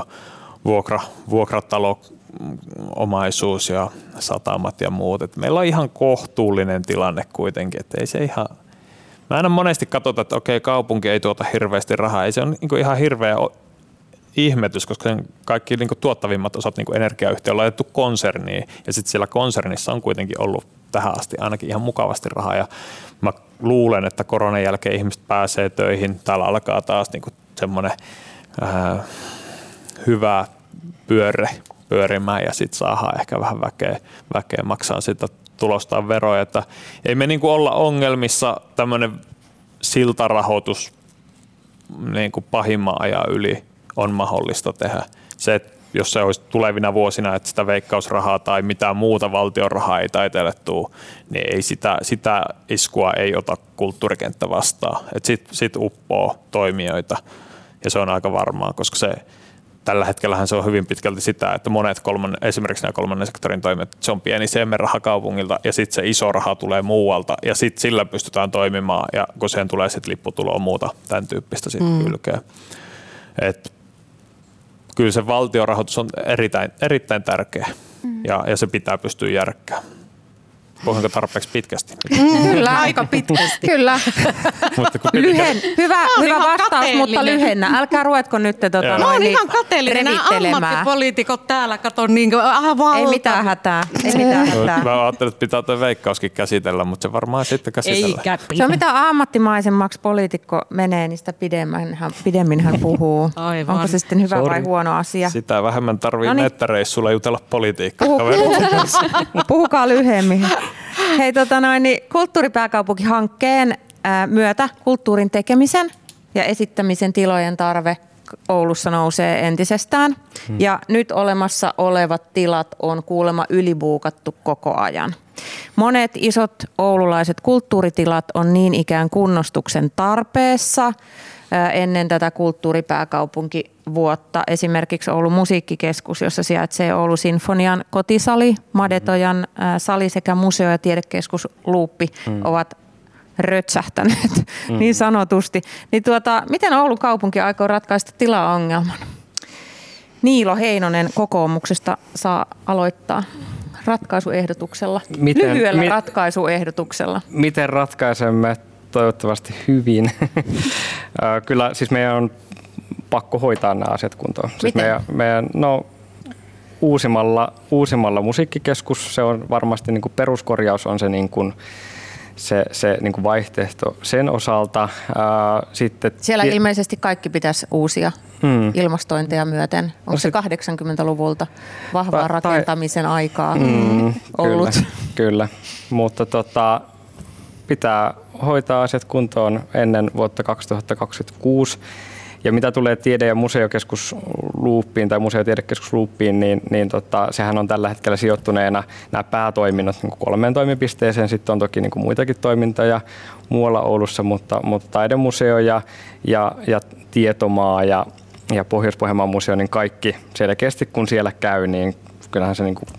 vuokratalo-omaisuus ja satamat ja muut. Et meillä on ihan kohtuullinen tilanne kuitenkin, että ei se Mä aina monesti katsotaan, että okei, kaupunki ei tuota hirveästi rahaa. Ei se on niin kuin ihan hirveä ihmetys, koska sen kaikki niin kuin tuottavimmat osat niin energiayhtiö on laitettu konserniin. Ja sitten siellä konsernissa on kuitenkin ollut tähän asti ainakin ihan mukavasti rahaa. Ja mä luulen, että koronan jälkeen ihmiset pääsee töihin. Täällä alkaa taas niin kuin semmoinen hyvä pyörre pyörimään ja sitten saadaan ehkä vähän väkeä maksaa sitä tulostaan veroja. Että ei me niin kuin olla ongelmissa, tämmöinen siltarahoitus niin kuin pahimman ajan yli on mahdollista tehdä. Se, että jos se olisi tulevina vuosina, että sitä veikkausrahaa tai mitään muuta valtion rahaa ei taiteelle tule, niin ei sitä iskua ei ota kulttuurikenttä vastaan. Sit uppoo toimijoita ja se on aika varmaa, koska tällä hetkellähän se on hyvin pitkälti sitä, että monet esimerkiksi nämä kolmannen sektorin toimijat, se on pieni semenraha kaupungilta ja sitten se iso raha tulee muualta ja sitten sillä pystytään toimimaan ja kun siihen tulee sitten lipputuloa muuta tämän tyyppistä sitten kylkeä. Kyllä se valtionrahoitus on erittäin tärkeä ja se pitää pystyä järkkäämään. Puhunko tarpeeksi pitkästi? Kyllä, aika pitkästi. Kyllä. Hyvä vastaus, mutta lyhennä. Älkää ruvetko nyt No on ihan kateellinen. Nämä ammattipoliitikot täällä, kato niin kuin valta. Ei mitään hätää. Mä ajattelin, että pitää tuo Veikkauskin käsitellä, mutta se varmaan sitten käsitellään. Se on mitä ammattimaisemmaksi poliitikko menee, niin sitä pidemmin hän puhuu. Aivan. Onko se sitten hyvä vai huono asia? Sitä vähemmän tarvii nettareissulla jutella politiikkaa. Puhukaa lyhyemmin. Hei, Kulttuuripääkaupunkihankkeen myötä kulttuurin tekemisen ja esittämisen tilojen tarve Oulussa nousee entisestään. Ja nyt olemassa olevat tilat on kuulemma ylibuukattu koko ajan. Monet isot oululaiset kulttuuritilat on niin ikään kunnostuksen tarpeessa ennen tätä kulttuuripääkaupunkivuotta. Esimerkiksi Oulun musiikkikeskus, jossa sijaitsee Oulun Sinfonian kotisali, Madetojan sali sekä museo- ja tiedekeskus Luuppi ovat rötsähtäneet niin sanotusti. Niin miten Oulun kaupunki aikoo ratkaista tilaongelman? Niilo Heinonen kokoomuksesta saa aloittaa ratkaisuehdotuksella, lyhyellä ratkaisuehdotuksella. Miten ratkaisemme? Toivottavasti hyvin. Kyllä siis meidän on pakko hoitaa nämä asiat kuntoon. Siis meidän uusimalla musiikkikeskus, se on varmasti niin kuin peruskorjaus on se niin kuin se niin kuin vaihtoehto sen osalta. Sitten siellä ilmeisesti kaikki pitäisi uusia ilmastointeja myöten. Onko se 80-luvulta vahvaa rakentamisen aikaa ollut? Kyllä. Mutta pitää hoitaa asiat kuntoon ennen vuotta 2026. Ja mitä tulee tiede- ja museokeskus Luuppiin tai museo- ja tiedekeskus Luuppiin, niin sehän on tällä hetkellä sijoittuneena nämä päätoiminnot niin 3 toimipisteeseen. Sitten on toki niin kuin muitakin toimintoja muualla Oulussa, mutta taidemuseo ja Tietomaa ja Pohjois-Pohjanmaan museo, niin kaikki selkeästi kun siellä käy, niin kyllähän se niin kuin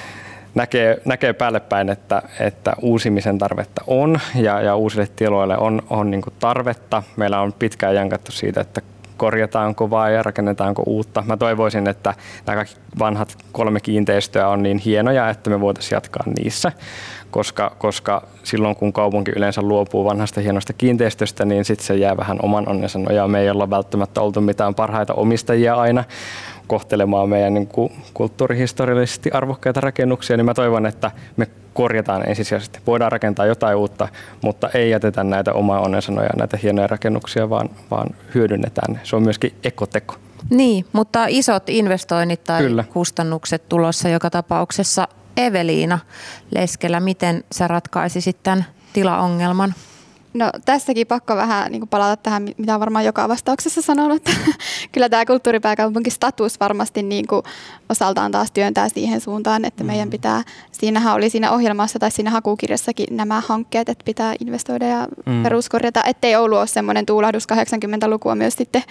näkee päälle päin, että uusimisen tarvetta on ja uusille tiloille on niin kuin tarvetta. Meillä on pitkään jankattu siitä, että korjataanko vai rakennetaanko uutta. Mä toivoisin, että nämä kaikki vanhat 3 kiinteistöä on niin hienoja, että me voitaisiin jatkaa niissä, koska silloin kun kaupunki yleensä luopuu vanhasta hienosta kiinteistöstä, niin sitten se jää vähän oman onnensa nojaan. Me ei olla välttämättä oltu mitään parhaita omistajia aina kohtelemaan meidän niin kuin kulttuurihistoriallisesti arvokkaita rakennuksia, niin mä toivon, että me korjataan ensisijaisesti. Voidaan rakentaa jotain uutta, mutta ei jätetä näitä omaa onnensa nojaan, näitä hienoja rakennuksia, vaan hyödynnetään. Se on myöskin ekoteko. Niin, mutta isot investoinnit tai kustannukset tulossa joka tapauksessa. Eveliina Leskelä, miten sä ratkaisisit tämän tilaongelman? No tässäkin pakko vähän niin kuin palata tähän, mitä on varmaan joka vastauksessa sanonut, että kyllä tämä kulttuuripääkaupunkistatus varmasti niin kuin osaltaan taas työntää siihen suuntaan, että meidän pitää, siinähän oli siinä ohjelmassa tai siinä hakukirjassakin nämä hankkeet, että pitää investoida ja peruskorjata, ettei Oulu ole semmoinen tuulahdus 80-lukua myös sitten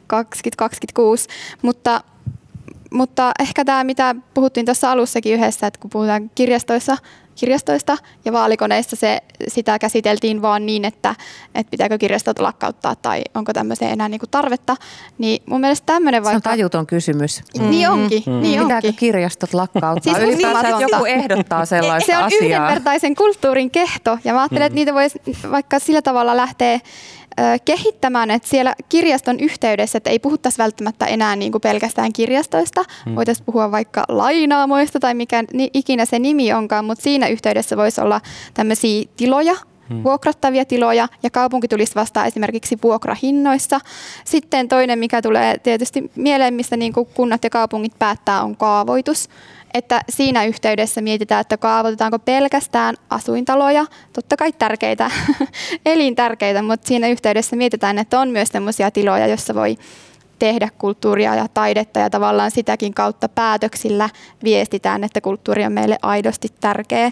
2026, mutta ehkä tämä, mitä puhuttiin tuossa alussakin yhdessä, että kun puhutaan kirjastoissa kirjastoista ja vaalikoneissa sitä käsiteltiin vaan niin, että pitääkö kirjastot lakkauttaa tai onko tämmöiseen enää niin kuin tarvetta. Niin mun mielestä tämmöinen Se on tajuton kysymys. Niin onkin. Pitääkö kirjastot lakkauttaa? Siis ylipäätään joku ehdottaa sellaista se on asiaa. yhdenvertaisen kulttuurin kehto ja mä ajattelen, että niitä voisi vaikka sillä tavalla lähteä kehittämään, että siellä kirjaston yhteydessä, että ei puhuttaisi välttämättä enää niin kuin pelkästään kirjastoista, voitaisiin puhua vaikka lainaamoista tai mikä ikinä se nimi onkaan, mutta siinä yhteydessä voisi olla tämmöisiä tiloja, vuokrattavia tiloja ja kaupunki tulisi vastaan esimerkiksi vuokrahinnoissa. Sitten toinen, mikä tulee tietysti mieleen, mistä niin kuin kunnat ja kaupungit päättää, on kaavoitus. Että siinä yhteydessä mietitään, että kaavoitetaanko pelkästään asuintaloja, totta kai tärkeitä, elintärkeitä, mutta siinä yhteydessä mietitään, että on myös sellaisia tiloja, joissa voi tehdä kulttuuria ja taidetta ja tavallaan sitäkin kautta päätöksillä viestitään, että kulttuuri on meille aidosti tärkeä.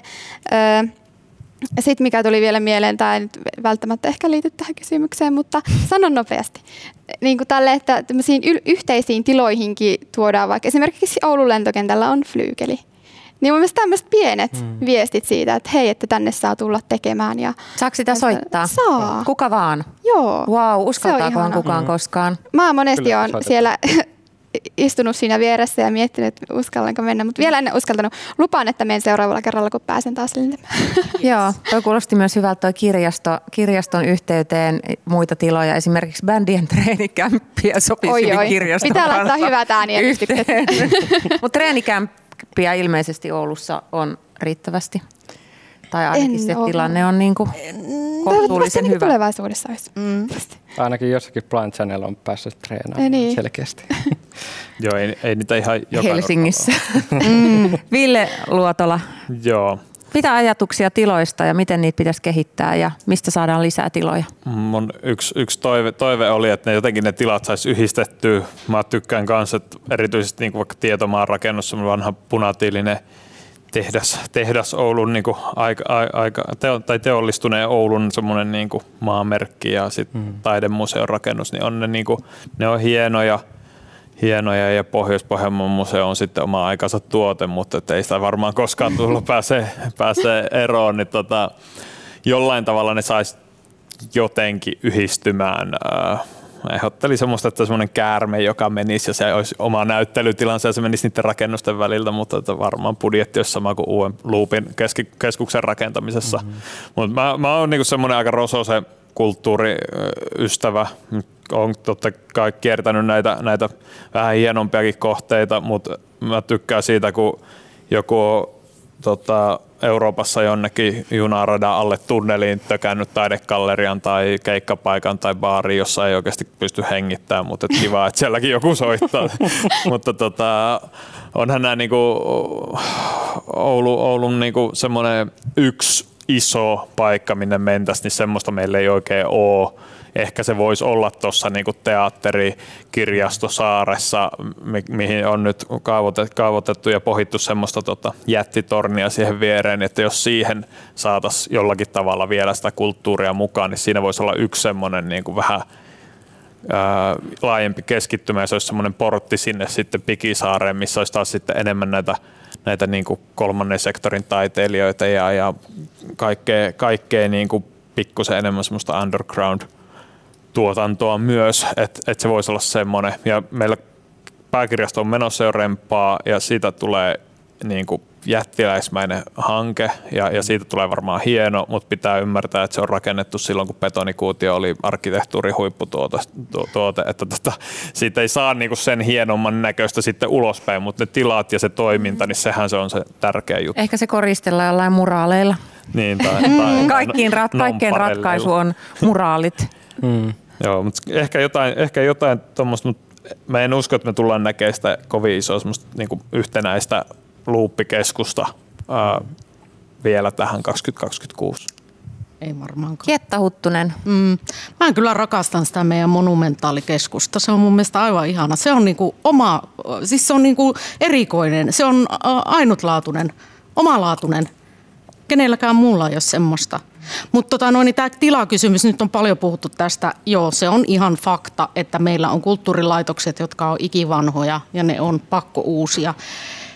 Sitten mikä tuli vielä mieleen, tämä ei nyt välttämättä ehkä liity tähän kysymykseen, mutta sanon nopeasti. Niin kuin tälle, että tämmöisiin yhteisiin tiloihinkin tuodaan vaikka esimerkiksi Oulun lentokentällä on flyykeli. Niin mun mielestä tämmöiset pienet viestit siitä, että hei, että tänne saa tulla tekemään. Saako sitä soittaa? Saa. Kuka vaan? Joo. Wow, uskaltaakohan kukaan koskaan? Mä monesti olen siellä istunut siinä vieressä ja miettinyt, että uskallanko mennä, mutta vielä en uskaltanut. Lupaan, että menen seuraavalla kerralla, kun pääsen taas lentämään. Joo, toi kuulosti myös hyvältä toi kirjaston yhteyteen muita tiloja, esimerkiksi bändien treenikämppiä sopisi hyvin kirjaston Pitää laittaa hyvät ääniäänestykset. Mutta treenikämppiä ilmeisesti Oulussa on riittävästi. Tai ainakin se tilanne on niinku kohtuullisen hyvä. Tulevaisuudessa olisi. Ainakin jossakin Blind Channel on päässyt treenaamaan selkeästi. Joo, ei niitä ihan joka Helsingissä. Ville Luotola. Joo. Mitä ajatuksia tiloista ja miten niitä pitäisi kehittää ja mistä saadaan lisää tiloja? Mun yksi toive oli, että jotenkin ne tilat saisi yhdistettyä. Mä tykkään kanssa, että erityisesti niin kuin vaikka Tietomaan rakennus, semmoinen vanha punatiilinen tehdas Oulun niin kuin teollistuneen Oulun semmoinen niin kuin maamerkki ja sitten taidemuseon rakennus, niin on ne on hienoja ja Pohjois-Pohjanmaan museo on sitten oma aikansa tuote, mutta ei sitä varmaan koskaan tullut pääsee eroon, niin jollain tavalla ne saisi jotenkin yhdistymään. Ehdottelin semmoista, että semmoinen käärme, joka menisi ja se olisi oma näyttelytilansa ja se menisi niiden rakennusten väliltä, mutta varmaan budjetti olisi sama kuin uuden Loopin keskuksen rakentamisessa. Mutta mä oon niinku semmoinen aika rosoise kulttuuriystävä. Olen totta kai kiertänyt näitä vähän hienompiakin kohteita, mutta mä tykkään siitä, kun joku on Euroopassa jonnekin junaradan alle tunneliin tökännyt taidegallerian tai keikkapaikan tai baariin, jossa ei oikeasti pysty hengittämään, mutta kiva, että sielläkin joku soittaa. Mutta onhan nämä niinku Oulun niinku semmoinen yksi iso paikka, minne mentäisiin, niin semmoista meillä ei oikein ole. Ehkä se voisi olla tuossa niinku teatterikirjastosaaressa, mihin on nyt kaavoitettu ja pohittu semmoista jättitornia siihen viereen, että jos siihen saataisiin jollakin tavalla vielä sitä kulttuuria mukaan, niin siinä voisi olla yksi semmoinen niinku vähän laajempi keskittymä ja se olisi semmoinen portti sinne sitten Pikisaareen, missä olisi taas sitten enemmän näitä niinku kolmannen sektorin taiteilijoita ja kaikkea niinku pikkusen enemmän semmoista underground-tuotantoa myös, että se voisi olla semmoinen. Ja meillä pääkirjasto on menossa jo remppaa ja siitä tulee niinku jättiläismäinen hanke ja siitä tulee varmaan hieno, mutta pitää ymmärtää, että se on rakennettu silloin, kun betonikuutio oli arkkitehtuurin huipputuote, että siitä ei saa niinku sen hienomman näköistä sitten ulospäin, mutta ne tilat ja se toiminta, niin sehän se on se tärkeä juttu. Ehkä se koristellaan jollain muraaleilla. Niin, Kaikkein ratkaisu on muraalit. Joo, mutta ehkä jotain tuommoista, mutta mä en usko, että me tullaan näkemään sitä kovin isoa semmoista niinku yhtenäistä luuppikeskusta vielä tähän 2026. Ei varmaankaan. Jetta Huttunen. Mä kyllä rakastan sitä meidän monumentaalikeskusta. Se on mun mielestä aivan ihana. Se on niinku siis se on niinku erikoinen. Se on ainutlaatuinen, omalaatuinen. Kenelläkään muulla ei ole semmoista. Mutta tämä tilakysymys, nyt on paljon puhuttu tästä. Joo, se on ihan fakta, että meillä on kulttuurilaitokset, jotka on ikivanhoja ja ne on pakko uusia.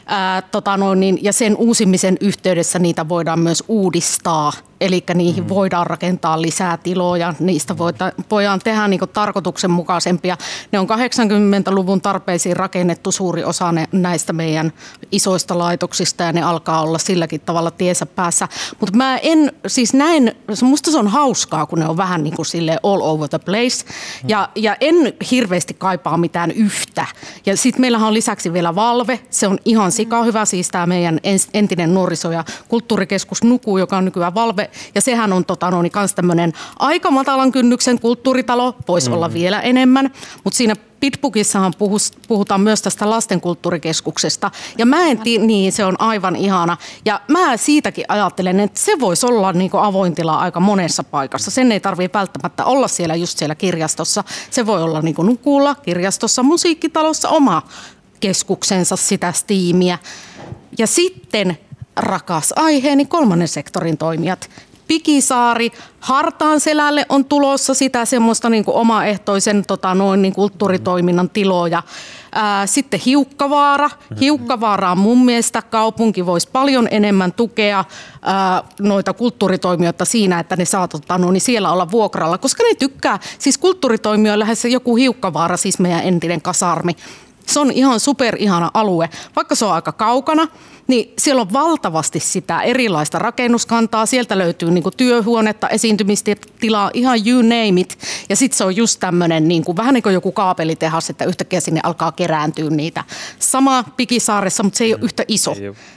ja sen uusimisen yhteydessä niitä voidaan myös uudistaa. Eli niihin voidaan rakentaa lisää tiloja, niistä voidaan tehdä niin kuin tarkoituksenmukaisempia. Ne on 80-luvun tarpeisiin rakennettu suuri osa näistä meidän isoista laitoksista ja ne alkaa olla silläkin tavalla tiensä päässä. Mutta mä en siis musta se on hauskaa, kun ne on vähän niin kuin silleen all over the place ja en hirveästi kaipaa mitään yhtä. Ja sitten meillähän on lisäksi vielä Valve, se on ihan sikahyvä, siis tämä meidän entinen nuoriso- ja kulttuurikeskus Nuku, joka on nykyään Valve. Ja sehän on kans tämmöinen aika matalan kynnyksen kulttuuritalo, voisi olla vielä enemmän, mutta siinä Pitbookissahan puhutaan myös tästä lastenkulttuurikeskuksesta. Ja mä en tiedä, niin se on aivan ihana. Ja mä siitäkin ajattelen, että se voisi olla niin kuin avointila aika monessa paikassa. Sen ei tarvitse välttämättä olla siellä just siellä kirjastossa. Se voi olla niin kuin Nukulla, kirjastossa, musiikkitalossa, oma keskuksensa sitä stiimiä. Ja sitten rakas aiheeni, kolmannen sektorin toimijat. Pikisaari, Hartaanselälle on tulossa sitä semmoista niin kuin omaehtoisen niin kulttuuritoiminnan tiloja. Sitten Hiukkavaara. Hiukkavaara on mun mielestä kaupunki voisi paljon enemmän tukea noita kulttuuritoimijoita siinä, että ne saa niin siellä olla vuokralla, koska ne tykkää. Siis kulttuuritoimijoilla lähes joku Hiukkavaara, siis meidän entinen kasarmi. Se on ihan superihana alue, vaikka se on aika kaukana. Niin siellä on valtavasti sitä erilaista rakennuskantaa. Sieltä löytyy niinku työhuonetta, esiintymistilaa, ihan you name it. Ja sitten se on just tämmöinen niinku, vähän niin kuin joku kaapelitehas, että yhtäkkiä sinne alkaa kerääntyä niitä. Sama Pikisaaressa, mutta se ei ole yhtä iso.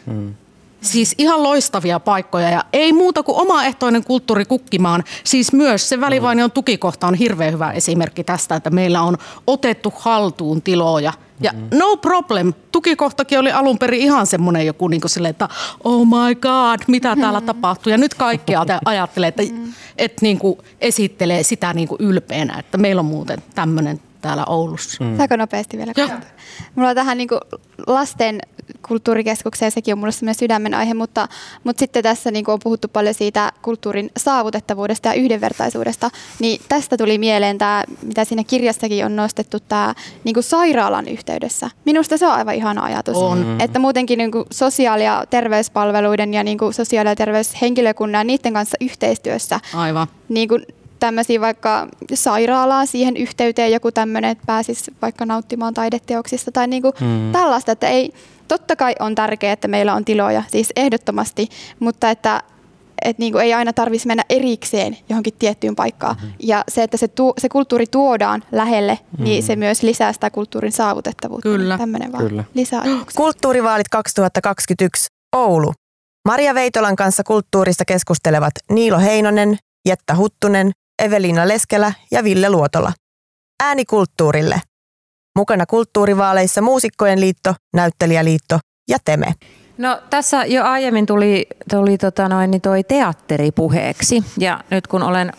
Siis ihan loistavia paikkoja ja ei muuta kuin omaehtoinen kulttuuri kukkimaan. Siis myös se Välivainion tukikohta on hirveän hyvä esimerkki tästä, että meillä on otettu haltuun tiloja. Ja no problem, tukikohtakin oli alun perin ihan semmoinen joku niin kuin silleen, että oh my god, mitä täällä tapahtuu. Ja nyt kaikki ajattelee, että niin kuin esittelee sitä niin kuin ylpeänä, että meillä on muuten tämmöinen täällä Oulussa. Saako nopeasti vielä kommentoida? Mulla on tähän niin kuin lasten kulttuurikeskukseen, sekin on mulle semmoinen sydämen aihe, mutta sitten tässä niin kuin on puhuttu paljon siitä kulttuurin saavutettavuudesta ja yhdenvertaisuudesta, niin tästä tuli mieleen tämä, mitä siinä kirjassakin on nostettu, tämä niin kuin sairaalan yhteydessä. Minusta se on aivan ihana ajatus, että muutenkin niin kuin sosiaali- ja terveyspalveluiden ja niin kuin sosiaali- ja terveyshenkilökunnan ja niiden kanssa yhteistyössä. Aivan. Niin kuin tämmöisiä vaikka sairaalaa siihen yhteyteen, joku tämmöinen, että pääsisi vaikka nauttimaan taideteoksista tai niin kuin tällaista, että ei, totta kai on tärkeää, että meillä on tiloja, siis ehdottomasti, mutta että niin kuin ei aina tarvitsisi mennä erikseen johonkin tiettyyn paikkaan. Ja se, että se kulttuuri tuodaan lähelle, niin se myös lisää sitä kulttuurin saavutettavuutta. Kyllä. Tämmöinen vaan lisää. Kulttuurivaalit 2021 Oulu. Maria Veitolan kanssa kulttuurista keskustelevat Niilo Heinonen, Jetta Huttunen, Eveliina Leskelä ja Ville Luotola. Ääni kulttuurille. Mukana kulttuurivaaleissa Muusikkojen liitto, Näyttelijäliitto ja Teme. No tässä jo aiemmin tuli toi teatteri puheeksi ja nyt kun olen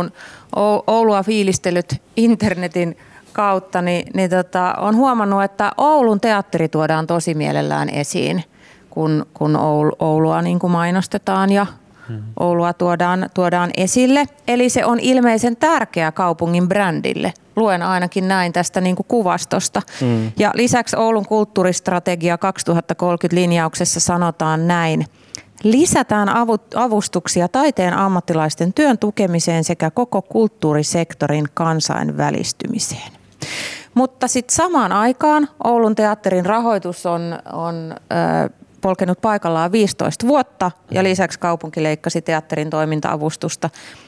Oulua fiilistellyt internetin kautta, niin olen huomannut, että Oulun teatteri tuodaan tosi mielellään esiin, kun Oulua niin kuin mainostetaan ja Oulua tuodaan esille. Eli se on ilmeisen tärkeä kaupungin brändille. Luen ainakin näin tästä niin kuin kuvastosta. Ja lisäksi Oulun kulttuuristrategia 2030 linjauksessa sanotaan näin. Lisätään avustuksia taiteen ammattilaisten työn tukemiseen sekä koko kulttuurisektorin kansainvälistymiseen. Mutta sitten samaan aikaan Oulun teatterin rahoitus on polkenut paikallaan 15 vuotta ja lisäksi kaupunki leikkasi teatterin toiminta-avustusta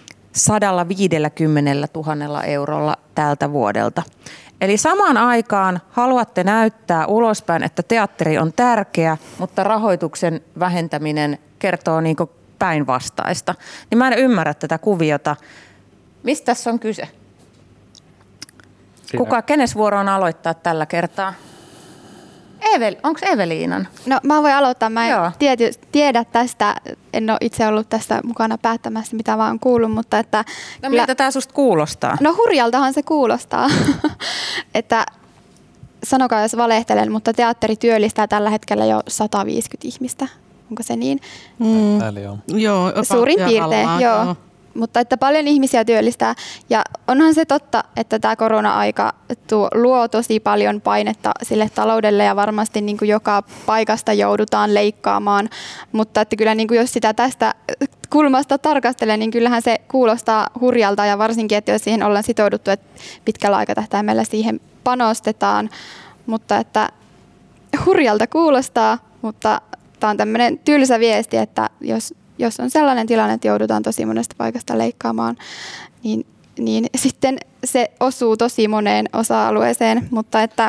150 000 eurolla tältä vuodelta. Eli samaan aikaan haluatte näyttää ulospäin, että teatteri on tärkeä, mutta rahoituksen vähentäminen kertoo niin kuin päinvastaista. Niin mä en ymmärrä tätä kuviota. Mistä tässä on kyse? Kenes vuoro on aloittaa tällä kertaa? Onko Eveliinan? No mä voin aloittaa. Mä en tiedä tästä, en ole itse ollut tästä mukana päättämässä, mitä vaan kuullut, mutta että... No miltä tää susta kuulostaa? No hurjaltahan se kuulostaa. Että sanokaa jos valehtelen, mutta teatteri työllistää tällä hetkellä jo 150 ihmistä. Onko se niin? Joo, suurin piirtein, joo. mutta että paljon ihmisiä työllistää. Ja onhan se totta, että tämä korona-aika luo tosi paljon painetta sille taloudelle ja varmasti niin kuin joka paikasta joudutaan leikkaamaan. Mutta että kyllä niin kuin jos sitä tästä kulmasta tarkastelee, niin kyllähän se kuulostaa hurjalta ja varsinkin, että jos siihen ollaan sitouduttu, että pitkällä aikatahtäimellä siihen panostetaan. Mutta että hurjalta kuulostaa, mutta tämä on tämmöinen tylsä viesti, että jos on sellainen tilanne, että joudutaan tosi monesta paikasta leikkaamaan, niin sitten se osuu tosi moneen osa-alueeseen, mutta että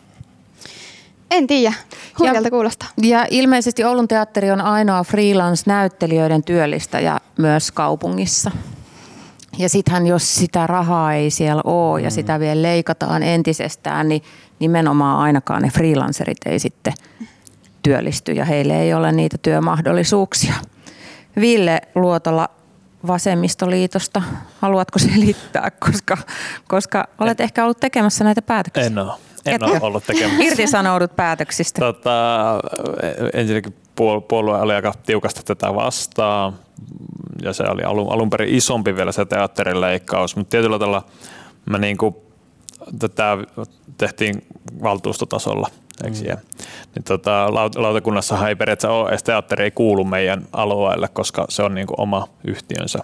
en tiedä, hurjalta kuulostaa. Ja ilmeisesti Oulun teatteri on ainoa freelance-näyttelijöiden työllistäjä myös kaupungissa. Ja sittenhän jos sitä rahaa ei siellä ole ja sitä vielä leikataan entisestään, niin nimenomaan ainakaan ne freelancerit ei sitten työllisty ja heille ei ole niitä työmahdollisuuksia. Ville Luotola Vasemmistoliitosta, haluatko selittää, koska olet ehkä ollut tekemässä näitä päätöksiä? En ole ollut tekemässä. Irtisanoudut päätöksistä. Ensinnäkin puolue oli aika tiukasti tätä vastaan ja se oli alun perin isompi vielä se teatterin leikkaus, mutta tietyllä tavalla me tätä tehtiin valtuustotasolla. Niin lautakunnassahan ei periaatteessa ole edes teatteri ei kuulu meidän alueelle, koska se on niin kuin oma yhtiönsä.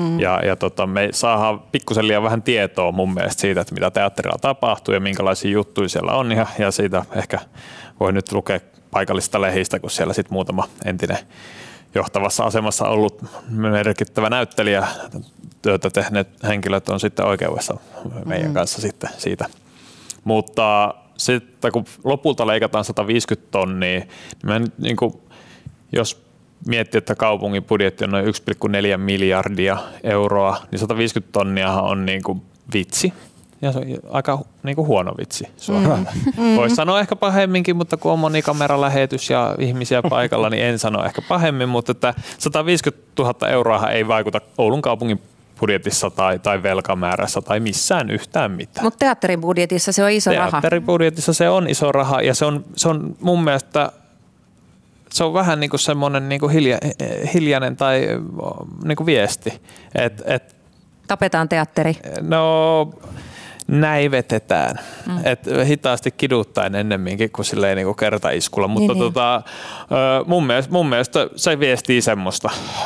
Me saadaan pikkusen liian vähän tietoa mun mielestä siitä, että mitä teatterilla tapahtuu ja minkälaisia juttuja siellä on. Ja siitä ehkä voi nyt lukea paikallista lehdistä, kun siellä sitten muutama entinen johtavassa asemassa ollut merkittävä näyttelijä työtä tehneet henkilöt on sitten oikeudessa meidän kanssa sitten siitä. Mutta sitten kun lopulta leikataan 150 tonnia, niin jos miettii, että kaupungin budjetti on noin 1,4 miljardia euroa, niin 150 tonniahan on niin kuin vitsi. Ja se on aika niin kuin huono vitsi suoraan. Voisi sanoa ehkä pahemminkin, mutta kun on monikamerlähetys ja ihmisiä paikalla, niin en sano ehkä pahemmin. Mutta että 150 000 euroa ei vaikuta Oulun kaupungin budjetissa tai velkamäärässä tai missään yhtään mitään. Mutta teatterin budjetissa se on iso raha. Teatterin budjetissa se on iso raha ja se on mun mielestä se on vähän niin kuin semmoinen niin kuin hiljainen tai niin kuin viesti. Tapetaan teatteri. No näivetetään. Hitaasti kiduttaen ennemminkin kuin silleen niin kuin kertaiskulla. Mutta mun mielestä se viestii semmoista.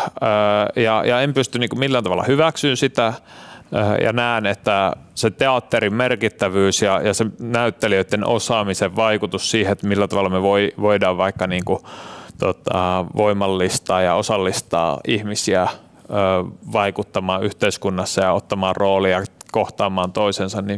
Ja en pysty niin kuin millään tavalla hyväksyyn sitä. Ja näen, että se teatterin merkittävyys ja se näyttelijöiden osaamisen vaikutus siihen, että millä tavalla me voidaan vaikka niin kuin, voimallistaa ja osallistaa ihmisiä vaikuttamaan yhteiskunnassa ja ottamaan roolia kohtaamaan toisensa, niin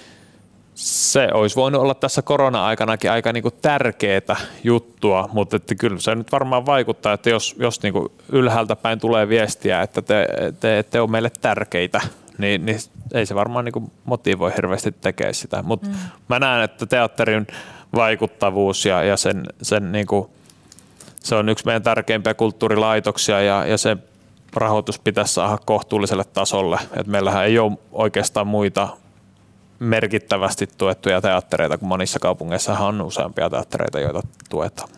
se olisi voinut olla tässä korona-aikanakin aika niin kuin tärkeää juttua, mutta että kyllä se nyt varmaan vaikuttaa, että jos niin kuin ylhäältä päin tulee viestiä, että te ette ole meille tärkeitä, niin ei se varmaan niin kuin motivoi hirveästi tekemään sitä. Mutta mä näen, että teatterin vaikuttavuus ja sen niin kuin, se on yksi meidän tärkeimpiä kulttuurilaitoksia ja se rahoitus pitäisi saada kohtuulliselle tasolle. Et meillähän ei ole oikeastaan muita merkittävästi tuettuja teattereita, kun monissa kaupungeissa on useampia teattereita, joita tuetaan.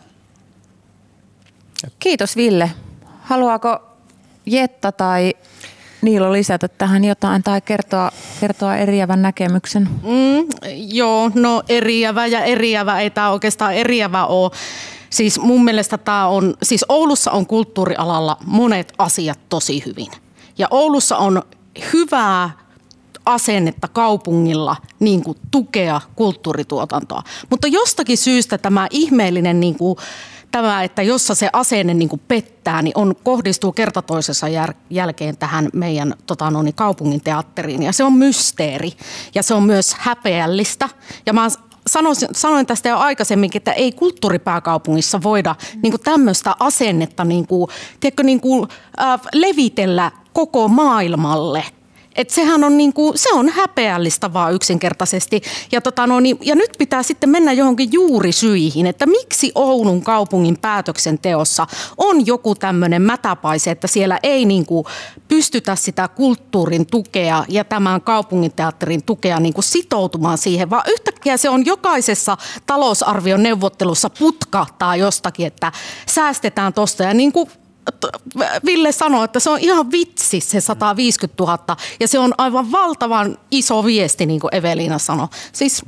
Kiitos Ville. Haluaako Jetta tai Niilo lisätä tähän jotain tai kertoa eriävän näkemyksen? Joo, no eriävä, ei tämä oikeastaan eriävä ole. Siis mun mielestä siis Oulussa on kulttuurialalla monet asiat tosi hyvin. Ja Oulussa on hyvää asennetta kaupungilla niin kuin tukea kulttuurituotantoa. Mutta jostakin syystä tämä ihmeellinen, niin kuin, tämä, että jossa se asenne niin kuin pettää, niin kohdistuu kerta toisensa jälkeen tähän meidän kaupungin teatteriin. Ja se on mysteeri ja se on myös häpeällistä. Ja mä sanoin tästä jo aikaisemminkin, että ei kulttuuripääkaupungissa voida niin kuin tämmöistä asennetta niin kuin, levitellä koko maailmalle. Et sehän on niinku, se on häpeällistä vaan yksinkertaisesti. Ja nyt pitää sitten mennä johonkin juurisyihin, että miksi Oulun kaupungin päätöksenteossa on joku tämmöinen mätäpaise, että siellä ei niinku pystytä sitä kulttuurin tukea ja tämän kaupunginteatterin tukea niinku sitoutumaan siihen, vaan yhtäkkiä se on jokaisessa talousarvion neuvottelussa putkahtaa jostakin, että säästetään tosta ja niinku Ville sanoi, että se on ihan vitsi se 150 000 ja se on aivan valtavan iso viesti, niin kuin Eveliina sanoi. Siis...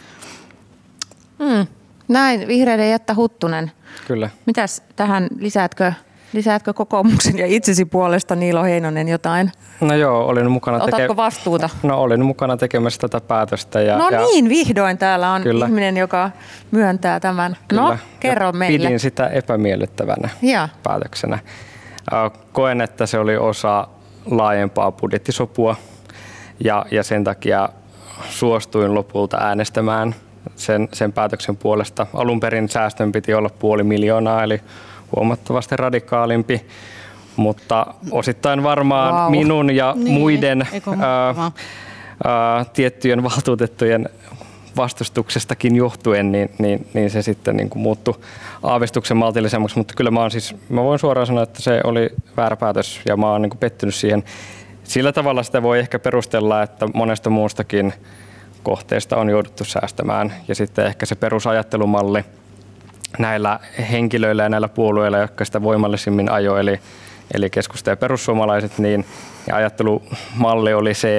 Näin, vihreiden Jetta Huttunen. Kyllä. Mitäs tähän lisäätkö kokoomuksen ja itsesi puolesta Niilo Heinonen jotain? No joo, olin mukana Otatko vastuuta? No olin mukana tekemässä tätä päätöstä. Niin, vihdoin täällä on kyllä. Ihminen, joka myöntää tämän. Kyllä. No, kerro meille. Pidin sitä epämiellyttävänä päätöksenä. Koen, että se oli osa laajempaa budjettisopua ja sen takia suostuin lopulta äänestämään sen päätöksen puolesta. Alun perin säästön piti olla 500 000, eli huomattavasti radikaalimpi, mutta osittain varmaan minun ja muiden tiettyjen valtuutettujen vastustuksestakin johtuen, niin se sitten niin kuin muuttui aavistuksen maltillisemmaksi, mutta kyllä mä voin suoraan sanoa, että se oli väärä päätös ja mä oon niin kuin pettynyt siihen. Sillä tavalla sitä voi ehkä perustella, että monesta muustakin kohteesta on jouduttu säästämään ja sitten ehkä se perusajattelumalli näillä henkilöillä ja näillä puolueilla, jotka sitä voimallisimmin ajoi, eli keskusta ja perussuomalaiset, niin ajattelumalli oli se,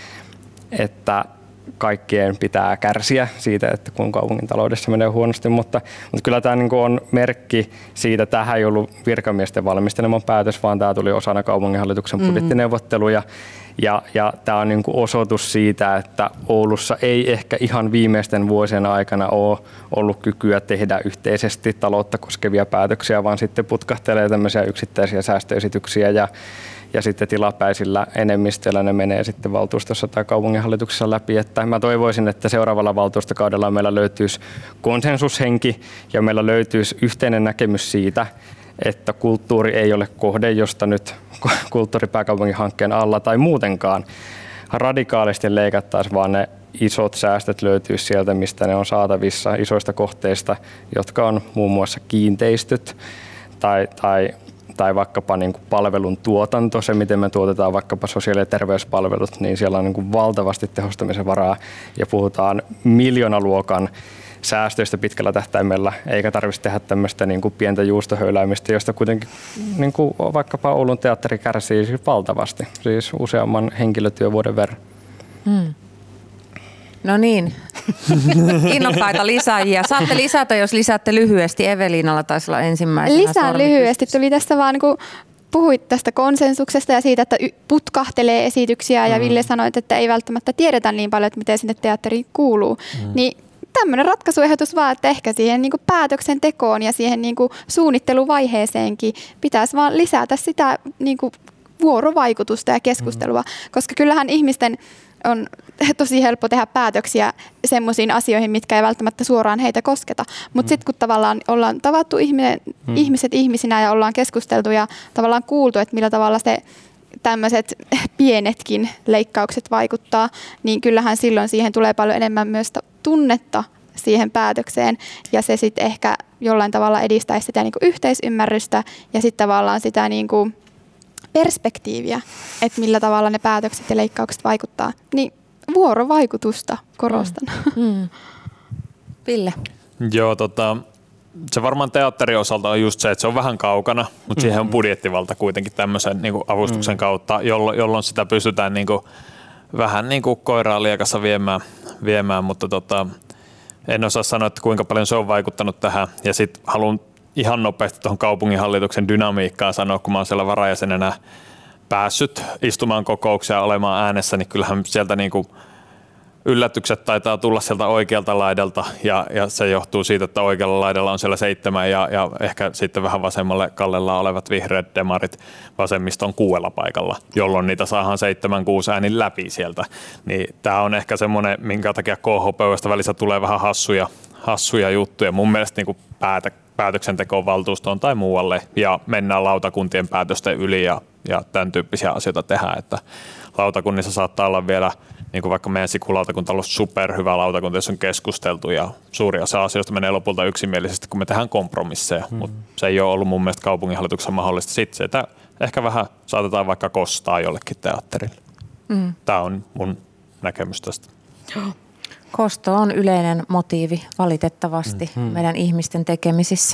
että kaikkien pitää kärsiä siitä, että kun kaupungin taloudessa menee huonosti, mutta kyllä tämä niin kuin on merkki siitä, että tämähän ei ollut virkamiesten valmistelema päätös, vaan tämä tuli osana kaupunginhallituksen budjettineuvotteluja. Ja tämä on niin kuin osoitus siitä, että Oulussa ei ehkä ihan viimeisten vuosien aikana ole ollut kykyä tehdä yhteisesti taloutta koskevia päätöksiä, vaan sitten putkahtelee tämmöisiä yksittäisiä säästöesityksiä ja sitten tilapäisillä enemmistöillä ne menee sitten valtuustossa tai kaupunginhallituksessa läpi. Että mä toivoisin, että seuraavalla valtuustokaudella meillä löytyisi konsensushenki ja meillä löytyisi yhteinen näkemys siitä, että kulttuuri ei ole kohde, josta nyt kulttuuripääkaupunkihankkeen alla tai muutenkaan radikaalisti leikattaisiin, vaan ne isot säästöt löytyisi sieltä, mistä ne on saatavissa isoista kohteista, jotka on muun muassa kiinteistöt tai vaikkapa niin kuin palvelun tuotanto, se miten me tuotetaan vaikkapa sosiaali- ja terveyspalvelut, niin siellä on niin kuin valtavasti tehostamisen varaa ja puhutaan miljoonaluokan säästöistä pitkällä tähtäimellä, eikä tarvitse tehdä tämmöistä niin kuin pientä juustohöyläimistä, josta kuitenkin niin kuin vaikkapa Oulun teatteri kärsii siis valtavasti, siis useamman henkilötyövuoden verran. No niin, innokkaita lisäjiä. Saatte lisätä, jos lisäätte lyhyesti. Eveliinalla taisi olla ensimmäisenä. Lisään lyhyesti. Tuli tässä vaan, kun puhuit tästä konsensuksesta ja siitä, että putkahtelee esityksiä ja Ville sanoi, että ei välttämättä tiedetä niin paljon, että miten sinne teatteriin kuuluu. Niin tämmöinen ratkaisuehdotus vaan, että ehkä siihen niin kuin päätöksentekoon ja siihen niin kuin suunnitteluvaiheeseenkin pitäisi vaan lisätä sitä niin kuin vuorovaikutusta ja keskustelua, koska kyllähän ihmisten on tosi helppo tehdä päätöksiä semmoisiin asioihin, mitkä ei välttämättä suoraan heitä kosketa. Mutta sitten kun tavallaan ollaan tavattu ihmiset ihmisinä ja ollaan keskusteltu ja tavallaan kuultu, että millä tavalla se tämmöiset pienetkin leikkaukset vaikuttaa, niin kyllähän silloin siihen tulee paljon enemmän myös tunnetta siihen päätökseen ja se sitten ehkä jollain tavalla edistäisi sitä niinku yhteisymmärrystä ja sitten tavallaan sitä niinku perspektiiviä, että millä tavalla ne päätökset ja leikkaukset vaikuttaa. Niin vuorovaikutusta korostan. Ville. Joo, se varmaan teatterin osalta on just se, että se on vähän kaukana, mutta siihen on budjettivalta kuitenkin tämmöisen niin kuin avustuksen kautta, jolloin sitä pystytään niin kuin, vähän niin kuin koiraa liekassa viemään, mutta en osaa sanoa, että kuinka paljon se on vaikuttanut tähän. Ja sitten haluan ihan nopeasti tuohon kaupunginhallituksen dynamiikkaan sanoa, kun mä oon siellä varajäsenenä päässyt istumaan kokouksia olemaan äänessä, niin kyllähän sieltä niin kuin yllätykset taitaa tulla sieltä oikealta laidalta ja se johtuu siitä, että oikealla laidalla on siellä 7 ja ehkä sitten vähän vasemmalle kallella olevat vihreät demarit vasemmiston 6 paikalla, jolloin niitä saadaan 7-6 äänin läpi sieltä. Niin tämä on ehkä semmoinen, minkä takia KHP:stä välissä tulee vähän hassuja juttuja. Mun mielestä niin kuin päätöksentekoon valtuustoon tai muualle ja mennään lautakuntien päätösten yli ja tämän tyyppisiä asioita tehdään, että lautakunnissa saattaa olla vielä, niin kuin vaikka meidän sikulautakunta on ollut superhyvä lautakunta, jossa on keskusteltu ja suuri osa asioista menee lopulta yksimielisesti, kun me tehdään kompromisseja, mutta se ei ole ollut mun mielestä kaupunginhallituksessa mahdollista. Sitten sitä ehkä vähän saatetaan vaikka kostaa jollekin teatterille. Tämä on mun näkemys tästä. Kosto on yleinen motiivi valitettavasti meidän ihmisten tekemisissä.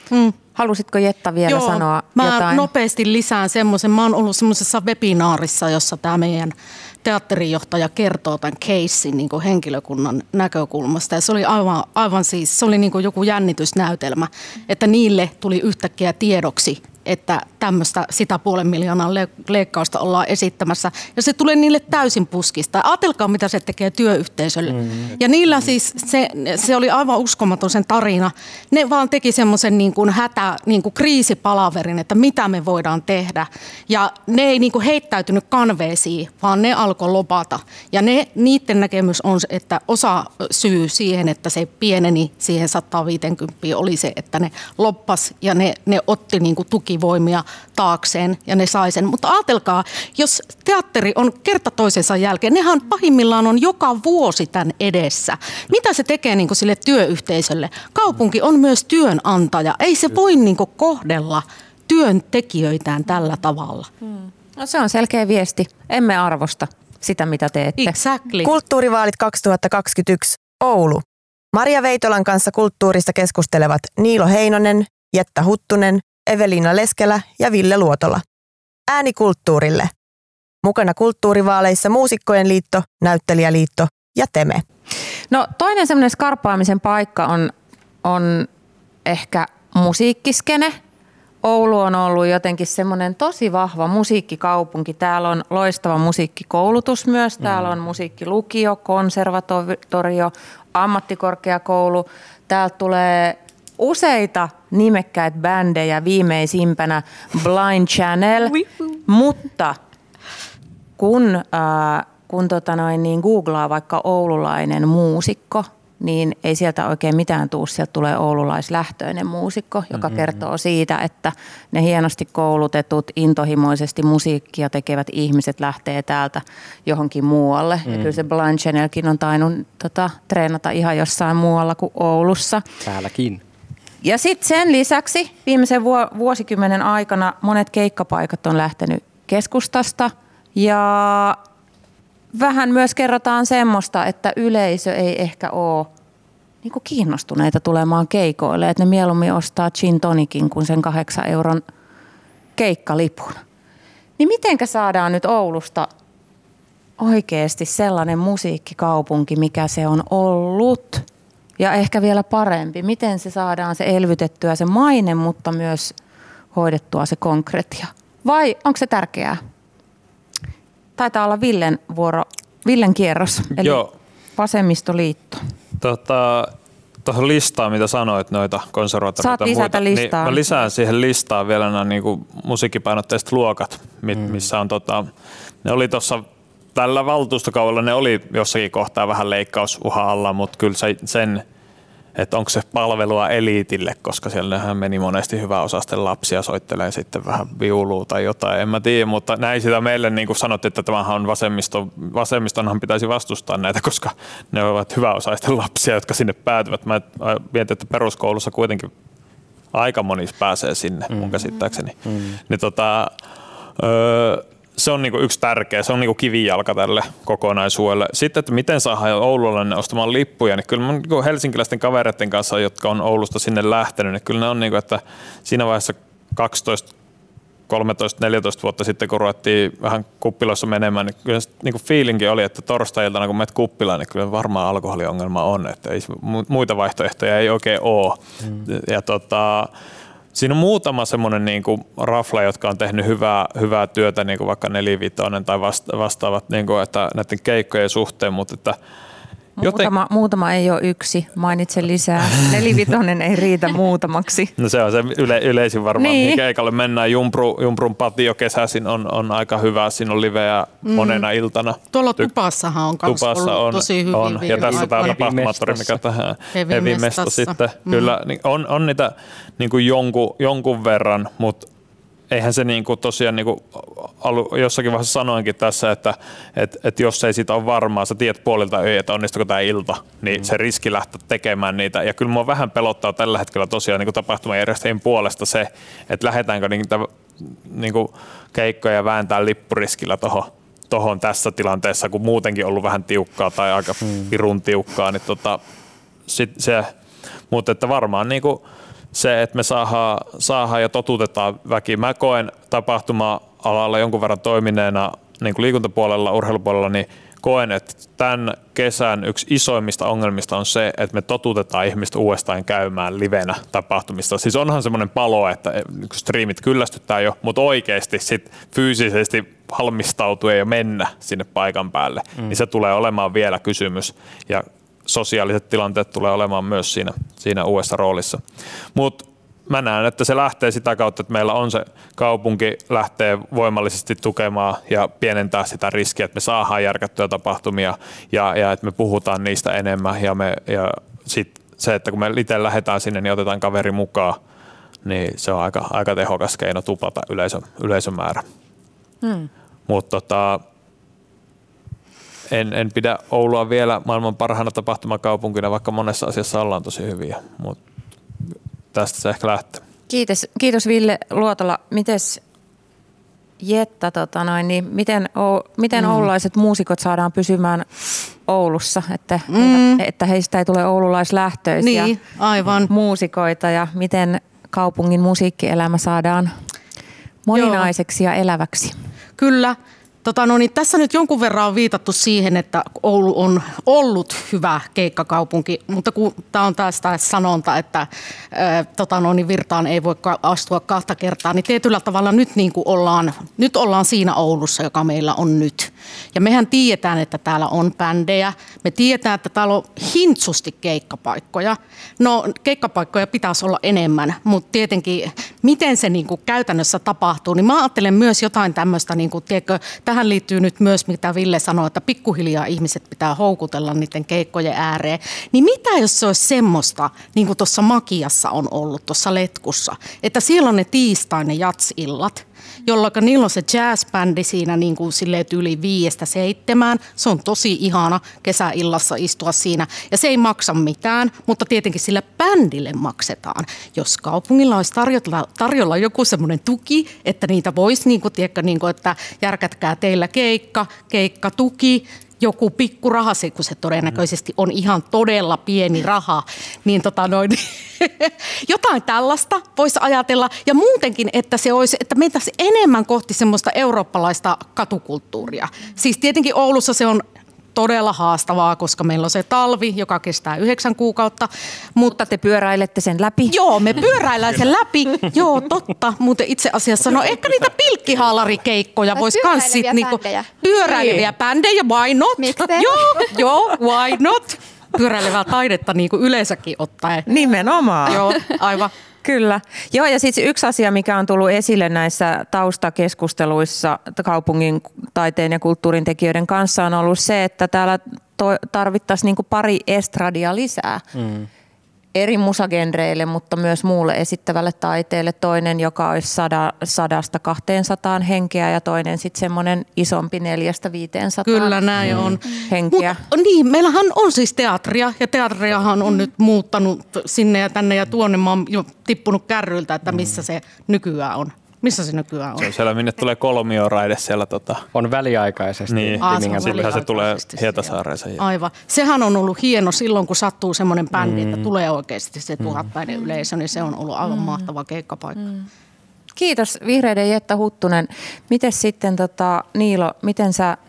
Halusitko Jetta vielä sanoa jotain? Mä nopeasti lisään semmoisen. Mä oon ollut semmoisessa webinaarissa, jossa tämä meidän teatterijohtaja kertoo tämän keissin niin kuin henkilökunnan näkökulmasta. Ja se oli aivan siis, se oli niin kuin joku jännitysnäytelmä, että niille tuli yhtäkkiä tiedoksi, että tämmöistä sitä 500 000 leikkausta ollaan esittämässä. Ja se tulee niille täysin puskista. Ajatelkaa, mitä se tekee työyhteisölle. Ja niillä siis, se oli aivan uskomaton sen tarina. Ne vaan teki semmoisen niin kuin niin kuin kriisipalaverin, että mitä me voidaan tehdä. Ja ne ei niin kuin heittäytynyt kanveesiin, vaan ne alkoi lopata. Ja niiden näkemys on, että osa syy siihen, että se pieneni siihen 150 oli se, että ne loppas ja ne otti niin kuin tukivoimia taakseen ja ne sai sen. Mutta ajatelkaa, jos teatteri on kerta toisensa jälkeen, nehän pahimmillaan on joka vuosi tämän edessä. Mitä se tekee niin kuin sille työyhteisölle? Kaupunki on myös työnantaja. Ei se voi niin kuin kohdella työntekijöitään tällä tavalla. No se on selkeä viesti. Emme arvosta sitä, mitä teette. Exactly. Kulttuurivaalit 2021. Oulu. Maria Veitolan kanssa kulttuurista keskustelevat Niilo Heinonen, Jetta Huttunen, Eveliina Leskelä ja Ville Luotola. Ääni kulttuurille. Mukana kulttuurivaaleissa Muusikkojen liitto, Näyttelijäliitto ja Teme. No toinen semmoinen skarppaamisen paikka on ehkä musiikkiskene. Oulu on ollut jotenkin semmoinen tosi vahva musiikkikaupunki. Täällä on loistava musiikkikoulutus myös. Täällä on musiikkilukio, konservatorio, ammattikorkeakoulu. Täältä tulee useita nimekkäitä bändejä, viimeisimpänä Blind Channel, mutta kun googlaa vaikka oululainen muusikko, niin ei sieltä oikein mitään tuu. Sieltä tulee oululaislähtöinen muusikko, joka kertoo siitä, että ne hienosti koulutetut, intohimoisesti musiikkia tekevät ihmiset lähtee täältä johonkin muualle. Ja kyllä se Blind Channelkin on tainnut treenata ihan jossain muualla kuin Oulussa. Täälläkin. Ja sitten sen lisäksi viimeisen vuosikymmenen aikana monet keikkapaikat on lähtenyt keskustasta ja vähän myös kerrotaan semmoista, että yleisö ei ehkä ole niin kuin kiinnostuneita tulemaan keikoille, että ne mieluummin ostaa gin tonicin kuin sen 8 euron keikkalipun. Niin mitenkä saadaan nyt Oulusta oikeasti sellainen musiikkikaupunki, mikä se on ollut? Ja ehkä vielä parempi, miten se saadaan se elvytettyä se maine, mutta myös hoidettua se konkretia? Vai onko se tärkeää? Taitaa olla Villen kierros, eli Joo. Vasemmistoliitto. Tuohon listaan, mitä sanoit, noita konservatorioita ja muita, niin mä lisään siihen listaan vielä nämä niin musiikkipainotteiset luokat, missä on ne oli tuossa tällä valtuustokaudella, ne oli jossakin kohtaa vähän leikkausuhan alla, mutta kyllä sen, että onko se palvelua eliitille, koska siellähän meni monesti hyväosaisten lapsia soittelee sitten vähän viulua tai jotain, en mä tiedä, mutta näin sitä meille niin kuin sanottiin, että tämähän on vasemmistonhan pitäisi vastustaa näitä, koska ne ovat hyväosaisten lapsia, jotka sinne päätyvät. Mä mietin, että peruskoulussa kuitenkin aika moni pääsee sinne, mun käsittääkseni. Niin se on niinku yksi tärkeä, se on niinku kivijalka tälle kokonaisuudelle. Sitten, että miten saadaan Oululainen ostamaan lippuja, niin kyllä niinku helsinkiläisten kavereiden kanssa, jotka on Oulusta sinne lähtenyt, niin kyllä ne on, niinku, että siinä vaiheessa 12, 13, 14 vuotta sitten, kun ruvettiin vähän kuppiloissa menemään, niin kyllä niinku fiilinki oli, että torstai-iltana, kun menet kuppilaan, niin kyllä varmaan alkoholiongelma on, että ei, muita vaihtoehtoja ei oikein ole. Ja siinä on muutama semmoinen niinku rafla, jotka on tehnyt hyvää työtä, niinku vaikka 4-5 tai vastaavat niinku, että näiden keikkojen suhteen, mutta että Muutama ei ole yksi, mainitsen lisää. 4-5 ei riitä muutamaksi. No se on se yleisin varmaan, mihin keikalle mennään. Jumprun patio kesäisin on aika hyvä, siinä on liveä monena iltana. Tuolla Tupassahan on myös ollut tosi hyvin. On. Ja tässä tämä tapahtumattori, mikä tähän Heavy-mesto sitten. Kyllä on niitä niin kuin jonkun verran, mutta eihän se niinku tosiaan niinku jossakin vaiheessa sanoinkin tässä, että jos ei siitä ole varmaa, sä tiedät puolilta yö, että onnistuuko tämä ilta, niin se riski lähteä tekemään niitä. Ja kyllä mua vähän pelottaa tällä hetkellä tosiaan niinku tapahtumajärjestäjien puolesta se, että lähdetäänkö niitä niinku keikkoja vääntää lippuriskillä tohon tässä tilanteessa, kun muutenkin ollut vähän tiukkaa tai aika pirun tiukkaa, niin mutta että varmaan niinku se, että me saadaan ja totutetaan väki. Mä koen tapahtuma-alalla jonkun verran toimineena niin kuin liikuntapuolella, urheilupuolella, niin koen, että tämän kesän yksi isoimmista ongelmista on se, että me totutetaan ihmistä uudestaan käymään livenä tapahtumista. Siis onhan semmoinen palo, että striimit kyllästyttää jo, mutta oikeasti sit fyysisesti valmistautua ja mennä sinne paikan päälle, niin se tulee olemaan vielä kysymys. Ja sosiaaliset tilanteet tulee olemaan myös siinä uudessa roolissa. Mutta mä näen, että se lähtee sitä kautta, että meillä on se kaupunki lähtee voimallisesti tukemaan ja pienentää sitä riskiä, että me saadaan järkättyä tapahtumia ja että me puhutaan niistä enemmän. Ja sitten se, että kun me itse lähdetään sinne, niin otetaan kaveri mukaan, niin se on aika tehokas keino tuplata yleisömäärä. Mutta en pidä Oulua vielä maailman parhaana tapahtumakaupunkina, vaikka monessa asiassa ollaan tosi hyviä, mutta tästä se ehkä lähtee. Kiitos Ville Luotola. Mites Jetta, miten oululaiset muusikot saadaan pysymään Oulussa, että heistä ei tule oululaislähtöisiä aivan. muusikoita ja miten kaupungin musiikkielämä saadaan moninaiseksi ja eläväksi? Kyllä. Tässä nyt jonkun verran on viitattu siihen, että Oulu on ollut hyvä keikkakaupunki, mutta kun tämä on tästä sanonta, että virtaan ei voi astua kahta kertaa, niin tietyllä tavalla nyt ollaan siinä Oulussa, joka meillä on nyt. Ja mehän tiedetään, että täällä on bändejä, me tiedetään, että täällä on hintsusti keikkapaikkoja. No keikkapaikkoja pitäisi olla enemmän, mutta tietenkin miten se käytännössä tapahtuu, niin mä ajattelen myös jotain tämmöistä, tähän liittyy nyt myös, mitä Ville sanoi, että pikkuhiljaa ihmiset pitää houkutella niiden keikkojen ääreen. Niin mitä jos se olisi semmoista, niin kuin tuossa Makiassa on ollut, tuossa Letkussa, että siellä on ne tiistain ne jats-illat, jolloin niillä on se jazzbändi siinä niin kuin yli 5-7. Se on tosi ihana kesäillassa istua siinä. Ja se ei maksa mitään, mutta tietenkin sille bändille maksetaan. Jos kaupungilla olisi tarjolla joku semmoinen tuki, että niitä voisi, että järkätkää teillä keikkatuki, joku pikkuraha, kun se todennäköisesti on ihan todella pieni raha, niin jotain tällaista voisi ajatella. Ja muutenkin, että se olisi, että mentäisiin enemmän kohti semmoista eurooppalaista katukulttuuria. Siis tietenkin Oulussa se on todella haastavaa, koska meillä on se talvi, joka kestää 9 kuukautta. Mutta te pyöräilette sen läpi. Joo, me pyöräillään sen läpi. Joo, totta. Mutta itse asiassa, ehkä niitä pilkkihaalarikeikkoja voisi kans sit pyöräileviä bändejä, why not? Miksei? Joo, why not? Pyöräilevää taidetta yleensäkin ottaen. Nimenomaan. Joo, aivan. Kyllä. Joo, ja siis yksi asia, mikä on tullut esille näissä taustakeskusteluissa kaupungin taiteen ja kulttuurin tekijöiden kanssa on ollut se, että täällä tarvittaisiin pari estradia lisää. Eri musagenreille, mutta myös muulle esittävälle taiteelle. Toinen, joka olisi 100-200 henkeä ja toinen sitten semmoinen isompi 400-500 Kyllä näin on. henkeä. Niin, meillähän on siis teatria ja teatriahan on nyt muuttanut sinne ja tänne ja tuonne. Mä oon jo tippunut kärryiltä, että missä se nykyään on. Missä se nykyään on? Se on siellä, minne tulee kolmioraide siellä. On väliaikaisesti. Niin, sillähän se tulee Hietasaareen. Aivan. Sehän on ollut hieno silloin, kun sattuu semmoinen bändi, että tulee oikeasti se 1000-päinen yleisö, niin se on ollut aivan mahtava keikkapaikka. Kiitos Vihreiden Jetta Huttunen. Miten sitten Niilo, miten sä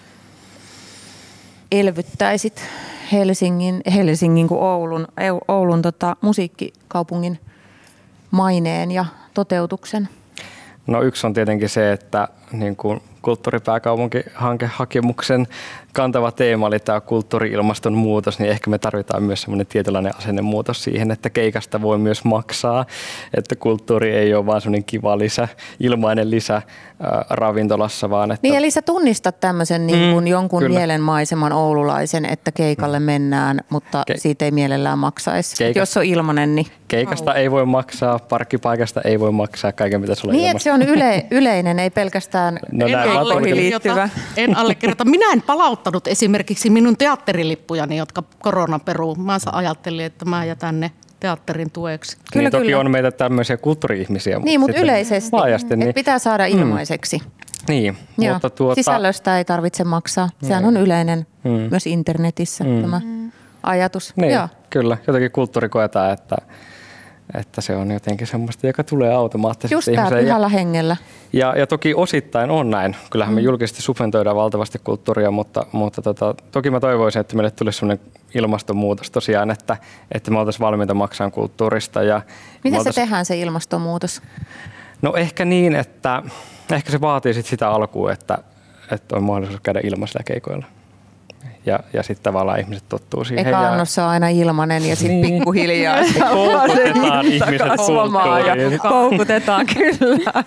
elvyttäisit Helsingin kuin Oulun musiikkikaupungin maineen ja toteutuksen? No yksi on tietenkin se, että niin kuin kulttuuripääkaupunkihakemuksen kantava teema oli tämä kulttuuri-ilmastonmuutos, niin ehkä me tarvitaan myös semmoinen tietynlainen asennemuutos siihen, että keikasta voi myös maksaa, että kulttuuri ei ole vaan semmoinen kiva lisä, ilmainen lisä ravintolassa, vaan että... Niin, eli sä tunnistat tämmöisen niin kuin jonkun mielenmaiseman oululaisen, että keikalle mennään, mutta siitä ei mielellään maksaisi. Jos on ilmainen, niin... Keikasta ei voi maksaa, parkkipaikasta ei voi maksaa, kaiken pitäisi olla niin, että se on yleinen, ei pelkästään keikkoihin liittyvä. En allekirjoita. Minä en palauttanut esimerkiksi minun teatterilippujani, jotka korona peruu. Mä ajattelin, että mä jätän ne teatterin tueksi. Kyllä, niin toki on meitä tämmöisiä kulttuuri-ihmisiä. Niin, mutta yleisesti. Laajasti, niin pitää saada ilmaiseksi. Niin, mutta sisällöstä ei tarvitse maksaa. Sehän on yleinen myös internetissä tämä ajatus. Niin, kyllä. Jotenkin kulttuuri koetaan, että Että se on jotenkin semmoista, joka tulee automaattisesti Just tää pyhällä hengellä. Ja toki osittain on näin. Kyllähän me julkisesti subventoidaan valtavasti kulttuuria, mutta toki mä toivoisin, että meille tulisi semmoinen ilmastonmuutos tosiaan, että me oltaisiin valmiita maksamaan kulttuurista. Miten se tehdään se ilmastonmuutos? No ehkä niin, että ehkä se vaatii sitä alkuun, että on mahdollisuus käydä ilmaisilla keikoilla. Ja sitten tavallaan ihmiset tottuu siihen. Eka annossa on aina ilmanen ja sitten pikkuhiljaa koukutetaan ihmiset kulttuuriin. Koukutetaan kyllä.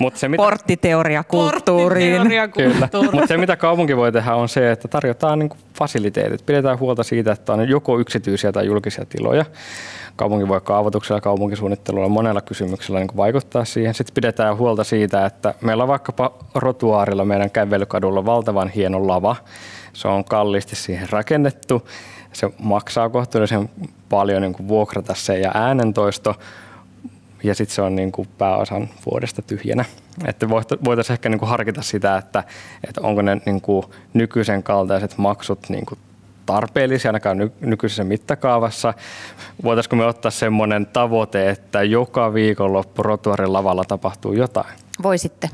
Porttiteoriakulttuuriin. Kyllä. Mutta se mitä kaupunki voi tehdä on se, että tarjotaan niinku fasiliteetit. Pidetään huolta siitä, että on joko yksityisiä tai julkisia tiloja. Kaupunki voi kaavoituksella, kaupunkisuunnittelulla monella kysymyksellä niin vaikuttaa siihen. Sitten pidetään huolta siitä, että meillä on vaikkapa rotuaarilla meidän kävelykadulla valtavan hieno lava. Se on kalliisti siihen rakennettu. Se maksaa kohtuullisen paljon niin kuin vuokrata se ja äänentoisto. Ja sitten se on niin kuin pääosan vuodesta tyhjänä. Että voitaisiin ehkä niin kuin harkita sitä, että onko ne niin kuin nykyisen kaltaiset maksut niin kuin tarpeellisia ainakaan nykyisessä mittakaavassa. Voitaisiinko me ottaa semmoinen tavoite, että joka viikonloppu rotuaarin lavalla tapahtuu jotain? Voisitte.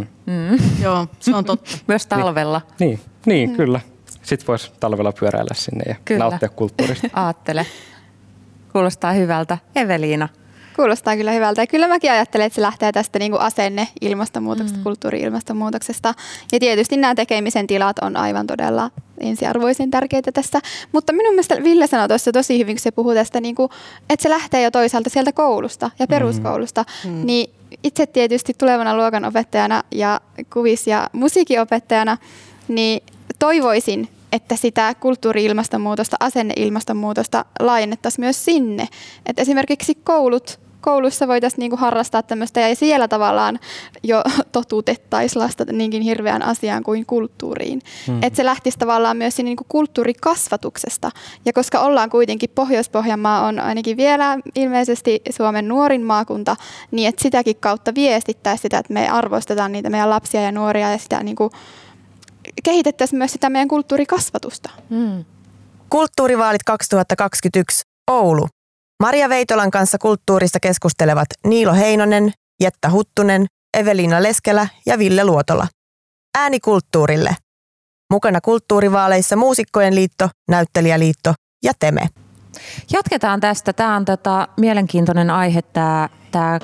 Joo, se on totta. Myös talvella. Niin, kyllä. Sitten voisi talvella pyöräillä sinne ja nauttia kulttuurista. Aattele. Kuulostaa hyvältä. Eveliina. Kuulostaa kyllä hyvältä. Ja kyllä mäkin ajattelen, että se lähtee tästä niin kuin asenne-ilmastonmuutoksesta, kulttuuri-ilmastonmuutoksesta. Ja tietysti nämä tekemisen tilat on aivan todella ensiarvoisen tärkeitä tässä. Mutta minun mielestä Ville sanoi tuossa tosi hyvin, kun se puhuu tästä, niin kuin, että se lähtee jo toisaalta sieltä koulusta ja peruskoulusta. Niin itse tietysti tulevana luokanopettajana ja kuvis- ja musiikinopettajana, niin toivoisin, että sitä kulttuuri-ilmastonmuutosta, asenne-ilmastonmuutosta laajennettaisiin myös sinne. Että esimerkiksi koulussa voitaisiin niinku harrastaa tämmöistä ja siellä tavallaan jo totutettaisiin lasta niinkin hirveän asiaan kuin kulttuuriin. Että se lähtisi tavallaan myös sinne niinku kulttuurikasvatuksesta. Ja koska ollaan kuitenkin, Pohjois-Pohjanmaa on ainakin vielä ilmeisesti Suomen nuorin maakunta, niin että sitäkin kautta viestittäisiin sitä, että me arvostetaan niitä meidän lapsia ja nuoria ja sitä niinku kehitettäisiin myös sitä meidän kulttuurikasvatusta. Kulttuurivaalit 2021 Oulu. Maria Veitolan kanssa kulttuurista keskustelevat Niilo Heinonen, Jetta Huttunen, Eveliina Leskelä ja Ville Luotola. Ääni kulttuurille. Mukana kulttuurivaaleissa Muusikkojen liitto, Näyttelijäliitto ja Teme. Jatketaan tästä. Tämä on mielenkiintoinen aihe, tämä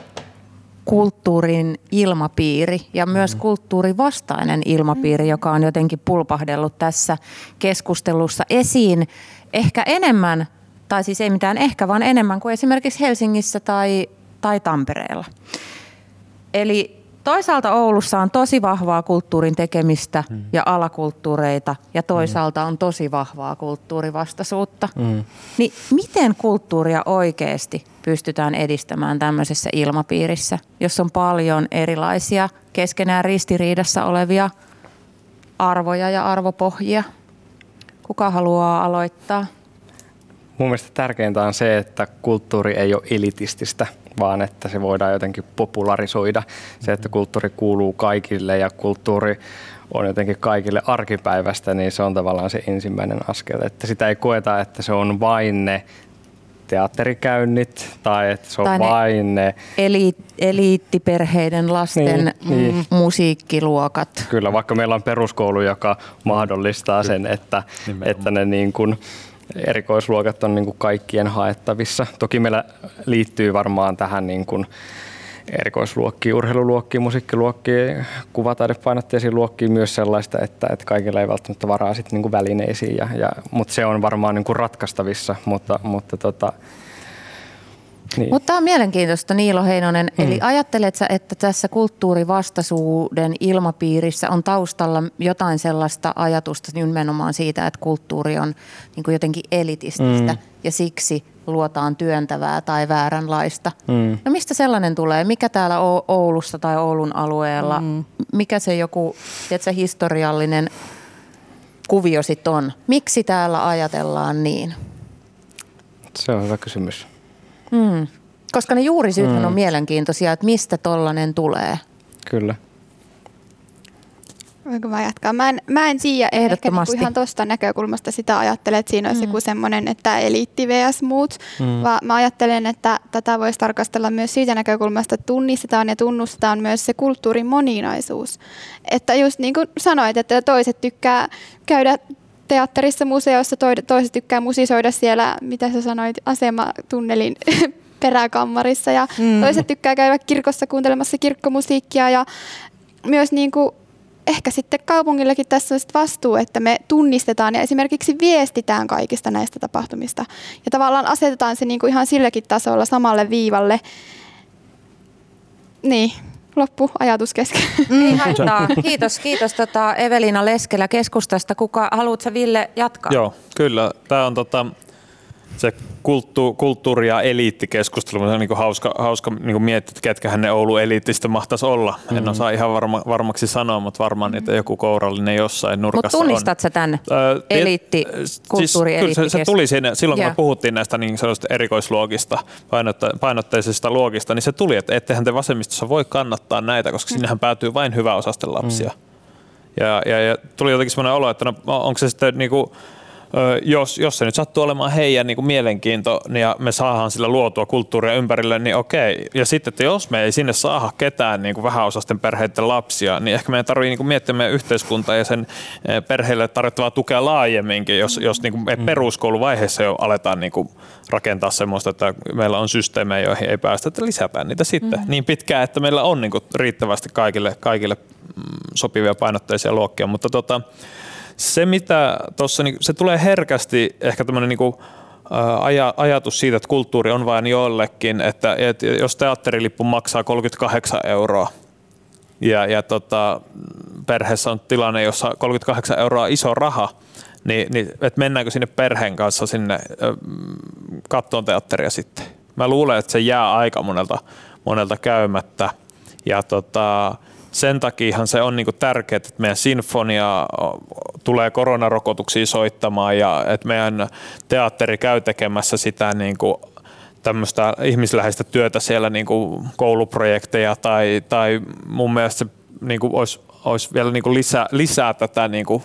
kulttuurin ilmapiiri ja myös kulttuurivastainen ilmapiiri, joka on jotenkin pulpahdellut tässä keskustelussa esiin ehkä enemmän, tai siis ei mitään ehkä, vaan enemmän kuin esimerkiksi Helsingissä tai Tampereella. Eli toisaalta Oulussa on tosi vahvaa kulttuurin tekemistä ja alakulttuureita ja toisaalta on tosi vahvaa kulttuurivastaisuutta. Niin miten kulttuuria oikeasti pystytään edistämään tämmöisessä ilmapiirissä, jos on paljon erilaisia keskenään ristiriidassa olevia arvoja ja arvopohjia? Kuka haluaa aloittaa? Mun mielestä tärkeintä on se, että kulttuuri ei ole elitististä, vaan että se voidaan jotenkin popularisoida. Se, että kulttuuri kuuluu kaikille ja kulttuuri on jotenkin kaikille arkipäivästä, niin se on tavallaan se ensimmäinen askel. Että sitä ei koeta, että se on vain ne teatterikäynnit tai että se on tai vain ne eliittiperheiden lasten musiikkiluokat. Kyllä, vaikka meillä on peruskoulu, joka mahdollistaa sen, että ne niin kuin erikoisluokat on niin kuin kaikkien haettavissa. Toki meillä liittyy varmaan tähän niin kuin erikoisluokkiin, urheiluluokkiin, musiikkiluokkiin, kuvataidepainotteisiin luokkiin myös sellaista, että kaikilla ei välttämättä varaa sit niin kuin välineisiin. Mutta se on varmaan niin kuin ratkaistavissa. Niin. Mutta tämä on mielenkiintoista, Niilo Heinonen. Eli ajatteletko, että tässä kulttuurivastaisuuden ilmapiirissä on taustalla jotain sellaista ajatusta nimenomaan siitä, että kulttuuri on niin kuin jotenkin elitististä ja siksi luotaan työntävää tai vääränlaista? No mistä sellainen tulee? Mikä täällä Oulussa tai Oulun alueella, mikä se joku historiallinen kuvio sitten on? Miksi täällä ajatellaan niin? Se on hyvä kysymys. Koska ne juurisyythän on mielenkiintoisia, että mistä tollainen tulee. Kyllä. Voinko mä jatkaa? Mä en tiedä, ehkä niinku ihan tuosta näkökulmasta sitä ajattelen, että siinä olisi joku semmoinen, että eliitti vs. muut, vaan mä ajattelen, että tätä voisi tarkastella myös siitä näkökulmasta, että tunnistetaan ja tunnustetaan myös se kulttuurin moninaisuus. Että just niin kuin sanoit, että toiset tykkää käydä teatterissa, museossa, toiset tykkää musisoida siellä, mitä sä sanoit, asematunnelin peräkammarissa ja toiset tykkää käydä kirkossa kuuntelemassa kirkkomusiikkia ja myös niin kuin ehkä sitten kaupungillakin tässä on vastuu, että me tunnistetaan ja esimerkiksi viestitään kaikista näistä tapahtumista ja tavallaan asetetaan se niin kuin ihan silläkin tasolla samalle viivalle. Niin. Loppu ajatus kesken. Ei haittaa. Kiitos Eveliina Leskelä keskustasta. Haluatko Ville jatkaa? Joo, kyllä. Tämä on se kulttuuri- ja eliittikeskustelu. On niin hauska niin miettiä, että ketkähän ne Oulun eliittistä mahtaisi olla. En osaa ihan varmaksi sanoa, mutta varmaan niitä joku kourallinen jossain nurkassa on. Mutta tunnistat sä tämän kulttuuri-eliittikeskustelun? Se tuli siinä, silloin kun me puhuttiin näistä niin sanotusta erikoisluokista, painotteisista luokista, niin se tuli, että ettehän te vasemmistossa voi kannattaa näitä, koska sinnehän päätyy vain hyväosaisten lapsia. Ja tuli jotenkin sellainen olo, että onko se sitten niinku, jos se nyt sattuu olemaan heidän niin kuin mielenkiinto ja me saadaan sillä luotua kulttuuria ympärille, niin okei. Ja sitten, että jos me ei sinne saada ketään niin kuin vähäosaisten perheiden lapsia, niin ehkä meidän tarvitsee niin kuin miettiä meidän yhteiskuntaa ja sen perheille tarjottavaa tukea laajemminkin, jos niin kuin peruskouluvaiheessa jo aletaan niin kuin rakentaa semmoista, että meillä on systeemejä, joihin ei päästä, että lisätään niitä sitten niin pitkään, että meillä on niin kuin riittävästi kaikille sopivia painotteisia luokkia. Mutta se, mitä tuossa, se tulee herkästi ehkä tämmöinen niinku, ajatus siitä, että kulttuuri on vain jollekin, että jos teatterilippu maksaa 38 € ja perheessä on tilanne, jossa 38 € on iso raha, niin että mennäänkö sinne perheen kanssa sinne kattoon teatteria sitten. Mä luulen, että se jää aika monelta käymättä ja sen takiahan se on niinku tärkeää, että meidän sinfonia tulee koronarokotuksia soittamaan ja että meidän teatteri käy tekemässä sitä niinku tämmöistä ihmisläheistä työtä siellä niinku kouluprojekteja tai mun mielestä se niinku olisi vielä niinku lisää tätä niinku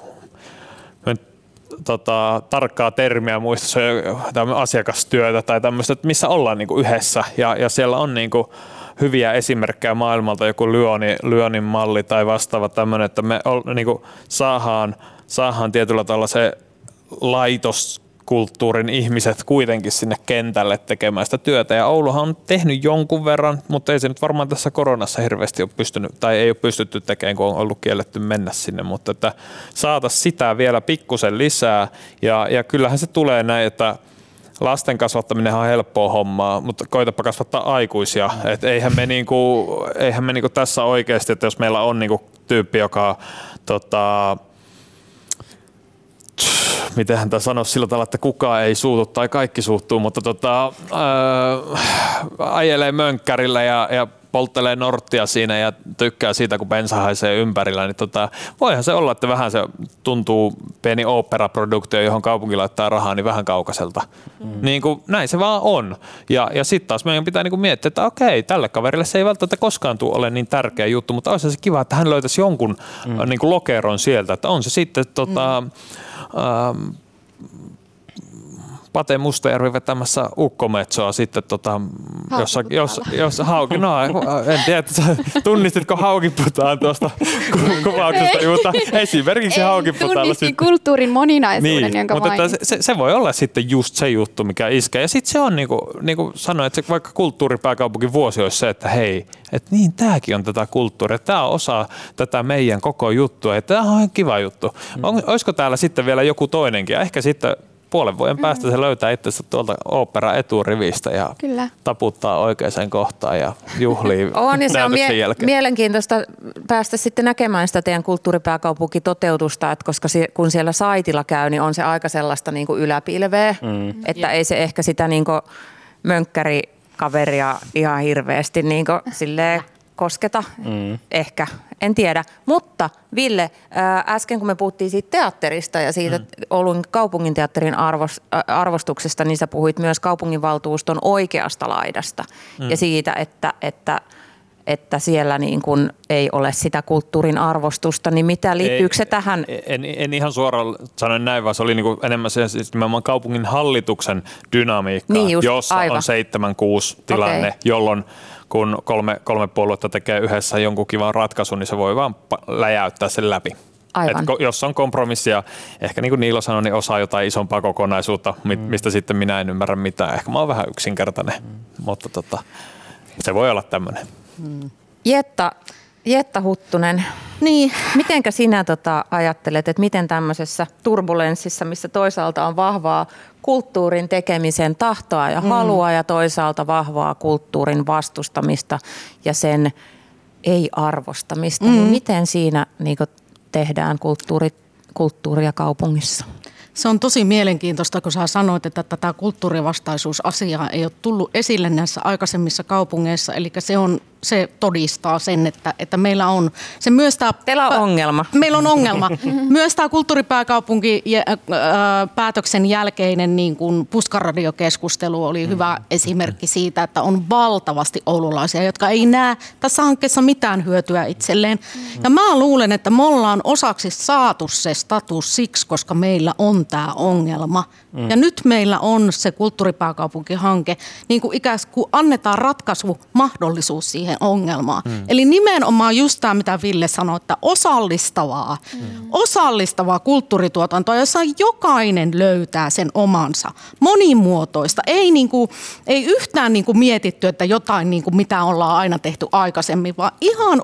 tarkkaa termiä muista asiakastyötä tai tämmöistä, että missä ollaan niinku yhdessä ja siellä on niinku hyviä esimerkkejä maailmalta, joku Lyonin malli tai vastaava tämmöinen, että me niinku saadaan tietyllä tavalla se laitoskulttuurin ihmiset kuitenkin sinne kentälle tekemään sitä työtä. Ja Ouluhan on tehnyt jonkun verran, mutta ei se nyt varmaan tässä koronassa hirveästi ole pystynyt, tai ei ole pystytty tekemään, kun on ollut kielletty mennä sinne, mutta että saataisiin sitä vielä pikkusen lisää. Ja kyllähän se tulee näin, että lasten kasvattaminen on helppoa hommaa, mutta koitapa kasvattaa aikuisia. Et eihän me niinku tässä oikeasti, että jos meillä on niinku tyyppi, joka mitenhän tämä sanoisi sillä tavalla, että kukaan ei suutu tai kaikki suuttuu, mutta ajelee mönkkärillä ja polttelee norttia siinä ja tykkää siitä, kun bensa haisee ympärillä, niin voihan se olla, että vähän se tuntuu pieni oopperaproduktio, johon kaupunki laittaa rahaa, niin vähän kaukaiselta. Niin kuin, näin se vaan on. Ja sitten taas meidän pitää niinku miettiä, että okei, tälle kaverille se ei välttämättä koskaan tule ole niin tärkeä juttu, mutta olisi se kiva, että hän löytäisi jonkun niinku lokeron sieltä, että on se sitten Pate Mustajärvi vetämässä ukkometsoa sitten jos hauki, no en tiedä, tunnistitko haukiputaan tuosta kuvauksesta, mutta esimerkiksi haukiputaalla. Tunnistin kulttuurin moninaisuuden, niin, jonka mutta se voi olla sitten just se juttu, mikä iskee. Ja sitten se on niin kuin sanoin, että vaikka kulttuuripääkaupunkin vuosi olisi se, että hei, että niin tämäkin on tätä kulttuuria, tämä on osa tätä meidän koko juttua ja tämä on kiva juttu. Olisiko täällä sitten vielä joku toinenkin ja ehkä sitten puolen vuoden päästä se löytää itsensä tuolta ooppera eturivistä ja taputtaa oikeaan kohtaan ja juhlii näytöksen jälkeen. Mielenkiintoista päästä sitten näkemään sitä teidän kulttuuripääkaupunkitoteutusta, että koska kun siellä saitilla käy, niin on se aika sellaista niin kuin yläpilveä, että ei se ehkä sitä niin kuin mönkkärikaveria ihan hirveästi niin kuin silleen kosketa, ehkä, en tiedä. Mutta Ville, äsken kun me puhuttiin siitä teatterista ja siitä Oulun kaupunginteatterin arvostuksesta, niin sä puhuit myös kaupunginvaltuuston oikeasta laidasta ja siitä, että että siellä niin kuin ei ole sitä kulttuurin arvostusta, niin liittyykö se tähän? En ihan suoraan sanoen näin, vaan se oli niin kuin enemmän se siis nimenomaan kaupungin hallituksen dynamiikkaa, niin jossa aivan. On 7-6 tilanne, jolloin kun kolme puoluetta tekee yhdessä jonkun kivan ratkaisun, niin se voi vaan läjäyttää sen läpi. Jos on kompromissia, ehkä niin kuin Niilo sanoi, niin osaa jotain isompaa kokonaisuutta, mistä sitten minä en ymmärrä mitään. Ehkä mä oon vähän yksinkertainen, mutta se voi olla tämmöinen. Jetta Huttunen, niin. Mitenkä sinä ajattelet, että miten tämmöisessä turbulenssissa, missä toisaalta on vahvaa kulttuurin tekemisen tahtoa ja halua ja toisaalta vahvaa kulttuurin vastustamista ja sen ei-arvostamista, niin miten siinä niin tehdään kulttuuria kaupungissa? Se on tosi mielenkiintoista, kun sä sanoit, että tätä kulttuurivastaisuusasiaa ei ole tullut esille näissä aikaisemmissa kaupungeissa. Eli se todistaa sen, että meillä on se myös tämä... Teillä on ongelma. Meillä on ongelma. Myös tämä kulttuuripääkaupunki päätöksen jälkeinen niin kuin puskaradiokeskustelu oli hyvä esimerkki siitä, että on valtavasti oululaisia, jotka ei näe tässä hankkeessa mitään hyötyä itselleen. Ja mä luulen, että me ollaan osaksi saatu se status siksi, koska meillä on tämä ongelma. Ja nyt meillä on se kulttuuripääkaupunkihanke, niin kuin ikään kuin annetaan ratkaisumahdollisuus siihen ongelmaan. Eli nimenomaan just tämä, mitä Ville sanoi, että osallistavaa kulttuurituotantoa, jossa jokainen löytää sen omansa, monimuotoista. Ei yhtään niin kuin mietitty, että jotain niin kuin mitä ollaan aina tehty aikaisemmin, vaan ihan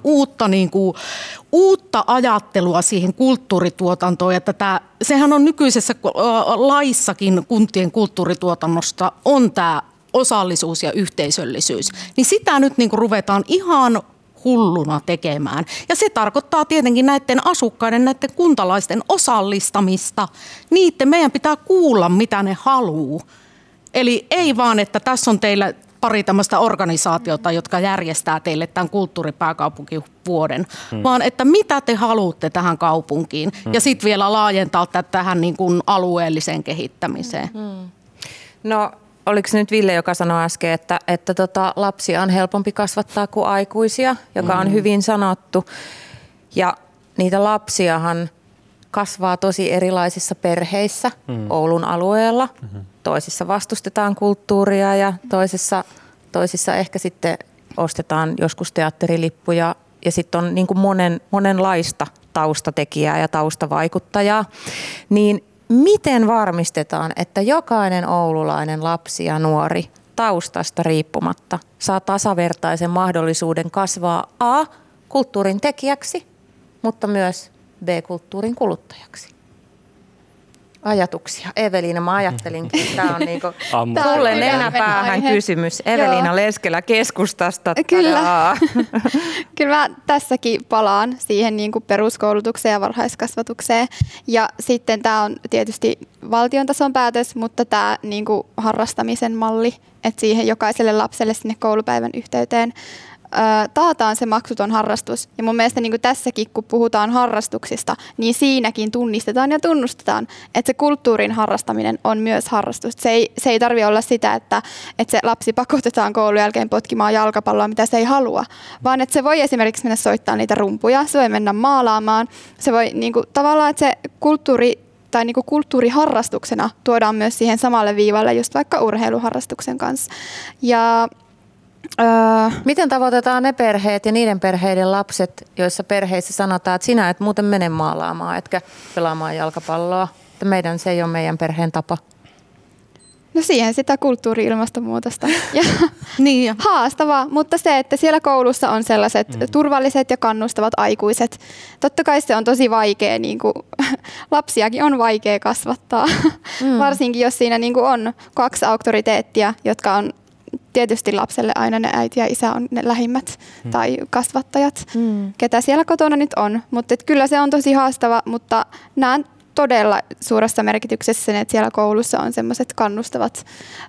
uutta ajattelua siihen kulttuurituotantoon, että sehän on nykyisessä laissakin kuntien kulttuurituotannosta on tämä osallisuus ja yhteisöllisyys. Niin sitä nyt niin kuin ruvetaan ihan hulluna tekemään. Ja se tarkoittaa tietenkin näiden asukkaiden, näiden kuntalaisten osallistamista. Meidän pitää kuulla, mitä ne haluaa. Eli ei vaan, että tässä on teillä pari tämmöistä organisaatiota, jotka järjestää teille tämän kulttuuripääkaupunkivuoden, vaan että mitä te haluatte tähän kaupunkiin ja sitten vielä laajentaa tähän niin kuin alueelliseen kehittämiseen. No oliko se nyt Ville, joka sanoi äsken, että lapsia on helpompi kasvattaa kuin aikuisia, joka on hyvin sanottu. Ja niitä lapsiahan kasvaa tosi erilaisissa perheissä Oulun alueella. Toisissa vastustetaan kulttuuria ja toisissa ehkä sitten ostetaan joskus teatterilippuja. Ja sitten on niin kuin monenlaista taustatekijää ja taustavaikuttajaa. Niin miten varmistetaan, että jokainen oululainen lapsi ja nuori taustasta riippumatta saa tasavertaisen mahdollisuuden kasvaa A. kulttuurin tekijäksi, mutta myös B. kulttuurin kuluttajaksi? Ajatuksia. Eveliina, mä ajattelinkin, että tämä on niinku sulle nenäpäähän kysymys. Eveliina Leskelä keskustasta. Kyllä. Kyllä mä tässäkin palaan siihen niinku peruskoulutukseen ja varhaiskasvatukseen. Ja sitten tämä on tietysti valtion tason päätös, mutta tämä niinku harrastamisen malli, että siihen jokaiselle lapselle sinne koulupäivän yhteyteen taataan se maksuton harrastus. Ja mun mielestä niin kuin tässäkin, kun puhutaan harrastuksista, niin siinäkin tunnistetaan ja tunnustetaan, että se kulttuurin harrastaminen on myös harrastus. Se ei tarvitse olla sitä, että se lapsi pakotetaan koulun jälkeen potkimaan jalkapalloa, mitä se ei halua, vaan että se voi esimerkiksi mennä soittaa niitä rumpuja, se voi mennä maalaamaan, se voi niin kuin, tavallaan, että se kulttuuri tai niin kuin kulttuuriharrastuksena tuodaan myös siihen samalle viivalle just vaikka urheiluharrastuksen kanssa. Ja miten tavoitetaan ne perheet ja niiden perheiden lapset, joissa perheissä sanotaan, että sinä et muuten mene maalaamaan, etkä pelaamaan jalkapalloa, että se ei ole meidän perheen tapa? No siihen sitä kulttuuri-ilmastonmuutosta. Niin haastavaa, mutta se, että siellä koulussa on sellaiset turvalliset ja kannustavat aikuiset. Totta kai se on tosi vaikea, niin kuin, lapsiakin on vaikea kasvattaa, varsinkin jos siinä niin kuin on 2 auktoriteettia, jotka on tietysti lapselle aina ne äiti ja isä on ne lähimmät tai kasvattajat, ketä siellä kotona nyt on. Mutta kyllä se on tosi haastava, mutta näen todella suuressa merkityksessä sen, että siellä koulussa on semmoiset kannustavat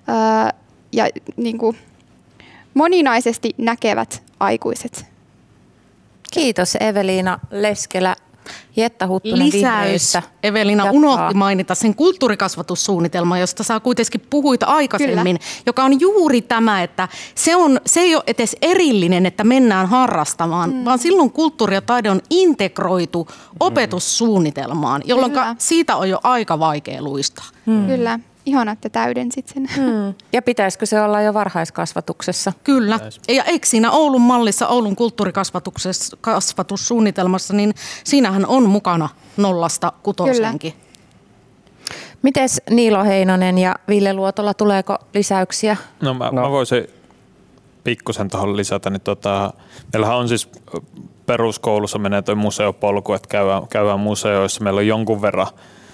ja niin kuin moninaisesti näkevät aikuiset. Kiitos Eveliina Leskelä. Jetta Huttunen lisäys. Vihreistä Evelina jatkaa. unohti mainita sen kulttuurikasvatussuunnitelman, josta sä kuitenkin puhuit aikaisemmin, joka on juuri tämä, että se ei ole edes erillinen, että mennään harrastamaan, vaan silloin kulttuuri ja taide on integroitu opetussuunnitelmaan, jolloin siitä on jo aika vaikea luistaa. Kyllä. Ihana, että täydensit sen. Ja pitäisikö se olla jo varhaiskasvatuksessa? Kyllä. Ja eikö siinä Oulun mallissa, Oulun kulttuurikasvatussuunnitelmassa, niin siinähän on mukana 0–6. Mites Niilo Heinonen ja Ville Luotola, tuleeko lisäyksiä? No mä voisin pikkusen tuohon lisätä. Niin meillähän on siis peruskoulussa menee tuo museopolku, että käydään museoissa. Meillä on jonkun verran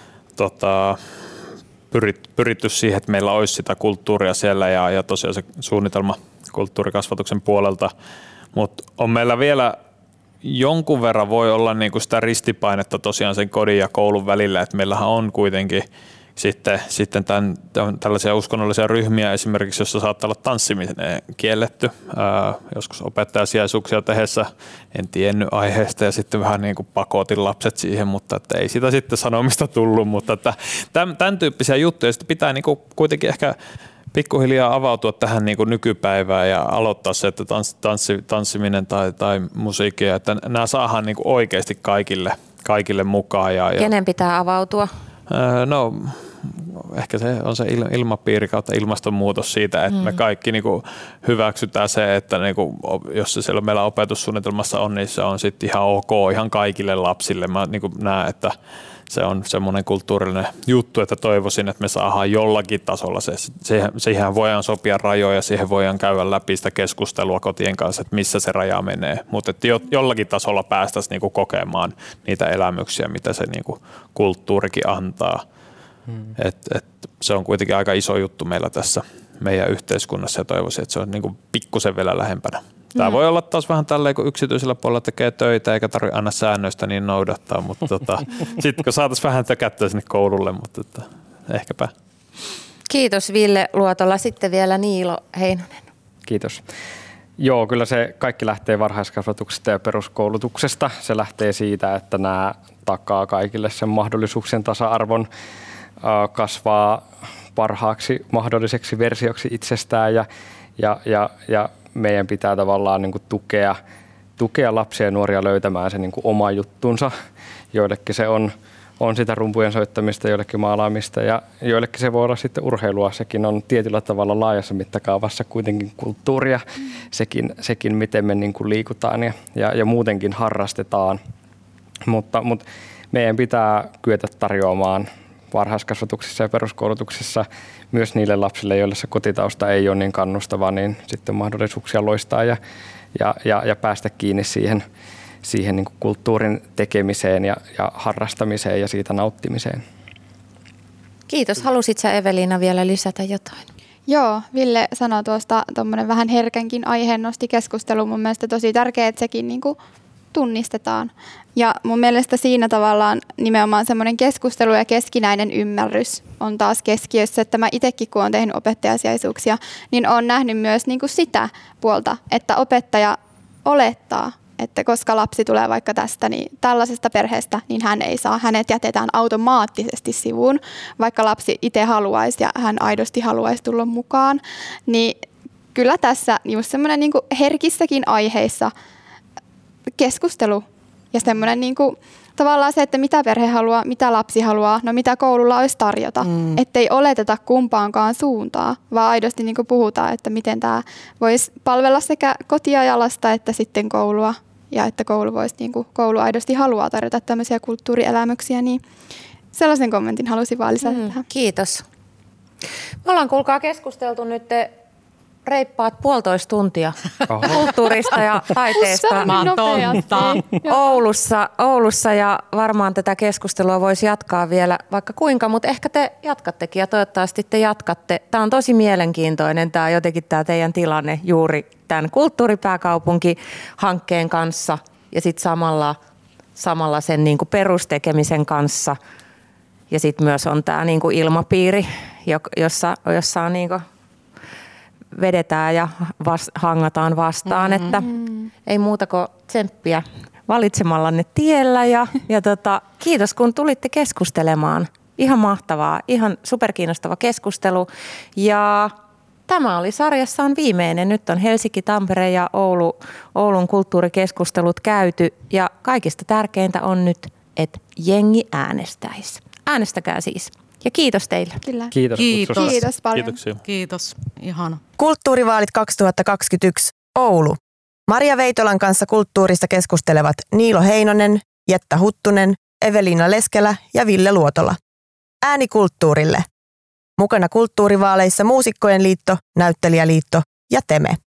pyritty siihen, että meillä olisi sitä kulttuuria siellä ja tosiaan se suunnitelma kulttuurikasvatuksen puolelta. Mutta on meillä vielä jonkun verran voi olla niinku sitä ristipainetta tosiaan sen kodin ja koulun välillä, että meillähän on kuitenkin sitten tällaisia uskonnollisia ryhmiä esimerkiksi, jossa saattaa olla tanssiminen kielletty. Joskus opettajasijaisuuksia tehdessä en tiennyt aiheesta ja sitten vähän niin kuin pakotin lapset siihen, mutta että ei sitä sitten sanomista tullut. Mutta että tämän tyyppisiä juttuja sitten pitää niin kuin kuitenkin ehkä pikkuhiljaa avautua tähän niin kuin nykypäivään ja aloittaa se, että tanssiminen tai musiikki, että nämä saadaan niin kuin oikeasti kaikille mukaan. Kenen pitää avautua? No ehkä se on se ilmapiiri kautta ilmastonmuutos siitä, että me kaikki niinku hyväksytään se, että niinku, jos se siellä meillä opetussuunnitelmassa on, niin se on sitten ihan ok ihan kaikille lapsille. Mä niinku näen, että se on semmoinen kulttuurillinen juttu, että toivoisin, että me saadaan jollakin tasolla siihen voidaan sopia rajoja, siihen voidaan käydä läpi sitä keskustelua kotien kanssa, että missä se raja menee, mutta että jollakin tasolla päästäisiin niinku kokemaan niitä elämyksiä, mitä se niinku kulttuurikin antaa. Et se on kuitenkin aika iso juttu meillä tässä meidän yhteiskunnassa ja toivoisin, että se on niinku pikkusen vielä lähempänä. Tämä voi olla taas vähän tälleen, kun yksityisellä puolella tekee töitä eikä tarvitse aina säännöistä niin noudattaa, mutta sitten kun saataisiin vähän tökättyä sinne koululle, mutta ehkäpä. Kiitos Ville Luotola. Sitten vielä Niilo Heinonen. Kiitos. Joo, kyllä se kaikki lähtee varhaiskasvatuksesta ja peruskoulutuksesta. Se lähtee siitä, että nämä takaa kaikille sen mahdollisuuksien tasa-arvon, kasvaa parhaaksi mahdolliseksi versioksi itsestään ja meidän pitää tavallaan niin kuin tukea lapsia ja nuoria löytämään se niin kuin oma juttunsa. Joillekin se on sitä rumpujen soittamista, joillekin maalaamista ja joillekin se voi olla sitten urheilua. Sekin on tietyllä tavalla laajassa mittakaavassa kuitenkin kulttuuria. Sekin miten me niin kuin liikutaan ja muutenkin harrastetaan. Mutta meidän pitää kyetä tarjoamaan varhaiskasvatuksessa ja peruskoulutuksessa myös niille lapsille, joille se kotitausta ei ole niin kannustava, niin sitten mahdollisuuksia loistaa ja päästä kiinni siihen niin kuin kulttuurin tekemiseen ja harrastamiseen ja siitä nauttimiseen. Kiitos. Halusit sä Evelina vielä lisätä jotain? Joo, Ville sanoi tuosta tuommoinen vähän herkänkin aiheen nosti keskusteluun. Mun mielestä tosi tärkeää, että sekin niin kuin tunnistetaan. Ja mun mielestä siinä tavallaan nimenomaan semmoinen keskustelu ja keskinäinen ymmärrys on taas keskiössä, että mä itsekin kun olen tehnyt opettajasijaisuuksia, niin olen nähnyt myös niin kuin sitä puolta, että opettaja olettaa, että koska lapsi tulee vaikka tästä niin tällaisesta perheestä, niin hän ei saa. Hänet jätetään automaattisesti sivuun, vaikka lapsi itse haluaisi ja hän aidosti haluaisi tulla mukaan. Niin kyllä tässä just semmoinen niin kuin herkissäkin aiheissa keskustelu ja semmoinen niin kuin tavallaan se, että mitä perhe haluaa, mitä lapsi haluaa, no mitä koululla olisi tarjota. Ettei oleteta kumpaankaan suuntaa, vaan aidosti niin kuin puhutaan, että miten tämä voisi palvella sekä kotia ja lasta että sitten koulua. Ja että koulu voisi, niin kuin koulu aidosti haluaa tarjota tämmöisiä kulttuurielämyksiä, niin sellaisen kommentin halusin vaan lisätä tähän. Kiitos. Me ollaan kuulkaa keskusteltu nyt reippaat 1,5 tuntia kulttuurista ja taiteesta Oulussa ja varmaan tätä keskustelua voisi jatkaa vielä vaikka kuinka, mutta ehkä te jatkattekin ja toivottavasti te jatkatte. Tämä on tosi mielenkiintoinen tämä jotenkin tämä teidän tilanne juuri tämän kulttuuripääkaupunki-hankkeen kanssa ja sitten samalla sen niin kuin perustekemisen kanssa ja sitten myös on tämä niin kuin ilmapiiri, jossa on niin kuin vedetään ja hangataan vastaan, että ei muuta kuin tsemppiä valitsemallanne tiellä ja kiitos kun tulitte keskustelemaan. Ihan mahtavaa, ihan superkiinnostava keskustelu ja tämä oli sarjassaan viimeinen. Nyt on Helsinki, Tampere ja Oulun kulttuurikeskustelut käyty ja kaikista tärkeintä on nyt, että jengi äänestäisi. Äänestäkää siis. Ja kiitos teille. Kyllä. Kiitos. Kiitos paljon. Kiitoksia. Kiitos. Ihana. Kulttuurivaalit 2021. Oulu. Maria Veitolan kanssa kulttuurista keskustelevat Niilo Heinonen, Jetta Huttunen, Eveliina Leskelä ja Ville Luotola. Ääni kulttuurille. Mukana kulttuurivaaleissa Muusikkojen liitto, Näyttelijäliitto ja Teme.